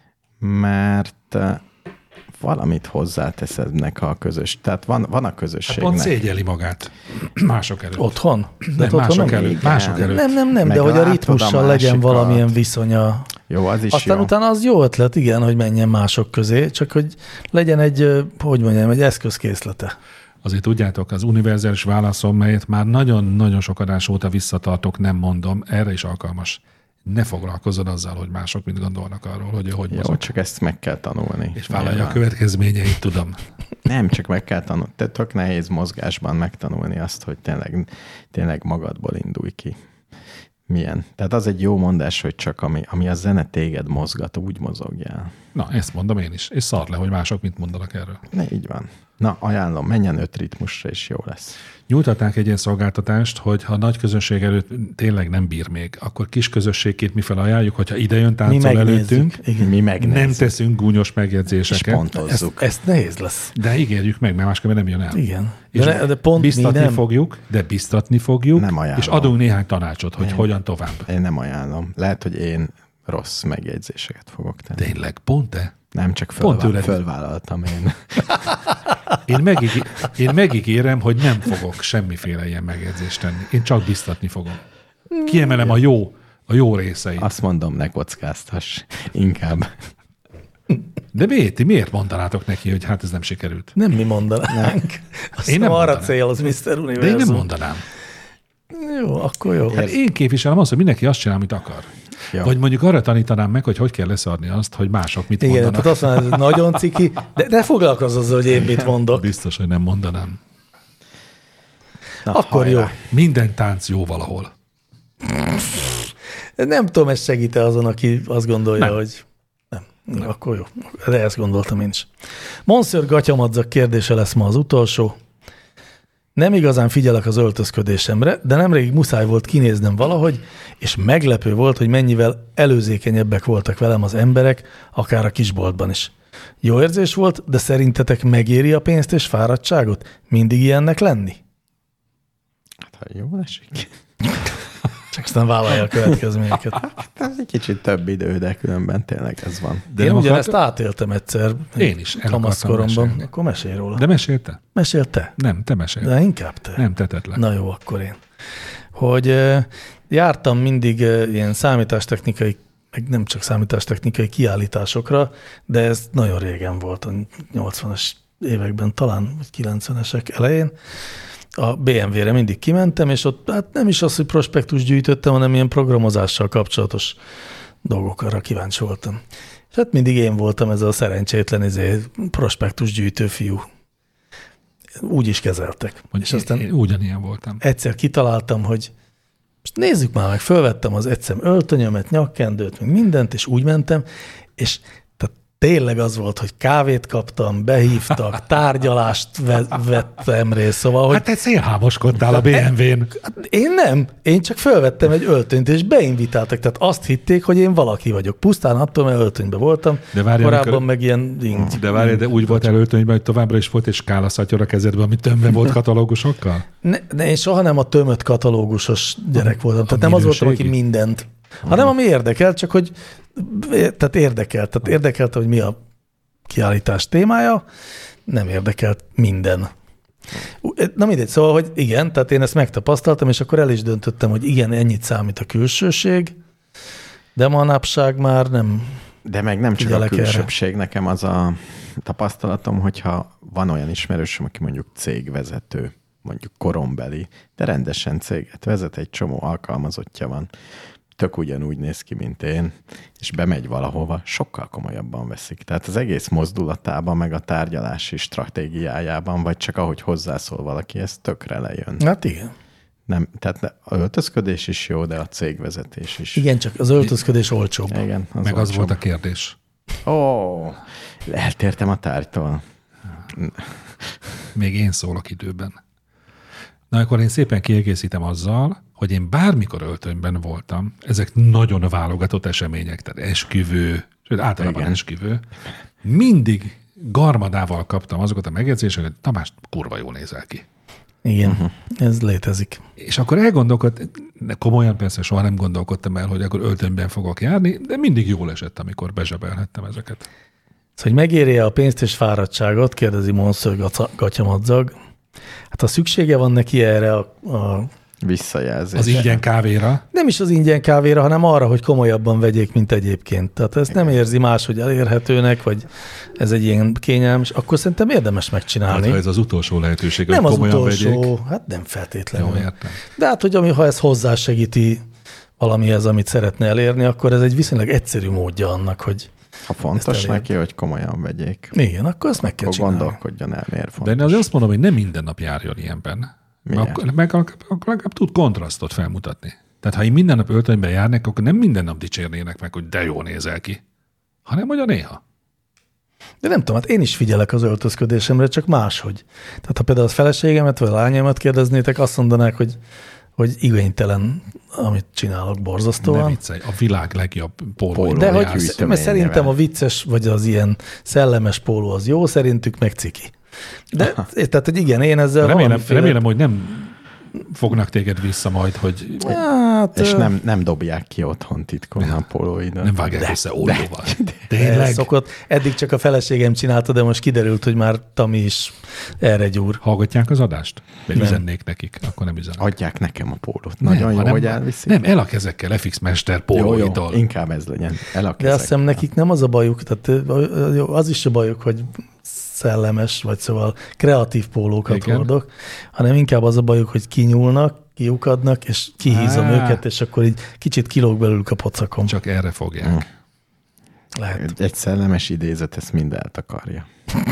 Mert uh, valamit hozzáteszednek a közös. Tehát van, van a közösségnek. Hát pont szégyeli magát mások előtt. Otthon? De otthon mások nem? előtt. Mások előtt. Nem, nem, nem, Meg de hogy a látod ritmussal a legyen másikat. valamilyen viszonya. Jó, az is Aztán jó. utána az jó ötlet, igen, hogy menjen mások közé, csak hogy legyen egy, hogy mondjam, egy eszközkészlete. Azért tudjátok, az univerzális válaszom, melyet már nagyon-nagyon sok adás óta visszatartok, nem mondom, erre is alkalmas. Ne foglalkozzon azzal, hogy mások mit gondolnak arról, hogy ő hogy Jó, mozog. csak ezt meg kell tanulni. És vállalja Nyilván. a következményeit, tudom. Nem, csak meg kell tanulni. Tehát tök nehéz mozgásban megtanulni azt, hogy tényleg, tényleg magadból indulj ki. Milyen? Tehát az egy jó mondás, hogy csak ami, ami a zene téged mozgat, úgy mozogjál. Na, ezt mondom én is. És szar le, hogy mások mit mondanak erről. Ne, így van. Na, ajánlom, menjen öt ritmusra, és jó lesz. Nyújtatnánk egy ilyen szolgáltatást, hogy ha nagy közönség előtt tényleg nem bír még, akkor kis közösségként mi felajánljuk, hogyha ide jön táncol előttünk, Igen. Mi megnézzük. nem teszünk gúnyos És megjegyzéseket, pontozzuk. Ezt, ezt nehéz lesz. de ígérjük meg, mert másképpen nem jön el. Igen. És De, de pont mi biztatni nem. fogjuk, de biztatni fogjuk, Nem ajánlom. és adunk néhány tanácsot, hogy Én- hogyan tovább. Én nem ajánlom. Lehet, hogy én rossz megjegyzéseket fogok tenni. Tényleg, pont te? Nem, csak Pont fölvá- tőled. fölvállaltam én. Én, megígé- én megígérem, hogy nem fogok semmiféle ilyen megjegyzést tenni. Én csak biztatni fogom. Kiemelem a jó, a jó részeit. Azt mondom, ne kockáztass. Inkább. De miért? Ti miért mondanátok neki, hogy hát ez nem sikerült? Nem mi mondanánk. Azt Én nem arra mondanám. cél az miszter De én Univerzum. nem mondanám. Jó, akkor jó. Hát én képviselem azt, hogy mindenki azt csinál, amit akar. Jó. Vagy mondjuk arra tanítanám meg, hogy hogy kell leszarni azt, hogy mások mit Igen, mondanak. tehát azt mondod, hogy nagyon ciki, de, de foglalkozz azzal, hogy én mit mondok. Biztos, hogy nem mondanám. Na, Akkor jó. hajrá. Minden tánc jó valahol. Nem tudom, ez segít-e azon, aki azt gondolja, Nem. hogy nem. nem. Akkor jó. De ezt gondoltam én is. Monször Gatyamadzak kérdése lesz ma az utolsó. Nem igazán figyelek az öltözködésemre, de nemrég muszáj volt kinéznem valahogy, és meglepő volt, hogy mennyivel előzékenyebbek voltak velem az emberek, akár a kisboltban is. Jó érzés volt, de szerintetek megéri a pénzt és fáradtságot? Mindig ilyennek lenni? Hát, ha jól esik. Csak aztán vállalja a következményeket. Ez egy kicsit több idő, de különben tényleg ez van. De Én nem ugyanezt akart- átéltem egyszer. Én is el akartam Kamaszkoromban. mesélni. Akkor mesélj róla. De mesélte? Mesél te. Nem, te mesélj. De inkább te. Nem tetetlen. Na jó, akkor én. Hogy uh, jártam mindig uh, ilyen számítástechnikai, meg nem csak számítástechnikai kiállításokra, de ez nagyon régen volt, a nyolcvanas években talán, vagy kilencvenesek elején. A bé em vé-re mindig kimentem, és ott hát nem is az, hogy prospektus gyűjtöttem, hanem ilyen programozással kapcsolatos dolgokra kíváncsi voltam. És hát mindig én voltam ez a szerencsétlen izé, prospektus gyűjtő fiú. Úgy is kezeltek. Hogy És én, aztán én ugyanilyen voltam. egyszer kitaláltam, hogy most nézzük már meg, fölvettem az egyszem öltönyömet, nyakkendőt, meg mindent, és úgy mentem, és tehát tényleg az volt, hogy kávét kaptam, behívtak, tárgyalást ve- vettem részt, szóval, hogy Hát te szélhámoskodtál a bé em vén. én nem, én csak fölvettem egy öltönyt, és beinvitáltak, tehát azt hitték, hogy én valaki vagyok. Pusztán attól, mert öltönybe voltam, De várjál, korábban amikor- meg ilyen ing. De várj, de úgy volt előttönyben, hogy továbbra is volt egy skálaszatyor a kezedben, ami tömve volt katalógusokkal? Ne, de én soha nem a tömött katalógusos gyerek voltam. Tehát nem az voltam, aki minőségi? mindent, hanem ami érdekelt, csak hogy tehát érdekelt, tehát érdekelte, hogy mi a kiállítás témája, nem érdekelt minden. Na mindegy, szóval, hogy igen, tehát én ezt megtapasztaltam, és akkor el is döntöttem, hogy igen, ennyit számít a külsőség, de manapság már nem. De meg nem csak a Figyelek erre. külsőség, nekem az a tapasztalatom, hogyha van olyan ismerősöm, aki mondjuk cégvezető, mondjuk korombeli, de rendesen céget vezet, egy csomó alkalmazottja van, tök ugyanúgy néz ki, mint én, és bemegy valahova, sokkal komolyabban veszik. Tehát az egész mozdulatában, meg a tárgyalási stratégiájában, vagy csak ahogy hozzászól valaki, ez tökre lejön. Hát igen. Nem, tehát az öltözködés is jó, de a cégvezetés is. Igen, csak az öltözködés olcsóbb. Igen, az Meg olcsóbb. Az volt a kérdés. Ó, eltértem a tárgytól. Még én szólok időben. Na, akkor én szépen kiegészítem azzal, hogy én bármikor öltönyben voltam, ezek nagyon válogatott események, tehát esküvő, sőt általában igen. esküvő, mindig garmadával kaptam azokat a megjegyzéseket, hogy Tamás, kurva jól nézel ki. Igen, uh-huh. ez létezik. És akkor elgondolkodtam, komolyan persze soha nem gondolkodtam el, hogy akkor öltönyben fogok járni, de mindig jól esett, amikor bezsebelhettem ezeket. Szóval, hogy megéri-e a pénzt és fáradtságot, kérdezi Monször Gatyamadzag. Hát ha szüksége van neki erre a, a visszajelzés. Az ingyen kávéra? Nem is az ingyen kávéra, hanem arra, hogy komolyabban vegyék, mint egyébként. Tehát ezt nem érzi máshogy elérhetőnek, vagy ez egy ilyen kényelmes, akkor szerintem érdemes megcsinálni. Hát, ha ez az utolsó lehetőség, nem hogy komolyan utolsó, vegyék. Nem az utolsó, hát nem feltétlenül. Jó, értem. De hát, hogy ami, ha ez hozzásegíti valamihez, amit szeretne elérni, akkor ez egy viszonylag egyszerű módja annak, hogy ha fontos neki, hogy komolyan vegyék. Igen, akkor ezt meg kell csinálni. Gondolkodjon el, miért fontos. De én azért azt mondom, hogy nem minden nap járjon ilyenben. Akkor, meg legalább tud kontrasztot felmutatni. Tehát ha én minden nap öltönyben járnék, akkor nem minden nap dicsérnének meg, hogy de jól nézel ki, hanem hogy a néha. De nem tudom, hát én is figyelek az öltözködésemre, csak máshogy. Tehát ha például a feleségemet vagy a lányaimat kérdeznétek, azt mondanák, hogy, hogy igénytelen, amit csinálok, borzasztóan. Ne viccelj, a világ legjobb pólója. De hogy, mert szerintem a vicces, vagy az ilyen szellemes póló az jó, szerintük meg ciki. De, tehát, hogy igen, én ezzel remélem, valamiféle... remélem, hogy nem fognak téged vissza majd, hogy... Hát, és nem, nem dobják ki otthon titkon a pólóidat. Nem vágják össze oldóval. Tényleg? Szokott. Eddig csak a feleségem csinálta, de most kiderült, hogy már Tami is erre gyúr. Hallgatják az adást? Vagy üzennék nekik? Akkor nem üzennek. Adják nekem a pólót. Nagyon nem, jó, hogy elviszik. Nem, el a kezekkel, ef iksz Mester pólóitól. Jó, jó, inkább ez legyen. El a de azt hiszem nekik nem az a bajuk, tehát az is a bajuk, hogy szellemes, vagy szóval kreatív pólókat igen. hordok, hanem inkább az a bajuk, hogy kinyúlnak, kiukadnak, és kihízom Á. őket, és akkor így kicsit kilóg belőlük a pocakom. Csak erre fogják. Hmm. Lehet. Egy szellemes idézet ezt mind eltakarja.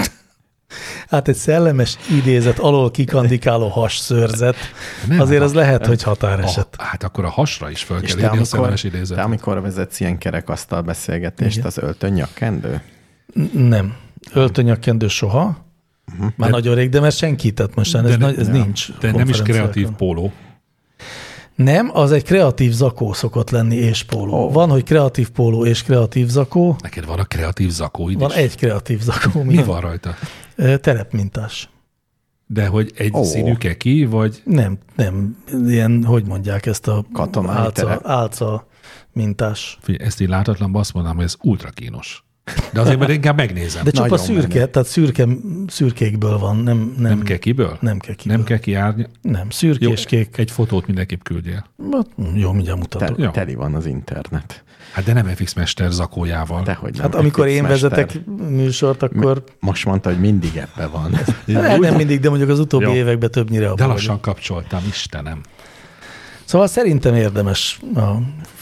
Hát egy szellemes idézet alól kikandikáló hasszőrzet, nem, azért az lehet, hogy határeset. A, hát akkor a hasra is föl kell írni a szellemes idézet. Te amikor vezetsz ilyen kerekasztal beszélgetést, igen. az öltön nyakkendő? Nem. Öltönyakkendő soha. Uh-huh. Már de, nagyon rég, de mert senki, tehát most ez, ne, ez nincs. De nem is kreatív póló. Nem, az egy kreatív zakó szokott lenni, és póló. Oh. Van, hogy kreatív póló és kreatív zakó. Neked van a kreatív zakóid Van is? egy kreatív zakó. Mi van rajta? Terepmintás. De hogy egy oh. színű keki, vagy? Nem, nem. Ilyen, hogy mondják ezt a álca, álca mintás. Figyelj, ezt így látatlanban azt mondanám, hogy ez ultra kínos. De azért majd inkább megnézem. De csak a szürke, menő. Tehát szürke, szürkékből van. Nem, nem, nem kekiből? Nem kekiből. Nem keki árny? Nem, szürkés kék. Egy fotót mindenképp küldjél. Jó, mindjárt mutatok. Te, teli van az internet. Hát de nem ef iksz Mester zakójával. Dehogy nem. Hát amikor én vezetek műsort, akkor... Most mondta, hogy mindig ebbe van. nem, nem mindig, de mondjuk az utóbbi jó. években többnyire abban. De lassan vagyok. Kapcsoltam, Istenem. Szóval szerintem érdemes a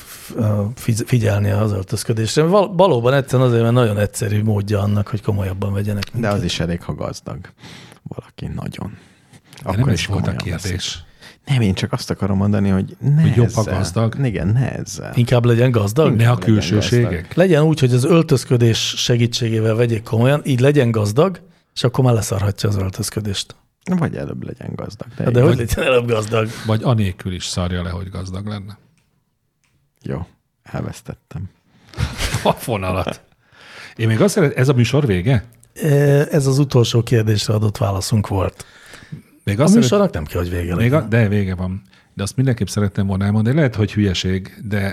figyelni az öltözködésre. Val- valóban egyszerűen azért, mert nagyon egyszerű módja annak, hogy komolyabban vegyenek. De minket. Az is elég, ha gazdag. Valaki nagyon. De akkor nem is volt a kérdés. Veszik. Nem, én csak azt akarom mondani, hogy ne hogy jobb a gazdag? Igen, ne ezzel. Inkább legyen gazdag? Inkább ne a külsőségek? Legyen, legyen úgy, hogy az öltözködés segítségével vegyék komolyan, így legyen gazdag, és akkor már leszarhatja az öltözködést. Vagy előbb legyen gazdag. De, de, de hogy legyen előbb gazdag? Vagy anélkül is szarja le, hogy gazdag lenne. Jó, elvesztettem. A fonalat. Én még azt szeretném, ez a műsor vége? Ez az utolsó kérdésre adott válaszunk volt. Még a azt műsornak szeret... nem kell, hogy vége még a... De vége van. De azt mindenképp szerettem volna elmondani. Lehet, hogy hülyeség, de,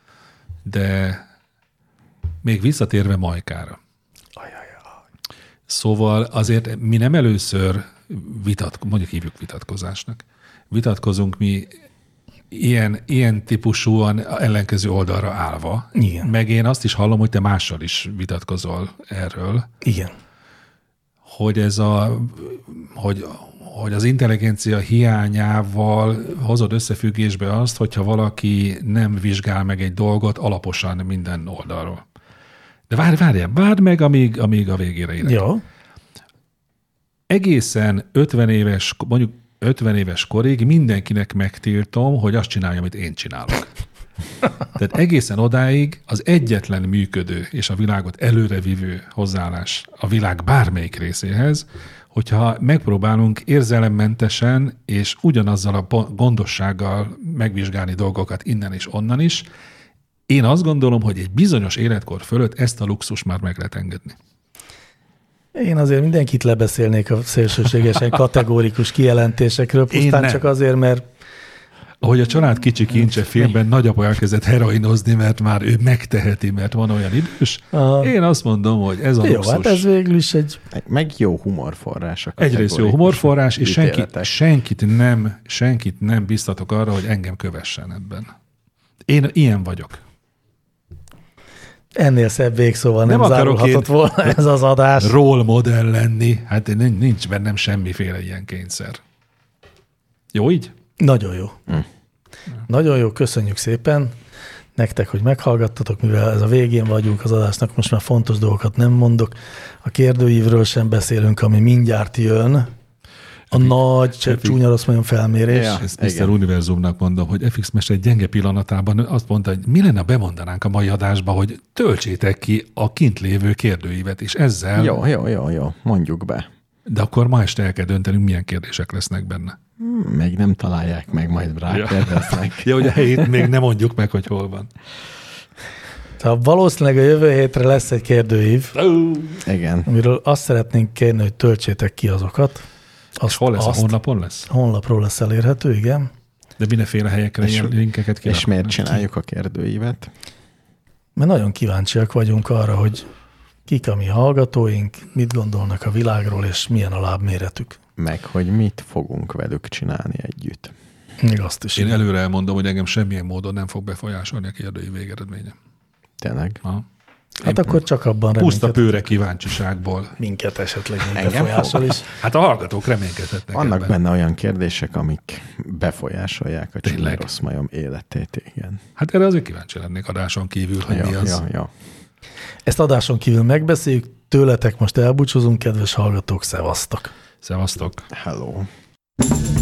de még visszatérve Majkára. Ajajaj. Szóval azért mi nem először vitat, mondjuk hívjuk vitatkozásnak. Vitatkozunk mi Ilyen, ilyen típusúan ellenkező oldalra állva. Igen. Meg én azt is hallom, hogy te mással is vitatkozol erről. Igen. Hogy ez a, hogy, hogy az intelligencia hiányával hozod összefüggésbe azt, hogyha valaki nem vizsgál meg egy dolgot alaposan minden oldalról. De várj, várj, várj meg, amíg, amíg a végére érek. Jó. Egészen ötven éves, mondjuk ötven éves korig mindenkinek megtiltom, hogy azt csinálja, amit én csinálok. Tehát egészen odáig az egyetlen működő és a világot előrevívő hozzáállás a világ bármelyik részéhez, hogyha megpróbálunk érzelemmentesen és ugyanazzal a gondossággal megvizsgálni dolgokat innen és onnan is, én azt gondolom, hogy egy bizonyos életkor fölött ezt a luxus már meg lehet engedni. Én azért mindenkit lebeszélnék a szélsőségesen kategórikus kijelentésekről, pusztán csak azért, mert ahogy a Család kicsi kincse filmben nagyapa elkezdett heroinozni, mert már ő megteheti, mert van olyan idős. Aha. Én azt mondom, hogy ez a jó, luxus. Hát ez végül is egy... Meg jó humorforrás. Egyrészt jó humorforrás, és senki, senkit, nem, senkit nem biztatok arra, hogy engem kövessen ebben. Én ilyen vagyok. Ennél szebb végszóval nem, nem zárulhatott volna ez az adás. Role model lenni. Hát nincs bennem semmiféle ilyen kényszer. Jó így? Nagyon jó. Hm. Nagyon jó, köszönjük szépen nektek, hogy meghallgattatok, mivel ez a végén vagyunk az adásnak, most már fontos dolgokat nem mondok. A kérdőívről sem beszélünk, ami mindjárt jön. A Epic, nagy csúnya rossz majom felmérés. Ja, ezt miszter Univerzumnak mondom, hogy ef iksz Mester egy gyenge pillanatában azt mondta, hogy mi lenne, bemondanánk a mai adásba, hogy töltsétek ki a kint lévő kérdőívet, és ezzel... Jó, jó, jó, jó, mondjuk be. De akkor ma este el kell döntenünk, milyen kérdések lesznek benne. Még nem találják meg, majd rákérdeznek. Ja, hogy a helyét még nem mondjuk meg, hogy hol van. Tehát valószínűleg a jövő hétre lesz egy kérdőív, igen, amiről azt szeretnénk kérni, hogy töltsétek ki azokat. Azt, hol lesz? Azt, a honlapon lesz? A honlapról lesz elérhető, igen. De mindenféle helyekre ilyen linkeket kiraknak. És miért csináljuk a kérdőívet? Mert nagyon kíváncsiak vagyunk arra, hogy kik a mi hallgatóink, mit gondolnak a világról, és milyen a lábméretük. Meg, hogy mit fogunk velük csinálni együtt. Még azt is. Én igen. Előre elmondom, hogy engem semmilyen módon nem fog befolyásolni a kérdői végeredménye. Tényleg? Ha. Hát Én akkor csak abban reménykedtek. Puszta pőre kíváncsiságból. Minket esetleg nem befolyásol is. Hát a hallgatók reménykedhetnek. Vannak ebben. benne olyan kérdések, amik befolyásolják a csúnya rossz majom életét. Igen. Hát erre azért kíváncsi lennék adáson kívül, hogy ja, mi az. Ja, ja. Ezt adáson kívül megbeszéljük, tőletek most elbúcsúzunk, kedves hallgatók, szevasztok! Szevasztok! Hello!